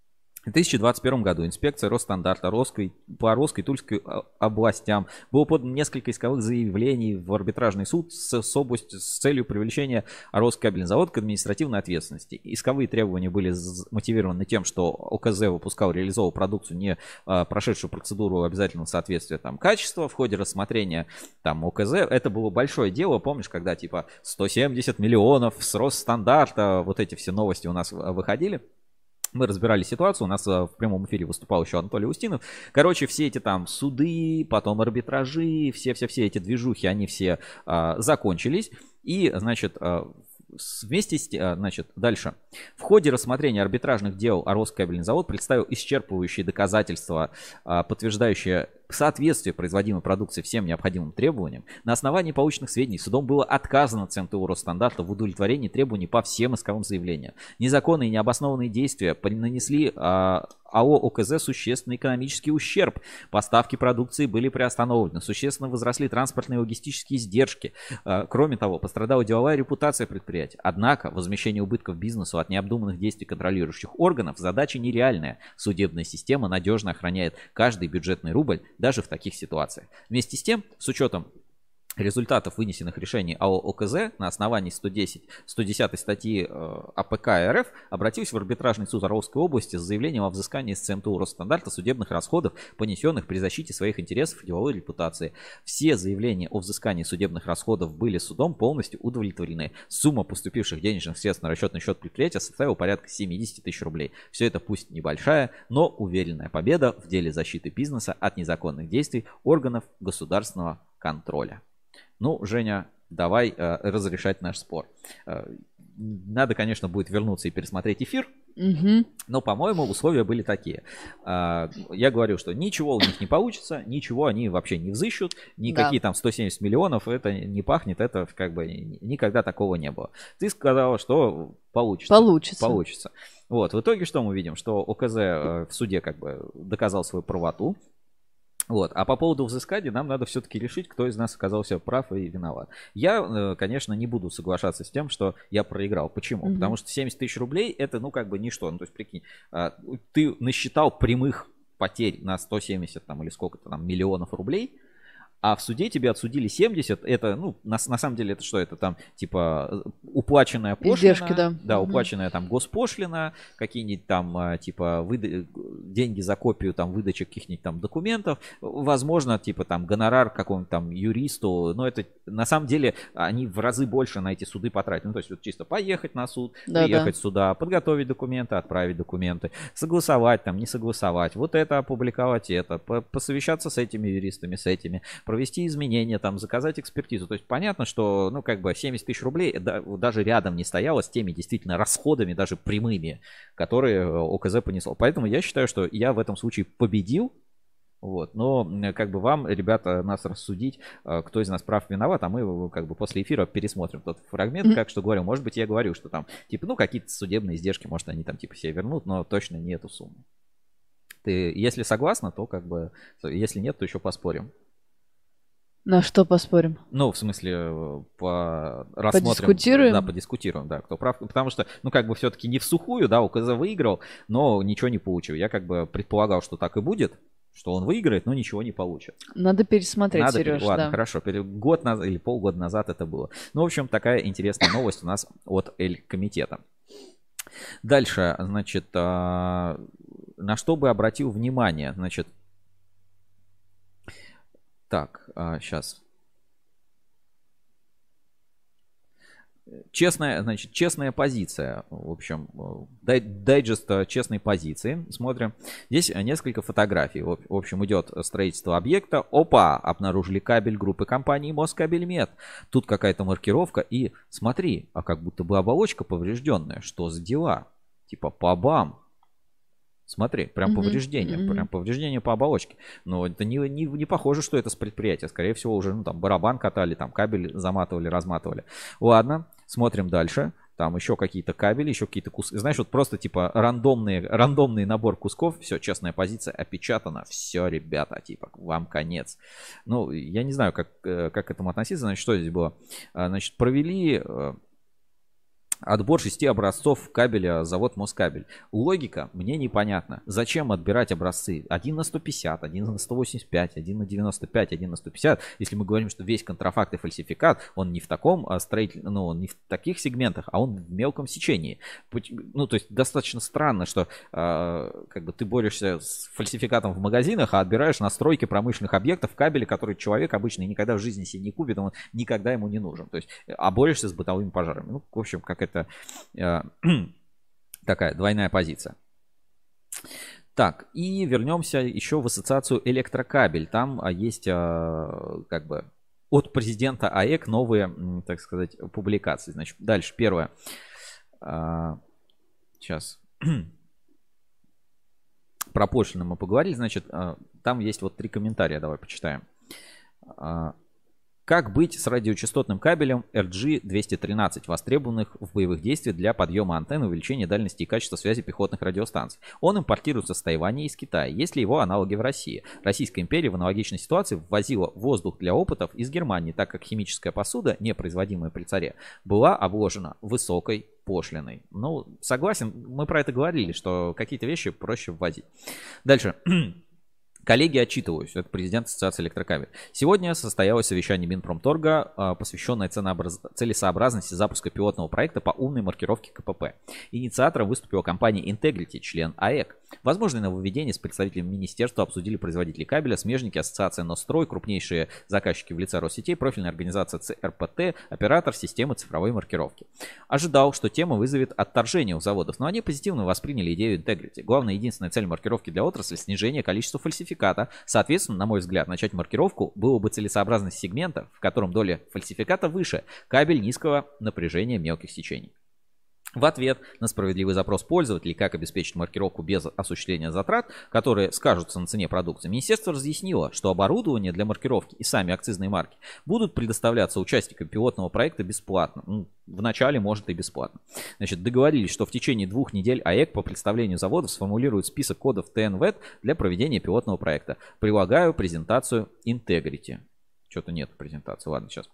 В две тысячи двадцать первом году инспекция Росстандарта Роской, по Росской и Тульской областям было подано несколько исковых заявлений в арбитражный суд с, с, область, с целью привлечения Роскабельный завод к административной ответственности. Исковые требования были мотивированы тем, что ОКЗ выпускал, реализовывал продукцию, не а, прошедшую процедуру обязательного соответствия там, качества. В ходе рассмотрения там, ОКЗ это было большое дело, помнишь, когда типа сто семьдесят миллионов с Росстандарта, вот эти все новости у нас выходили. Мы разбирали ситуацию, у нас в прямом эфире выступал еще Анатолий Устинов. Короче, все эти там суды, потом арбитражи, все-все-все эти движухи, они все а, закончились. И, значит, а, вместе с, а, значит, дальше. В ходе рассмотрения арбитражных дел Роскабельный завод представил исчерпывающие доказательства, а, подтверждающие соответствие производимой продукции всем необходимым требованиям. На основании полученных сведений судом было отказано ЦМТУ Росстандарта в удовлетворении требований по всем исковым заявлениям. Незаконные и необоснованные действия нанесли а, АО ОКЗ существенный экономический ущерб. Поставки продукции были приостановлены. Существенно возросли транспортные и логистические издержки. А, кроме того, пострадала деловая репутация предприятия. Однако возмещение убытков бизнесу от необдуманных действий контролирующих органов задача нереальная. Судебная система надежно охраняет каждый бюджетный рубль даже в таких ситуациях. Вместе с тем, с учетом результатов вынесенных решений АО ОКЗ на основании сто десять, сто десятой статьи э, АПК РФ обратилась в арбитражный суд Орловской области с заявлением о взыскании с ЦМТУ Росстандарта судебных расходов, понесенных при защите своих интересов и деловой репутации. Все заявления о взыскании судебных расходов были судом полностью удовлетворены. Сумма поступивших денежных средств на расчетный счет предприятия составила порядка семьдесят тысяч рублей. Все это пусть небольшая, но уверенная победа в деле защиты бизнеса от незаконных действий органов государственного контроля. Ну, Женя, давай э, разрешать наш спор. Э, надо, конечно, будет вернуться и пересмотреть эфир. Угу. Но, по-моему, условия были такие. Э, я говорю, что ничего у них не получится, ничего они вообще не взыщут, никакие да. там сто семьдесят миллионов, это не пахнет, это как бы никогда такого не было. Ты сказала, что получится. Получится. Получится. Вот, в итоге что мы видим? Что ОКЗ э, в суде как бы доказал свою правоту. Вот. А по поводу взыскания нам надо все-таки решить, кто из нас оказался прав и виноват. Я, конечно, не буду соглашаться с тем, что я проиграл. Почему? Mm-hmm. Потому что семьдесят тысяч рублей это, ну, как бы ничто. Ну, то есть, прикинь, ты насчитал прямых потерь на сто семьдесят там, или сколько-то там миллионов рублей, а в суде тебе отсудили семьдесят, это, ну, на, на самом деле, это что? Это там, типа, уплаченная пошлина. Издержки, да. Да, уплаченная там госпошлина, какие-нибудь там, типа, выда... деньги за копию там выдачи каких-нибудь там документов. Возможно, типа, там, гонорар какому-нибудь там юристу. Но это, на самом деле, они в разы больше на эти суды потратят. Ну, то есть, вот чисто поехать на суд, да, приехать да. сюда, подготовить документы, отправить документы, согласовать там, не согласовать, вот это опубликовать, это, посовещаться с этими юристами, с этими, провести изменения, там, заказать экспертизу. То есть понятно, что, ну, как бы семьдесят тысяч рублей да, даже рядом не стояло с теми действительно расходами, даже прямыми, которые ОКЗ понесло. Поэтому я считаю, что я в этом случае победил. Вот. Но как бы вам, ребята, нас рассудить, кто из нас прав, виноват, а мы как бы после эфира пересмотрим тот фрагмент, mm-hmm. как что говорю. Может быть, я говорю, что там, типа, ну, какие-то судебные издержки, может, они там, типа, себе вернут, но точно не эту сумму. Ты, если согласна, то как бы, если нет, то еще поспорим. На что поспорим? Ну, в смысле, по рассмотрим. Подискутируем? Да, подискутируем, да, кто прав. Потому что, ну, как бы все-таки не в сухую, да, ОКЗ выиграл, но ничего не получил. Я как бы предполагал, что так и будет, что он выиграет, но ничего не получит. Надо пересмотреть, Надо Сереж, пере... Ладно, да. хорошо, год назад или полгода назад это было. Ну, в общем, такая интересная новость у нас от Эль-комитета. Дальше, значит, на что бы обратил внимание, значит, так, сейчас. Честная, значит, честная позиция. В общем, дай, дайджест честной позиции. Смотрим. Здесь несколько фотографий. В общем, идет строительство объекта. Опа! Обнаружили кабель группы компании Москабельмет. Тут какая-то маркировка. И смотри, а как будто бы оболочка поврежденная. Что за дела? Типа па-бам. Смотри, прям mm-hmm. повреждение, mm-hmm. прям повреждение по оболочке. Но это не, не, не похоже, что это с предприятия. Скорее всего, уже ну, там барабан катали, там кабель заматывали, разматывали. Ладно, смотрим дальше. Там еще какие-то кабели, еще какие-то куски. Знаешь, вот просто типа рандомные, рандомный набор кусков. Все, честная позиция опечатана. Все, ребята, типа, вам конец. Ну, я не знаю, как, как к этому относиться. Значит, что здесь было? Значит, провели... Отбор шести образцов кабеля завод Москабель. Логика мне непонятна. Зачем отбирать образцы один на сто пятьдесят, один на сто восемьдесят пять, один на девяносто пять, один на сто пятьдесят, если мы говорим, что весь контрафакт и фальсификат, он не в таком строительном, ну, он не в таких сегментах, а он в мелком сечении. Ну, то есть достаточно странно, что э, как бы ты борешься с фальсификатом в магазинах, а отбираешь на стройке промышленных объектов кабели, которые человек обычно никогда в жизни себе не купит, он никогда ему не нужен. То есть, а борешься с бытовыми пожарами. Ну, в общем, как это такая двойная позиция. Так, и вернемся еще в ассоциацию Электрокабель. Там есть как бы от президента АЭК новые, так сказать, публикации. Значит, дальше первое. Сейчас. Про пошлины мы поговорили. Значит, там есть вот три комментария. Давай почитаем. Как быть с радиочастотным кабелем эр джи двести тринадцать, востребованных в боевых действиях для подъема антенн и увеличения дальности и качества связи пехотных радиостанций? Он импортируется с Тайваня и из Китая. Есть ли его аналоги в России? Российская империя в аналогичной ситуации ввозила воздух для опытов из Германии, так как химическая посуда, не производимая при царе, была обложена высокой пошлиной. Ну, согласен, мы про это говорили, что какие-то вещи проще ввозить. Дальше. Коллеги, отчитываюсь. Это президент Ассоциации Электрокабель. Сегодня состоялось совещание Минпромторга, посвященное ценообраз... целесообразности запуска пилотного проекта по умной маркировке ка пэ пэ. Инициатором выступила компания Integrity, член АЭК. Возможное нововведение с представителями министерства обсудили производители кабеля, смежники, ассоциация Нострой, крупнейшие заказчики в лице Россетей, профильная организация цэ эр пэ тэ, оператор системы цифровой маркировки. Ожидал, что тема вызовет отторжение у заводов, но они позитивно восприняли идею Integrity. Главная и единственная цель маркировки для отрасли – снижение количества фальсификатов. Соответственно, на мой взгляд, начать маркировку было бы целесообразность сегмента, в котором доля фальсификата выше, кабель низкого напряжения мелких сечений. В ответ на справедливый запрос пользователей, как обеспечить маркировку без осуществления затрат, которые скажутся на цене продукции, министерство разъяснило, что оборудование для маркировки и сами акцизные марки будут предоставляться участникам пилотного проекта бесплатно. Ну, вначале, может, и бесплатно. Значит, договорились, что в течение двух недель АЭК по представлению заводов сформулирует список кодов тэ эн вэ тэ для проведения пилотного проекта. Прилагаю презентацию Integrity. Что-то нет презентации. Ладно, сейчас.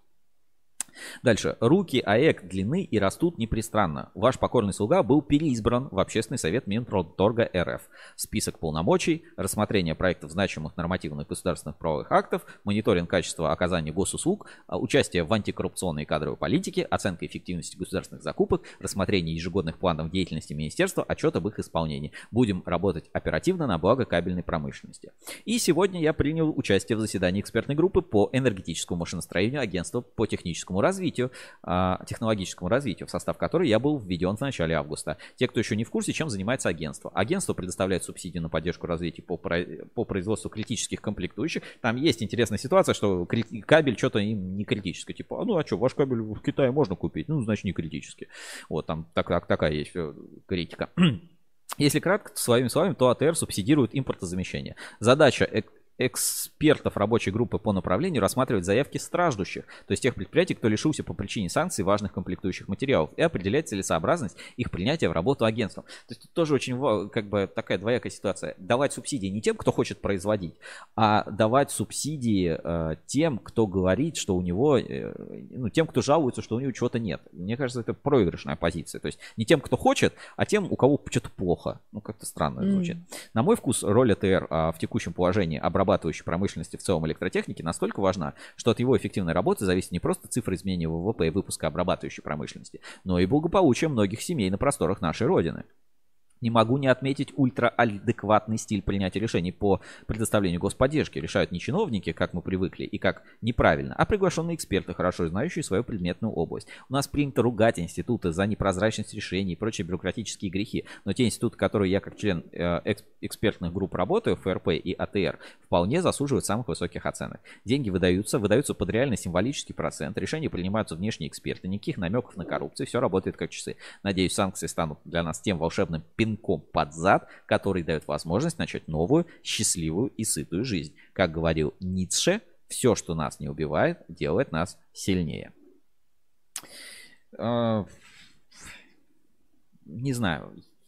Дальше. Руки АЭК длинны и растут непрестанно. Ваш покорный слуга был переизбран в Общественный совет Минпромторга эр эф. Список полномочий, рассмотрение проектов значимых нормативных государственных правовых актов, мониторинг качества оказания госуслуг, участие в антикоррупционной и кадровой политике, оценка эффективности государственных закупок, рассмотрение ежегодных планов деятельности министерства, отчет об их исполнении. Будем работать оперативно на благо кабельной промышленности. И сегодня я принял участие в заседании экспертной группы по энергетическому машиностроению агентства по техническому развитию, технологическому развитию, в состав которой я был введен в начале августа. Те, кто еще не в курсе, чем занимается агентство. Агентство предоставляет субсидии на поддержку развития по, по производству критических комплектующих. Там есть интересная ситуация, что кабель что-то им не критическое. Типа, ну а что, ваш кабель в Китае можно купить? Ну, значит, не критический. Вот там так, так, такая есть критика. Если кратко, своими словами, то а тэ эр субсидирует импортозамещение. Задача экспертов рабочей группы по направлению рассматривать заявки страждущих, то есть тех предприятий, кто лишился по причине санкций важных комплектующих материалов, и определять целесообразность их принятия в работу агентством. То есть тут тоже очень как бы такая двоякая ситуация. Давать субсидии не тем, кто хочет производить, а давать субсидии э, тем, кто говорит, что у него, э, ну, тем, кто жалуется, что у него чего-то нет. Мне кажется, это проигрышная позиция. То есть не тем, кто хочет, а тем, у кого что-то плохо. Ну, как-то странно mm. звучит. На мой вкус, роль а тэ эр а, в текущем положении обрабатывающей промышленности в целом электротехники настолько важна, что от его эффективной работы зависит не просто цифра изменения вэ вэ пэ и выпуска обрабатывающей промышленности, но и благополучие многих семей на просторах нашей Родины. Не могу не отметить ультраадекватный стиль принятия решений по предоставлению господдержки. Решают не чиновники, как мы привыкли, и как неправильно, а приглашенные эксперты, хорошо знающие свою предметную область. У нас принято ругать институты за непрозрачность решений и прочие бюрократические грехи. Но те институты, которые я как член э, экспертных групп работаю, эф эр пэ и а тэ эр, вполне заслуживают самых высоких оценок. Деньги выдаются, выдаются под реально символический процент, решения принимаются внешние эксперты, никаких намеков на коррупцию, все работает как часы. Надеюсь, санкции станут для нас тем волшебным пинком под зад, который дает возможность начать новую, счастливую и сытую жизнь. Как говорил Ницше, все, что нас не убивает, делает нас сильнее. Не знаю,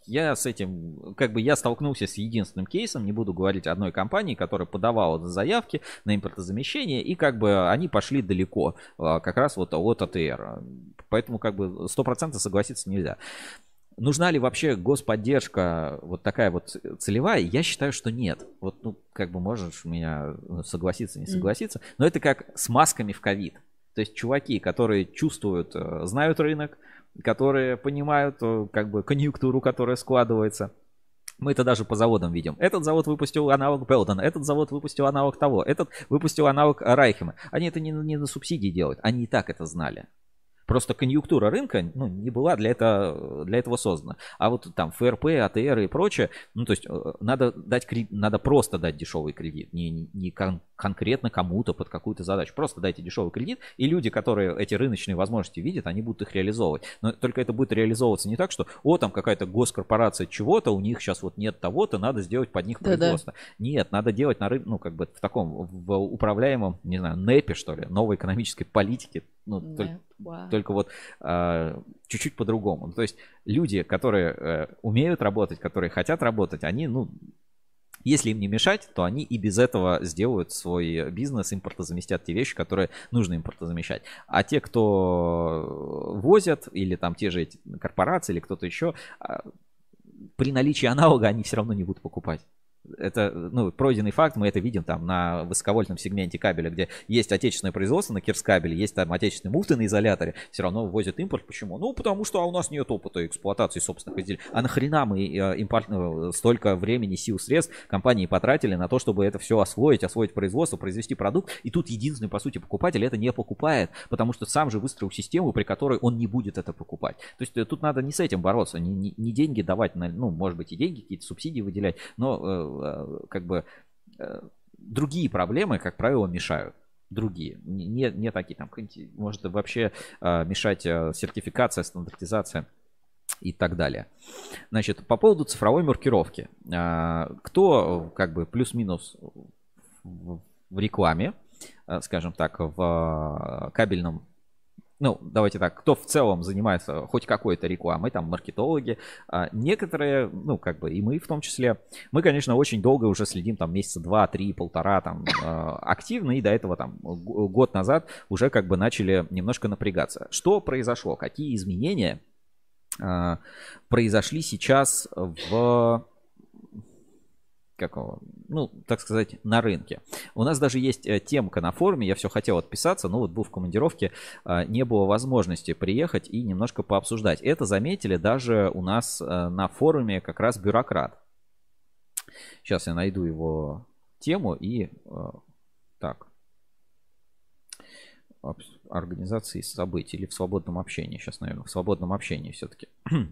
я с этим, как бы я столкнулся с единственным кейсом, не буду говорить одной компании, которая подавала заявки на импортозамещение, и как бы они пошли далеко, как раз вот от А Тэ Эр. Поэтому как бы сто процентов согласиться нельзя. Нужна ли вообще господдержка вот такая вот целевая? Я считаю, что нет. Вот, ну, как бы можешь меня согласиться, не согласиться, но это как с масками в ковид. То есть чуваки, которые чувствуют, знают рынок, которые понимают как бы конъюнктуру, которая складывается. Мы это даже по заводам видим. Этот завод выпустил аналог Белтона, этот завод выпустил аналог того, этот выпустил аналог Райхема. Они это не, не на субсидии делают, они и так это знали. Просто конъюнктура рынка, ну, не была для этого, для этого создана. А вот там Эф Эр Пэ, А Тэ Эр и прочее, ну, то есть надо дать кредит, надо просто дать дешевый кредит, не, не кон- конкретно кому-то под какую-то задачу. Просто дайте дешевый кредит, и люди, которые эти рыночные возможности видят, они будут их реализовывать. Но только это будет реализовываться не так, что, о, там какая-то госкорпорация чего-то, у них сейчас вот нет того-то, надо сделать под них производство. Да-да. Нет, надо делать на рынке, ну, как бы в таком, в управляемом, не знаю, нэпе, что ли, новой экономической политике. Ну, Нет, только, wow. только вот э, чуть-чуть по-другому. То есть люди, которые э, умеют работать, которые хотят работать, они, ну, если им не мешать, то они и без этого сделают свой бизнес, импортозаместят те вещи, которые нужно импортозамещать. А те, кто возят, или там те же эти корпорации, или кто-то еще, э, при наличии аналога они все равно не будут покупать. Это, ну, пройденный факт, мы это видим там на высоковольтном сегменте кабеля, где есть отечественное производство на Кирскабеле, есть там отечественные муфты на изоляторе, все равно ввозят импорт. Почему? Ну, потому что а у нас нет опыта эксплуатации собственных изделий. А нахрена мы импорт, столько времени, сил, средств компании потратили на то, чтобы это все освоить, освоить производство, произвести продукт, и тут единственный, по сути, покупатель это не покупает, потому что сам же выстроил систему, при которой он не будет это покупать. То есть тут надо не с этим бороться, не, не, не деньги давать, на, ну, может быть, и деньги, какие-то субсидии выделять, но как бы другие проблемы, как правило, мешают. Другие. Не, не такие там, может вообще мешать сертификация, стандартизация и так далее. Значит, по поводу цифровой маркировки. Кто как бы плюс-минус в рекламе, скажем так, в кабельном, ну, давайте так, кто в целом занимается хоть какой-то рекламой, там, маркетологи, а некоторые, ну, как бы, и мы в том числе, мы, конечно, очень долго уже следим, там, месяца два, три, полтора, там, активно, и до этого, там, год назад уже, как бы, начали немножко напрягаться. Что произошло? Какие изменения а, произошли сейчас в... Какого? Ну, так сказать, на рынке. У нас даже есть темка на форуме, я все хотел отписаться, но вот был в командировке, не было возможности приехать и немножко пообсуждать. Это заметили даже у нас на форуме как раз бюрократ. Сейчас я найду его тему и... Так. Организации событий или в свободном общении. Сейчас, наверное, в свободном общении все-таки.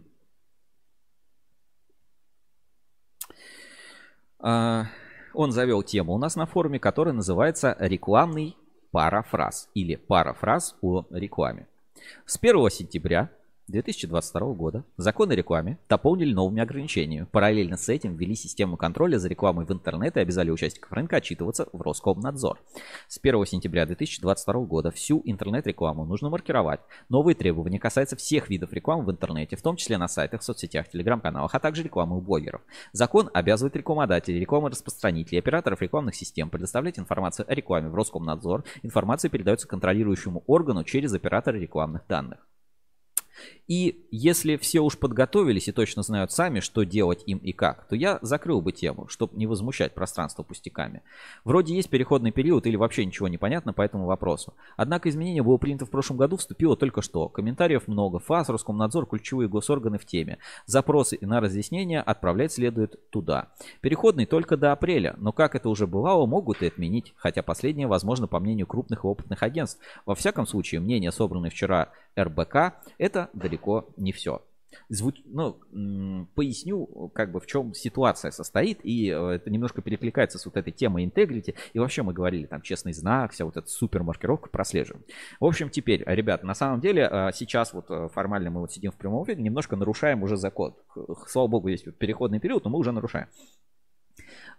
Он завел тему у нас на форуме, которая называется «Рекламный парафраз» или «Парафраз о рекламе». С первого сентября две тысячи двадцать второго года закон о рекламе дополнили новыми ограничениями. Параллельно с этим ввели систему контроля за рекламой в интернет и обязали участников рынка отчитываться в Роскомнадзор. С первого сентября две тысячи двадцать второго года всю интернет-рекламу нужно маркировать. Новые требования касаются всех видов рекламы в интернете, в том числе на сайтах, соцсетях, телеграм-каналах, а также рекламы у блогеров. Закон обязывает рекламодателей, рекламораспространителей, операторов рекламных систем предоставлять информацию о рекламе в Роскомнадзор. Информация передается контролирующему органу через оператора рекламных данных. И если все уж подготовились и точно знают сами, что делать им и как, то я закрыл бы тему, чтобы не возмущать пространство пустяками. Вроде есть переходный период или вообще ничего не понятно по этому вопросу. Однако изменение было принято в прошлом году, вступило только что. Комментариев много. ФАС, Роскомнадзор, ключевые госорганы в теме. Запросы на разъяснение отправлять следует туда. Переходный только до апреля, но как это уже бывало, могут и отменить, хотя последнее возможно по мнению крупных и опытных агентств. Во всяком случае, мнение, собранное вчера эр бэ ка, это далеко не все. Звуч... Ну, м- поясню, как бы в чем ситуация состоит, и э, это немножко перекликается с вот этой темой интегрити, и вообще мы говорили, там, честный знак, вся вот эта супермаркировка прослеживаем. В общем, теперь, ребят, на самом деле, э, сейчас вот э, формально мы вот сидим в прямом эфире, немножко нарушаем уже закон. Слава богу, есть вот переходный период, но мы уже нарушаем.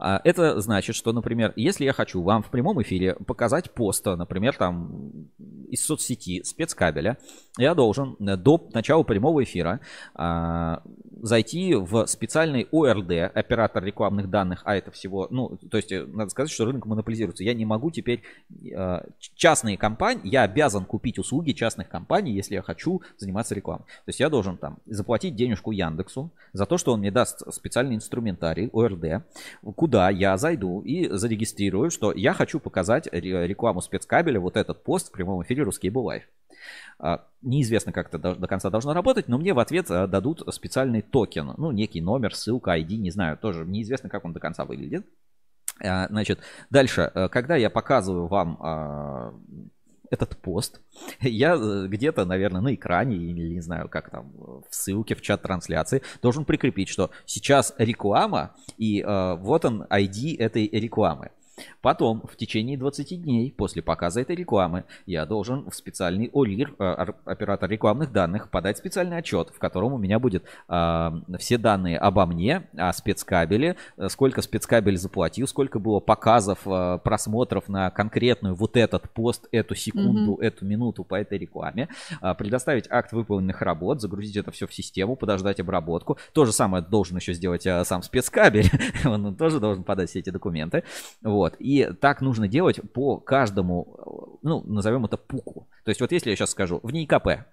Это значит, что, например, если я хочу вам в прямом эфире показать пост, например, там из соцсети спецкабеля, я должен до начала прямого эфира а, зайти в специальный о эр дэ, оператор рекламных данных, а это всего, ну, то есть надо сказать, что рынок монополизируется. Я не могу теперь а, частные компании, я обязан купить услуги частных компаний, если я хочу заниматься рекламой. То есть я должен там заплатить денежку Яндексу за то, что он мне даст специальный инструментарий о эр дэ, куда я зайду и зарегистрирую, что я хочу показать рекламу спецкабеля, вот этот пост в прямом эфире Ruscable Live. Неизвестно, как это до конца должно работать, но мне в ответ дадут специальный токен, ну, некий номер, ссылка, ай ди, не знаю, тоже неизвестно, как он до конца выглядит. Значит, дальше, когда я показываю вам этот пост, я где-то, наверное, на экране, или не знаю, как там, в ссылке, в чат трансляции, должен прикрепить, что сейчас реклама, и вот он, ай ди этой рекламы. Потом, в течение двадцати дней после показа этой рекламы, я должен в специальный о эр ай ар, оператор рекламных данных, подать специальный отчет, в котором у меня будет э, все данные обо мне, о спецкабеле, сколько спецкабель заплатил, сколько было показов, э, просмотров на конкретную вот этот пост, эту секунду, mm-hmm. эту минуту по этой рекламе, э, предоставить акт выполненных работ, загрузить это все в систему, подождать обработку. То же самое должен еще сделать э, сам спецкабель, он тоже должен подать все эти документы. Вот. И так нужно делать по каждому, ну, назовем это пуку. То есть вот если я сейчас скажу в НИИКП,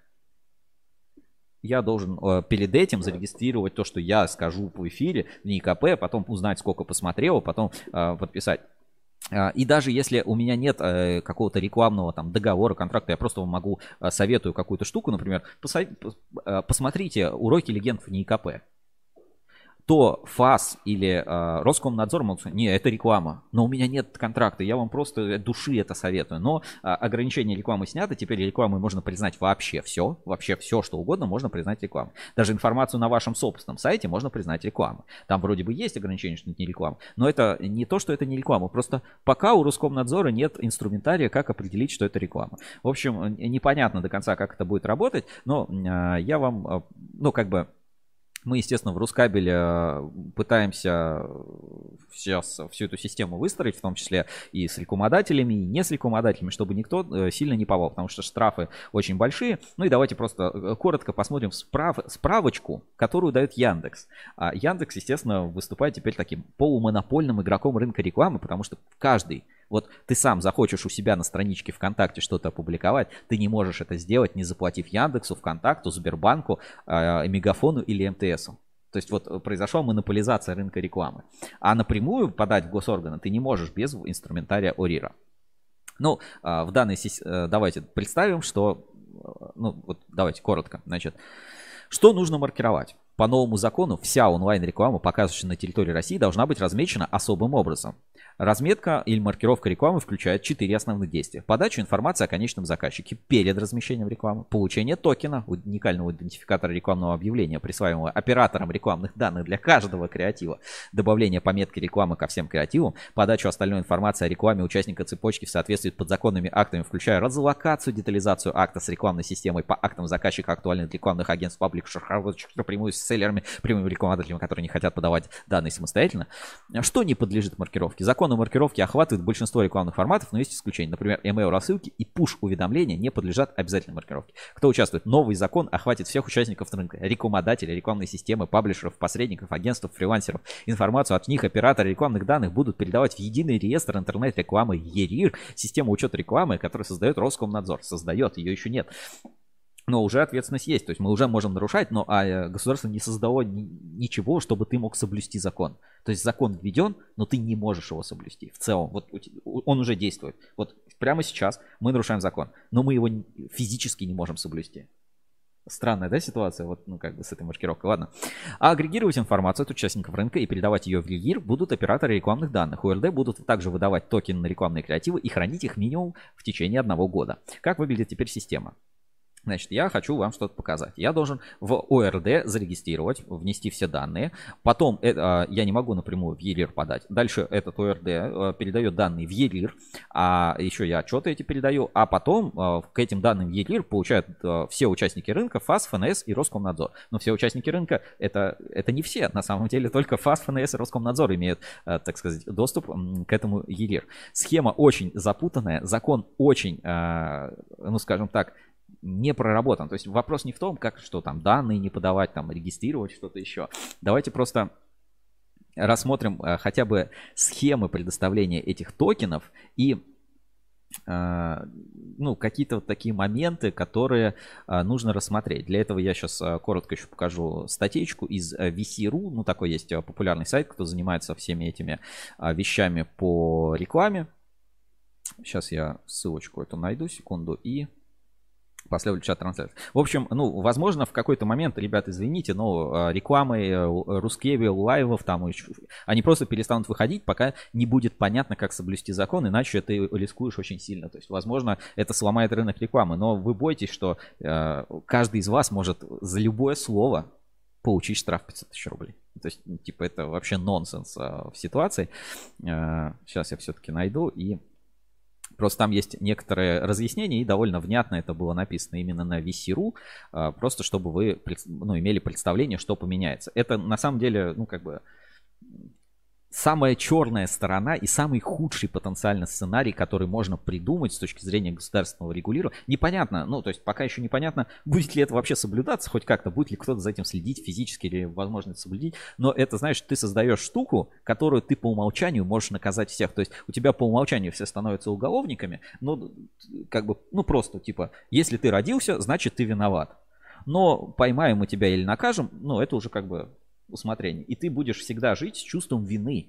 я должен э, перед этим зарегистрировать то, что я скажу по эфире в НИИКП, потом узнать, сколько посмотрел, потом э, подписать. И даже если у меня нет э, какого-то рекламного там договора, контракта, я просто вам могу э, советую какую-то штуку, например, посо- э, посмотрите уроки легенд в НИИКП. То ФАС или э, Роскомнадзор могут сказать, не, это реклама, но у меня нет контракта, я вам просто от души это советую. Но э, ограничение рекламы снято, теперь рекламой можно признать вообще все, вообще все, что угодно можно признать рекламой. Даже информацию на вашем собственном сайте можно признать рекламой. Там вроде бы есть ограничение, что это не реклама, но это не то, что это не реклама, просто пока у Роскомнадзора нет инструментария, как определить, что это реклама. В общем, непонятно до конца, как это будет работать, но э, я вам, э, ну как бы, мы, естественно, в Рускабеле пытаемся сейчас всю эту систему выстроить, в том числе и с рекламодателями, и не с рекламодателями, чтобы никто сильно не попал, потому что штрафы очень большие. Ну и давайте просто коротко посмотрим справ... справочку, которую дает Яндекс. А Яндекс, естественно, выступает теперь таким полумонопольным игроком рынка рекламы, потому что каждый, вот ты сам захочешь у себя на страничке ВКонтакте что-то опубликовать, ты не можешь это сделать, не заплатив Яндексу, ВКонтакту, Сбербанку, э, Мегафону или эм тэ эсу. То есть вот произошла монополизация рынка рекламы. А напрямую подать в госорганы ты не можешь без инструментария о эр ай ар. Ну, э, в данной э, давайте представим, что, э, ну вот давайте коротко, значит, что нужно маркировать? По новому закону вся онлайн-реклама, показывающая на территории России, должна быть размечена особым образом. Разметка или маркировка рекламы включает четыре основных действия. Подачу информации о конечном заказчике перед размещением рекламы, получение токена, уникального идентификатора рекламного объявления, присваиваемого оператором рекламных данных для каждого креатива, добавление пометки рекламы ко всем креативам, подачу остальной информации о рекламе участника цепочки в соответствии с подзаконными актами, включая разлокацию, детализацию акта с рекламной системой по актам заказчика актуальных рекламных агентств, паблишеров, напрямую с селлерами, прямыми рекламодателями, которые не хотят подавать данные самостоятельно. Что не подлежит маркировке? Закон о маркировке охватывает большинство рекламных форматов, но есть исключения. Например, email-рассылки и push-уведомления не подлежат обязательной маркировке. Кто участвует? Новый закон охватит всех участников рынка. Рекламодатели, рекламные системы, паблишеров, посредников, агентств, фрилансеров. Информацию от них операторы рекламных данных будут передавать в единый реестр интернет-рекламы е эр и ар, систему учета рекламы, которую создает Роскомнадзор. Создает, ее еще нет. Но уже ответственность есть, то есть мы уже можем нарушать, но а государство не создало ни, ничего, чтобы ты мог соблюсти закон. То есть закон введен, но ты не можешь его соблюсти в целом. Вот он уже действует. Вот прямо сейчас мы нарушаем закон, но мы его физически не можем соблюсти. Странная, да, ситуация, вот, ну, как бы с этой маркировкой, ладно. А агрегировать информацию от участников рынка и передавать ее в е эр и ар будут операторы рекламных данных. о эр дэ будут также выдавать токены на рекламные креативы и хранить их минимум в течение одного года. Как выглядит теперь система? Значит, я хочу вам что-то показать. Я должен в о эр ди зарегистрировать, внести все данные. Потом это, я не могу напрямую в ЕРИР подать. Дальше этот о эр ди передает данные в ЕРИР, а еще я отчеты эти передаю. А потом к этим данным в ЕРИР получают все участники рынка, ФАС, ФНС и Роскомнадзор. Но все участники рынка это, это не все. На самом деле только ФАС, ФНС и Роскомнадзор имеют, так сказать, доступ к этому ЕРИР. Схема очень запутанная, закон очень, ну скажем так, не проработан. То есть вопрос не в том, как что там данные не подавать, там регистрировать что-то еще. Давайте просто рассмотрим а, хотя бы схемы предоставления этих токенов и а, ну, какие-то вот такие моменты, которые а, нужно рассмотреть. Для этого я сейчас а, коротко еще покажу статейку из ви си точка ру. Ну, такой есть популярный сайт, кто занимается всеми этими а, вещами по рекламе. Сейчас я ссылочку эту найду, секунду, и последовали чат трансляции. В общем, ну, возможно, в какой-то момент, ребят, извините, но рекламы Ruskable, лайвов, там, они просто перестанут выходить, пока не будет понятно, как соблюсти закон, иначе ты рискуешь очень сильно. То есть, возможно, это сломает рынок рекламы, но вы бойтесь, что э, каждый из вас может за любое слово получить штраф пятьсот тысяч рублей. То есть, типа, это вообще нонсенс э, в ситуации. Э, сейчас я все-таки найду и... Просто там есть некоторые разъяснения, и довольно внятно это было написано именно на ви си точка ру, просто чтобы вы, ну, имели представление, что поменяется. Это на самом деле, ну, как бы, самая черная сторона и самый худший потенциально сценарий, который можно придумать с точки зрения государственного регулирования. Непонятно, ну, то есть пока еще непонятно, будет ли это вообще соблюдаться хоть как-то, будет ли кто-то за этим следить физически или возможно это соблюдить. Но это, знаешь, ты создаешь штуку, которую ты по умолчанию можешь наказать всех. То есть у тебя по умолчанию все становятся уголовниками, ну, как бы, ну, просто, типа, если ты родился, значит ты виноват. Но поймаем мы тебя или накажем, ну, это уже как бы... усмотрение. И ты будешь всегда жить с чувством вины.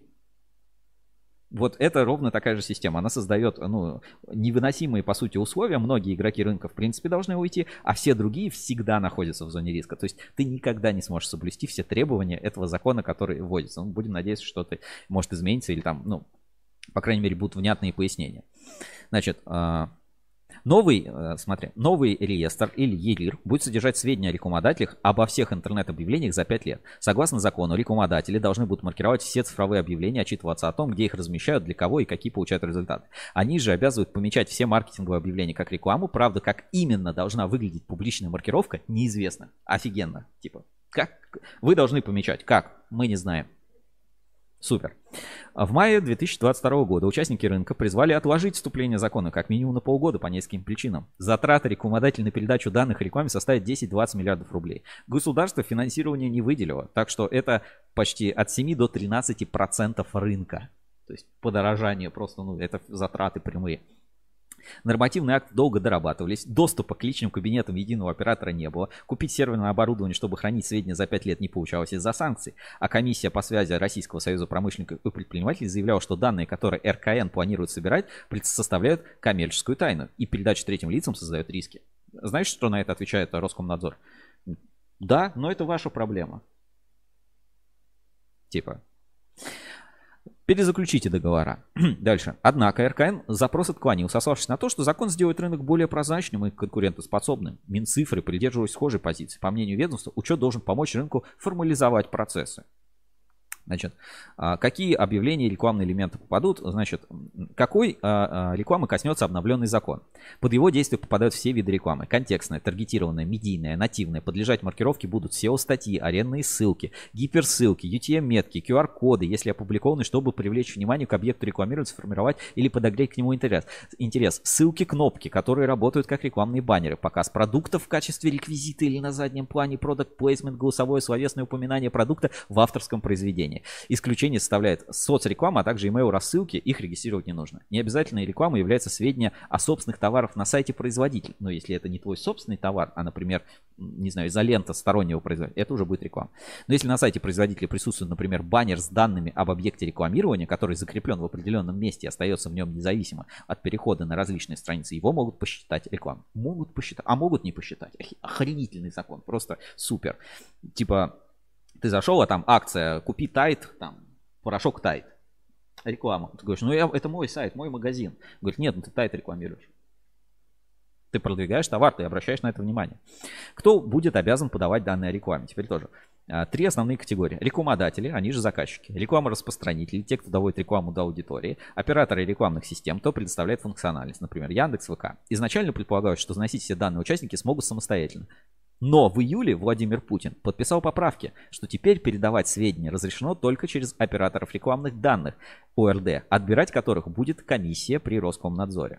Вот это ровно такая же система. Она создает, ну, невыносимые, по сути, условия. Многие игроки рынка, в принципе, должны уйти, а все другие всегда находятся в зоне риска. То есть ты никогда не сможешь соблюсти все требования этого закона, который вводится. Ну, будем надеяться, что это может измениться или там, ну, по крайней мере, будут внятные пояснения. Значит, Новый, смотри, новый реестр или ЕРИР будет содержать сведения о рекламодателях обо всех интернет-объявлениях за пять лет. Согласно закону, рекламодатели должны будут маркировать все цифровые объявления, отчитываться о том, где их размещают, для кого и какие получают результаты. Они же обязывают помечать все маркетинговые объявления как рекламу. Правда, как именно должна выглядеть публичная маркировка, неизвестно. Офигенно. Типа, как? Вы должны помечать. Как? Мы не знаем. Супер. В мае две тысячи двадцать второго года участники рынка призвали отложить вступление закона как минимум на полгода по нескольким причинам. Затраты рекламодателей на передачу данных о рекламе составят десять-двадцать миллиардов рублей. Государство финансирование не выделило, так что это почти от семи до тринадцати процентов рынка. То есть подорожание просто, ну, это затраты прямые. Нормативные акты долго дорабатывались, доступа к личным кабинетам единого оператора не было, купить серверное оборудование, чтобы хранить сведения за пять лет, не получалось из-за санкций, а комиссия по связи Российского союза промышленников и предпринимателей заявляла, что данные, которые эр ка эн планирует собирать, составляют коммерческую тайну и передачу третьим лицам создает риски. Знаешь, что на это отвечает Роскомнадзор? Да, но это ваша проблема. Типа... Перезаключите договора. Дальше. Однако эр ка эн запрос отклонил, сославшись на то, что закон сделает рынок более прозрачным и конкурентоспособным. Минцифры придерживались схожей позиции. По мнению ведомства, учет должен помочь рынку формализовать процессы. Значит, какие объявления и рекламные элементы попадут? Значит, какой рекламы коснется обновленный закон? Под его действие попадают все виды рекламы. Контекстная, таргетированная, медийная, нативная. Подлежать маркировке будут сео-статьи, арендные ссылки, гиперссылки, ю ти эм-метки, ку ар коды, если опубликованы, чтобы привлечь внимание к объекту рекламировать, сформировать или подогреть к нему интерес. интерес. Ссылки, кнопки, которые работают как рекламные баннеры. Показ продуктов в качестве реквизита или на заднем плане, продакт плейсмент, голосовое словесное упоминание продукта в авторском произведении. Исключение составляет соцреклама, а также email рассылки, их регистрировать не нужно. Необязательной рекламой является сведения о собственных товарах на сайте производителя. Но если это не твой собственный товар, а, например, не знаю, изолента стороннего производителя, это уже будет реклама. Но если на сайте производителя присутствует, например, баннер с данными об объекте рекламирования, который закреплен в определенном месте и остается в нем независимо от перехода на различные страницы, его могут посчитать рекламой. Могут посчитать, а могут не посчитать. Охренительный закон, просто супер. Типа... Ты зашел, а там акция «Купи Тайд», там, порошок Тайд. Реклама. Ты говоришь, ну я, это мой сайт, мой магазин. Говорит, нет, ну ты Тайд рекламируешь. Ты продвигаешь товар, ты обращаешь на это внимание. Кто будет обязан подавать данные о рекламе? Теперь тоже. Три основные категории. Рекламодатели, они же заказчики. Реклама-распространители, те, кто доводит рекламу до аудитории. Операторы рекламных систем, кто предоставляет функциональность. Например, Яндекс, ВК. Изначально предполагалось, что заносить все данные участники смогут самостоятельно. Но в июле Владимир Путин подписал поправки, что теперь передавать сведения разрешено только через операторов рекламных данных, О Р Д, отбирать которых будет комиссия при Роскомнадзоре.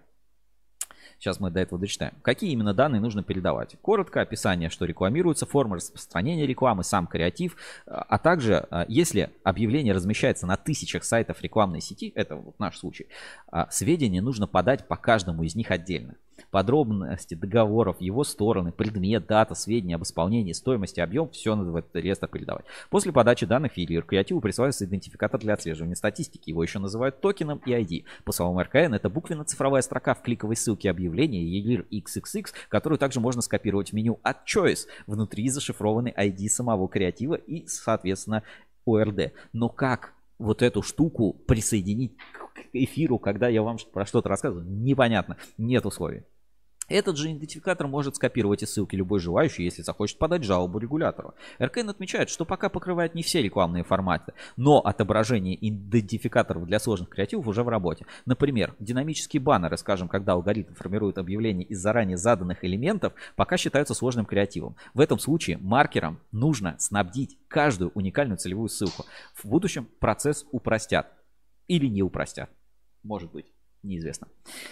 Сейчас мы до этого дочитаем. Какие именно данные нужно передавать? Коротко описание, что рекламируется, форма распространения рекламы, сам креатив, а также, если объявление размещается на тысячах сайтов рекламной сети, это вот наш случай, сведения нужно подать по каждому из них отдельно. Подробности договоров, его стороны, предмет, дата, сведения об исполнении, стоимости, объем, все надо в этот реестр передавать. После подачи данных в Елир креативу присваивается идентификатор для отслеживания статистики. Его еще называют токеном и ай ди. По словам Эр Ка Эн, это буквенно-цифровая строка в кликовой ссылке объявления Елир икс икс икс, которую также можно скопировать в меню от Choice. Внутри зашифрованный ай ди самого креатива и, соответственно, О Р Д. Но как вот эту штуку присоединить к эфиру, когда я вам про что-то рассказываю, непонятно. Нет условий. Этот же идентификатор может скопировать из ссылки любой желающий, если захочет подать жалобу регулятору. Эр Ка Эн отмечает, что пока покрывает не все рекламные форматы, но отображение идентификаторов для сложных креативов уже в работе. Например, динамические баннеры, скажем, когда алгоритм формирует объявление из заранее заданных элементов, пока считаются сложным креативом. В этом случае маркерам нужно снабдить каждую уникальную целевую ссылку. В будущем процесс упростят или не упростят. Может быть. Неизвестно.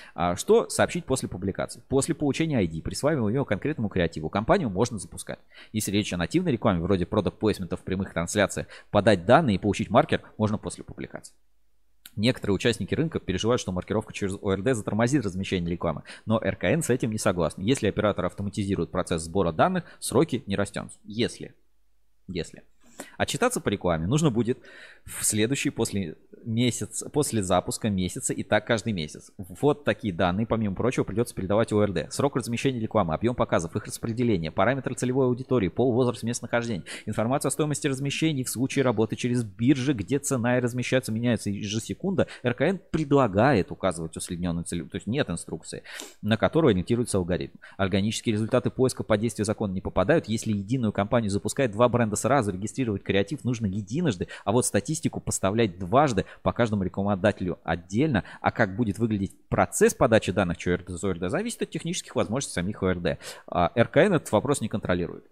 Что сообщить после публикации? После получения ай ди, присваиваемого его конкретному креативу, компанию можно запускать. Если речь о нативной рекламе, вроде продакт-плейсмента в прямых трансляциях, подать данные и получить маркер можно после публикации. Некоторые участники рынка переживают, что маркировка через О Р Д затормозит размещение рекламы, но Эр Ка Эн с этим не согласен. Если оператор автоматизирует процесс сбора данных, сроки не растянутся. Если. Если. Отчитаться по рекламе нужно будет в следующий после, месяц, после запуска месяца и так каждый месяц. Вот такие данные, помимо прочего, придется передавать О Р Д. Срок размещения рекламы, объем показов, их распределение, параметры целевой аудитории, пол, возраст, место нахождения, информация о стоимости размещений в случае работы через биржи, где цена и размещается меняется ежесекунда. Эр Ка Эн предлагает указывать усредненную целевую, то есть нет инструкции, на которую ориентируется алгоритм. Органические результаты поиска по действию закона не попадают, если единую компанию запускает два бренда сразу, регистрировать креатив нужно единожды, а вот статистику поставлять дважды по каждому рекламодателю отдельно. А как будет выглядеть процесс подачи данных через О Р Д, зависит от технических возможностей самих О Р Д. Эр Ка Эн этот вопрос не контролирует.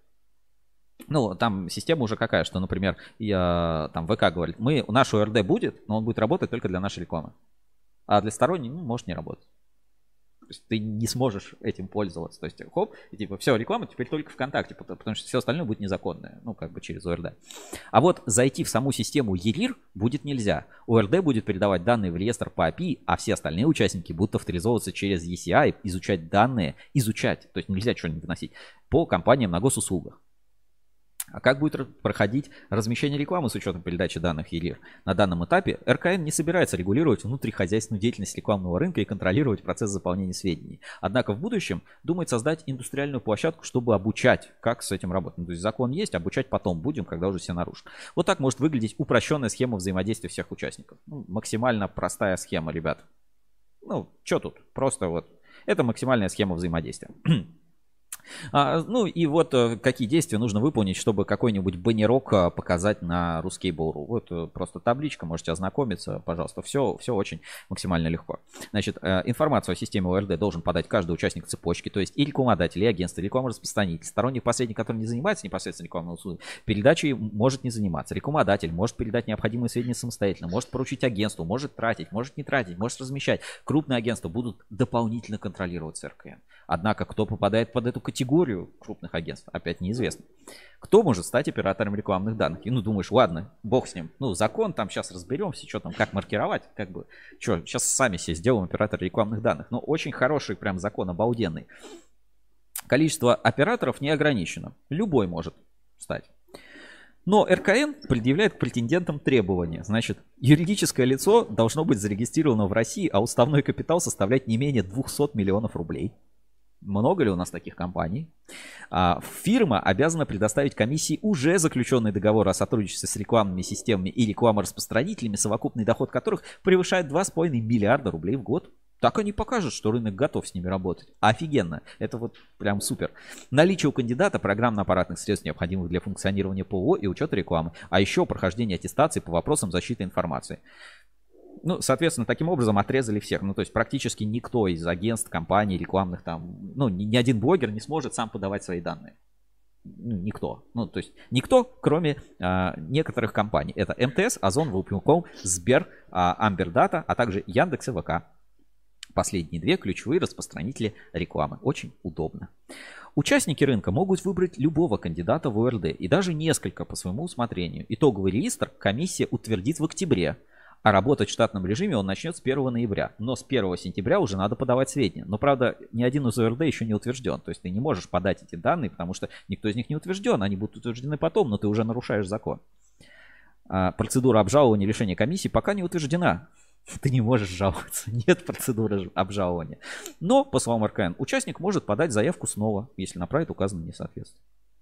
Ну, там система уже какая, что, например, я, там ВК говорит, мы, наш О Р Д будет, но он будет работать только для нашей рекламы. А для сторонней, ну, может не работать. То есть ты не сможешь этим пользоваться. То есть, хоп, и типа, все, реклама теперь только ВКонтакте, потому что все остальное будет незаконное. Ну, как бы через О Р Д. А вот зайти в саму систему Елир будет нельзя. О Р Д будет передавать данные в реестр по эй пи ай, а все остальные участники будут авторизовываться через и си ай, изучать данные, изучать, то есть нельзя что-нибудь вносить, по компаниям на госуслугах. А как будет проходить размещение рекламы с учетом передачи данных Елир? На данном этапе Эр Ка Эн не собирается регулировать внутрихозяйственную деятельность рекламного рынка и контролировать процесс заполнения сведений. Однако в будущем думает создать индустриальную площадку, чтобы обучать, как с этим работать. Ну, то есть закон есть, обучать потом будем, когда уже все нарушат. Вот так может выглядеть упрощенная схема взаимодействия всех участников. Ну, максимально простая схема, ребят. Ну, что тут? Просто вот. Это максимальная схема взаимодействия. А, ну и вот какие действия нужно выполнить, чтобы какой-нибудь баннерок показать на Ruskable.ru. Вот просто табличка, можете ознакомиться, пожалуйста. Все, все очень максимально легко. Значит, информацию о системе О Р Д должен подать каждый участник цепочки, то есть и рекламодатель, и агентство, и рекламораспространитель. Сторонний посредник, который не занимается непосредственно рекламной услугой, передачей может не заниматься. Рекламодатель может передать необходимые сведения самостоятельно, может поручить агентству, может тратить, может не тратить, может размещать. Крупные агентства будут дополнительно контролировать Эр Ка Эн. Однако, кто попадает под эту категорию крупных агентств, опять неизвестно. Кто может стать оператором рекламных данных? И ну думаешь, ладно, бог с ним. Ну, закон, там сейчас разберемся, что там, как маркировать, как бы, что, сейчас сами себе сделаем оператора рекламных данных. Но очень хороший прям закон, обалденный. Количество операторов не ограничено. Любой может стать. Но Эр Ка Эн предъявляет к претендентам требования. Значит, юридическое лицо должно быть зарегистрировано в России, а уставной капитал составлять не менее двухсот миллионов рублей. Много ли у нас таких компаний? А, фирма обязана предоставить комиссии уже заключенный договор о сотрудничестве с рекламными системами и рекламораспространителями, совокупный доход которых превышает два с половиной миллиарда рублей в год. Так они покажут, что рынок готов с ними работать. Офигенно. Это вот прям супер. Наличие у кандидата программно-аппаратных средств, необходимых для функционирования ПО и учета рекламы. А еще прохождение аттестации по вопросам защиты информации. Ну, соответственно, таким образом отрезали всех. Ну, то есть практически никто из агентств, компаний, рекламных там, ну, ни, ни один блогер не сможет сам подавать свои данные. Ну, никто. Ну, то есть никто, кроме а, некоторых компаний. Это МТС, Озон, Вилпинком, Сбер, а, Амбердата, а также Яндекс и ВК. Последние две ключевые распространители рекламы. Очень удобно. Участники рынка могут выбрать любого кандидата в ОРД и даже несколько по своему усмотрению. Итоговый реестр комиссия утвердит в октябре, а работать в штатном режиме он начнет с первого ноября. Но с первого сентября уже надо подавать сведения. Но, правда, ни один из ОРД еще не утвержден. То есть ты не можешь подать эти данные, потому что никто из них не утвержден. Они будут утверждены потом, но ты уже нарушаешь закон. А процедура обжалования решения комиссии пока не утверждена. Ты не можешь жаловаться. Нет процедуры обжалования. Но, по словам эр ка эн, участник может подать заявку снова, если направит указанное несоответствие.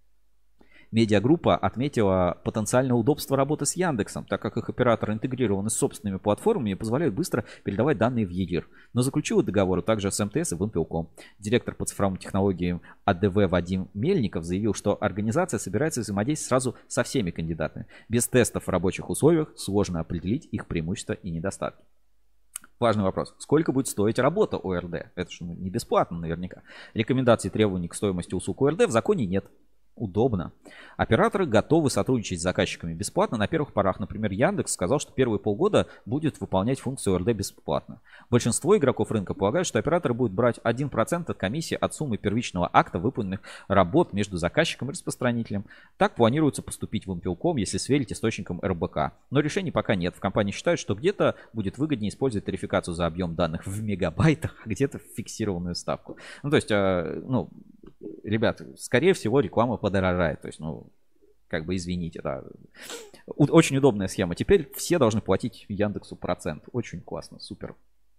Медиагруппа отметила потенциальное удобство работы с Яндексом, так как их операторы интегрированы с собственными платформами и позволяют быстро передавать данные в ЕГИР. Но заключила договоры также с МТС и Вимпелком. Директор по цифровым технологиям а дэ вэ Вадим Мельников заявил, что организация собирается взаимодействовать сразу со всеми кандидатами. Без тестов в рабочих условиях сложно определить их преимущества и недостатки. Важный вопрос. Сколько будет стоить работа ОРД? Это же не бесплатно наверняка. Рекомендаций и требований к стоимости услуг ОРД в законе нет. Удобно. Операторы готовы сотрудничать с заказчиками бесплатно на первых порах. Например, Яндекс сказал, что первые полгода будет выполнять функцию ОРД бесплатно. Большинство игроков рынка полагают, что операторы будут брать один процент от комиссии от суммы первичного акта выполненных работ между заказчиком и распространителем. Так планируется поступить в Вимпелком, если сверить источником эр бэ ка. Но решений пока нет. В компании считают, что где-то будет выгоднее использовать тарификацию за объем данных в мегабайтах, а где-то фиксированную ставку. Ну, то есть, ну, ребят, скорее всего, реклама подорожает. То есть, ну, как бы извините, да. Очень удобная схема. Теперь все должны платить Яндексу процент. Очень классно, супер.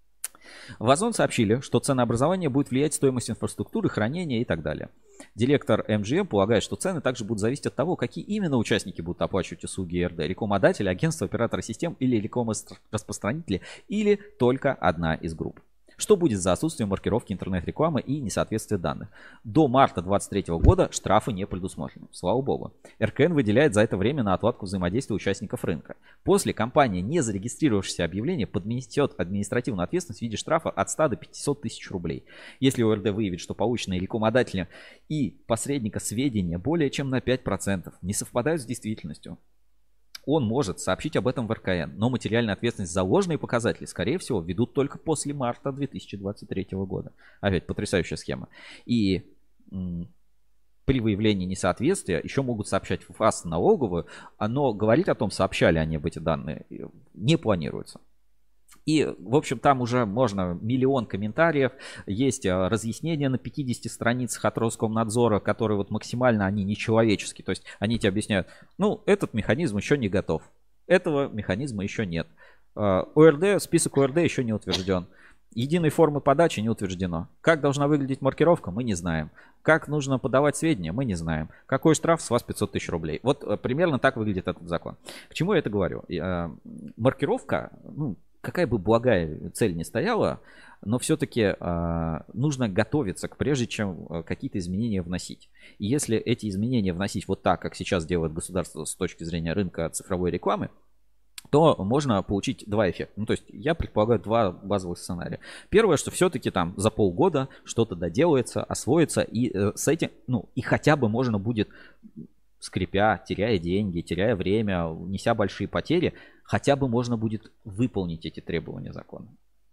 В Озон сообщили, что ценообразование будет влиять стоимость инфраструктуры, хранения и так далее. Директор эм джи эм полагает, что цены также будут зависеть от того, какие именно участники будут оплачивать услуги эр дэ. Рекламодатели, агентства, операторы систем или рекламораспространители, или только одна из групп. Что будет за отсутствие маркировки интернет-рекламы и несоответствие данных? До марта две тысячи двадцать третьего года штрафы не предусмотрены. Слава богу. эр ка эн выделяет за это время на отладку взаимодействия участников рынка. После компания, не зарегистрировавшееся объявление, поднесет административную ответственность в виде штрафа от ста до пятисот тысяч рублей. Если ОРД выявит, что полученные рекламодателем и посредника сведения более чем на пять процентов не совпадают с действительностью, он может сообщить об этом в эр ка эн, но материальная ответственность за ложные показатели, скорее всего, введут только после марта две тысячи двадцать третьего года. Опять потрясающая схема. И м, при выявлении несоответствия еще могут сообщать в ФАС налоговую, но говорить о том, сообщали они об эти данные, не планируется. И, в общем, там уже можно миллион комментариев. Есть разъяснения на пятидесяти страницах от Роскомнадзора, которые вот максимально они нечеловеческие. То есть они тебе объясняют, ну, этот механизм еще не готов. Этого механизма еще нет. ОРД, список ОРД еще не утвержден. Единой формы подачи не утверждено. Как должна выглядеть маркировка, мы не знаем. Как нужно подавать сведения, мы не знаем. Какой штраф, с вас пятьсот тысяч рублей. Вот примерно так выглядит этот закон. К чему я это говорю? Маркировка, ну, какая бы благая цель ни стояла, но все-таки э, нужно готовиться, к, прежде чем э, какие-то изменения вносить. И если эти изменения вносить вот так, как сейчас делает государство с точки зрения рынка цифровой рекламы, то можно получить два эффекта. Ну, то есть я предполагаю два базовых сценария. Первое, что все-таки там за полгода что-то доделается, освоится, и э, с этим, ну, и хотя бы можно будет, скрипя, теряя деньги, теряя время, неся большие потери, хотя бы можно будет выполнить эти требования закона.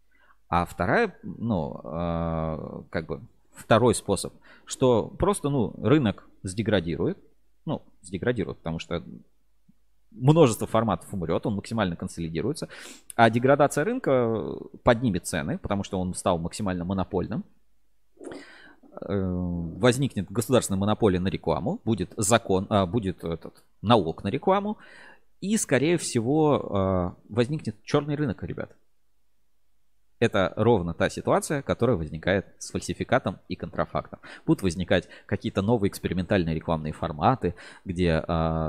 А вторая, ну, э, как бы второй способ, что просто, ну, рынок сдеградирует, ну, сдеградирует, потому что множество форматов умрет, он максимально консолидируется, а деградация рынка поднимет цены, потому что он стал максимально монопольным. Возникнет государственная монополия на рекламу, будет закон, а, будет этот налог на рекламу, и, скорее всего, возникнет черный рынок, ребят. Это ровно та ситуация, которая возникает с фальсификатом и контрафактом. Будут возникать какие-то новые экспериментальные рекламные форматы, где,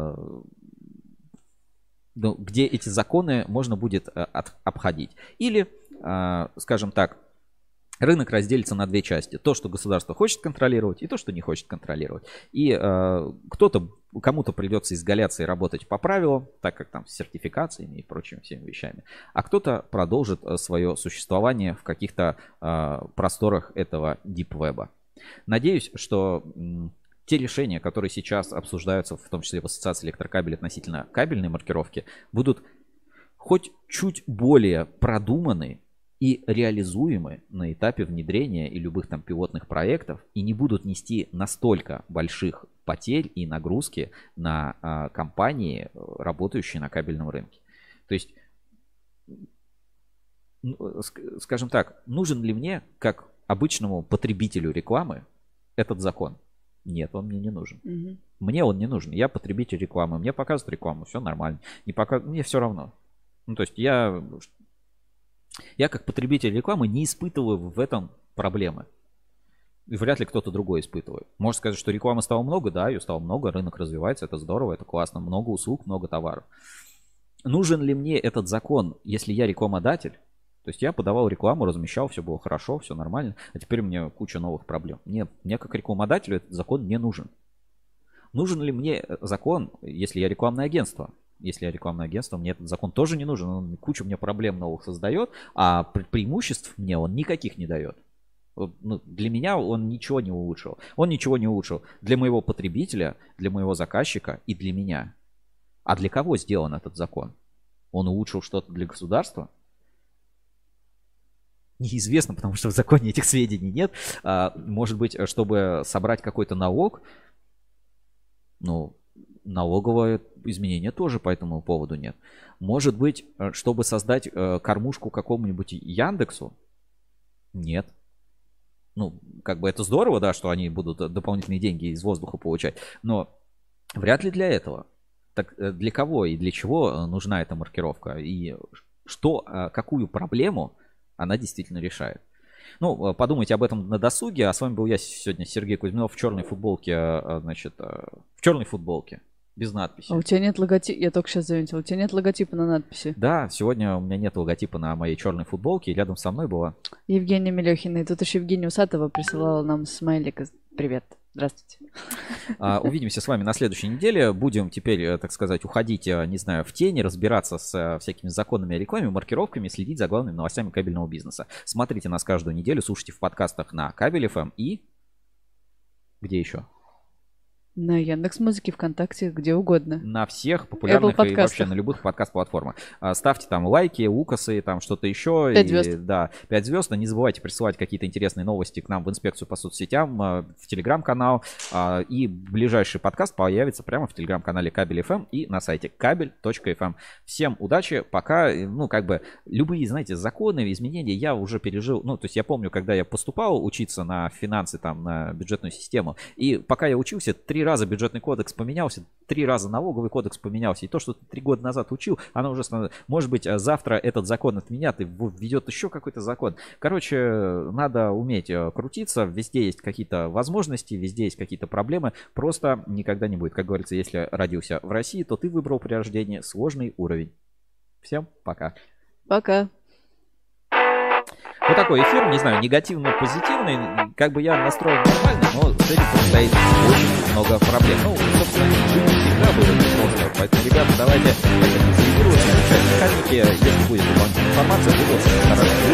ну, где эти законы можно будет обходить. Или, скажем так, рынок разделится на две части. То, что государство хочет контролировать, и то, что не хочет контролировать. И э, кто-то, кому-то придется изгаляться и работать по правилам, так как там с сертификациями и прочими всеми вещами. А кто-то продолжит свое существование в каких-то э, просторах этого дипвеба. Надеюсь, что м, те решения, которые сейчас обсуждаются, в том числе в Ассоциации электрокабелей относительно кабельной маркировки, будут хоть чуть более продуманы и реализуемы на этапе внедрения и любых там пилотных проектов, и не будут нести настолько больших потерь и нагрузки на а, компании, работающие на кабельном рынке. То есть, ну, скажем так, нужен ли мне, как обычному потребителю рекламы, этот закон? Нет, он мне не нужен. Mm-hmm. Мне он не нужен. Я потребитель рекламы. Мне показывают рекламу, все нормально. Не показ... Мне все равно. Ну, то есть я... Я как потребитель рекламы не испытываю в этом проблемы. И вряд ли кто-то другой испытывает. Можно сказать, что рекламы стало много, да, ее стало много, рынок развивается, это здорово, это классно, много услуг, много товаров. Нужен ли мне этот закон, если я рекламодатель? То есть я подавал рекламу, размещал, все было хорошо, все нормально, а теперь у меня куча новых проблем. Нет, мне как рекламодателю этот закон не нужен. Нужен ли мне закон, если я рекламное агентство? Если я рекламное агентство, мне этот закон тоже не нужен. Он кучу мне проблем новых создает, а преимуществ мне он никаких не дает. Ну, для меня он ничего не улучшил. Он ничего не улучшил для моего потребителя, для моего заказчика и для меня. А для кого сделан этот закон? Он улучшил что-то для государства? Неизвестно, потому что в законе этих сведений нет. А, может быть, чтобы собрать какой-то налог, ну... налоговое изменение тоже по этому поводу нет. Может быть, чтобы создать кормушку какому-нибудь Яндексу? Нет. Ну, как бы это здорово, да, что они будут дополнительные деньги из воздуха получать, но вряд ли для этого. Так для кого и для чего нужна эта маркировка? И что, какую проблему она действительно решает? Ну, подумайте об этом на досуге. А с вами был я сегодня, Сергей Кузьминов, в черной футболке, значит, в черной футболке. Без надписи. А у тебя нет логотипа, я только сейчас заметил, у тебя нет логотипа на надписи. Да, сегодня у меня нет логотипа на моей черной футболке, и рядом со мной была Евгения Мелехина. И тут еще Евгения Усатова присылала нам смайлик. Привет, здравствуйте. А, увидимся с вами на следующей неделе. Будем теперь, так сказать, уходить, не знаю, в тени, разбираться с всякими законами о рекламе, маркировками, следить за главными новостями кабельного бизнеса. Смотрите нас каждую неделю, слушайте в подкастах на Кабель эф эм и... Где еще? На Яндекс.Музыке, ВКонтакте, где угодно. На всех популярных и вообще на любых подкаст-платформах. Ставьте там лайки, укосы, там что-то еще. Пять звезд. И, да, пять звезд. Но не забывайте присылать какие-то интересные новости к нам в инспекцию по соцсетям, в телеграм-канал. И ближайший подкаст появится прямо в телеграм-канале Кабель эф эм и на сайте кабель точка эф эм. Всем удачи. Пока, ну, как бы, любые, знаете, законы, изменения я уже пережил. Ну, то есть я помню, когда я поступал учиться на финансы, там, на бюджетную систему. И пока я учился, три раза бюджетный кодекс поменялся, три раза налоговый кодекс поменялся, и то, что ты три года назад учил, оно уже становится... Может быть, завтра этот закон отменят, и введет еще какой-то закон. Короче, надо уметь крутиться, везде есть какие-то возможности, везде есть какие-то проблемы, просто никогда не будет. Как говорится, если родился в России, то ты выбрал при рождении сложный уровень. Всем пока. Пока. Вот такой эфир, не знаю, негативно-позитивный. Как бы я настроен нормально, но с этим предстоит очень много проблем. Ну, собственно, жить всегда было непросто. Поэтому, ребята, давайте заинтересоваться, изучать механики. Если будет дополнительная информация, буду очень стараться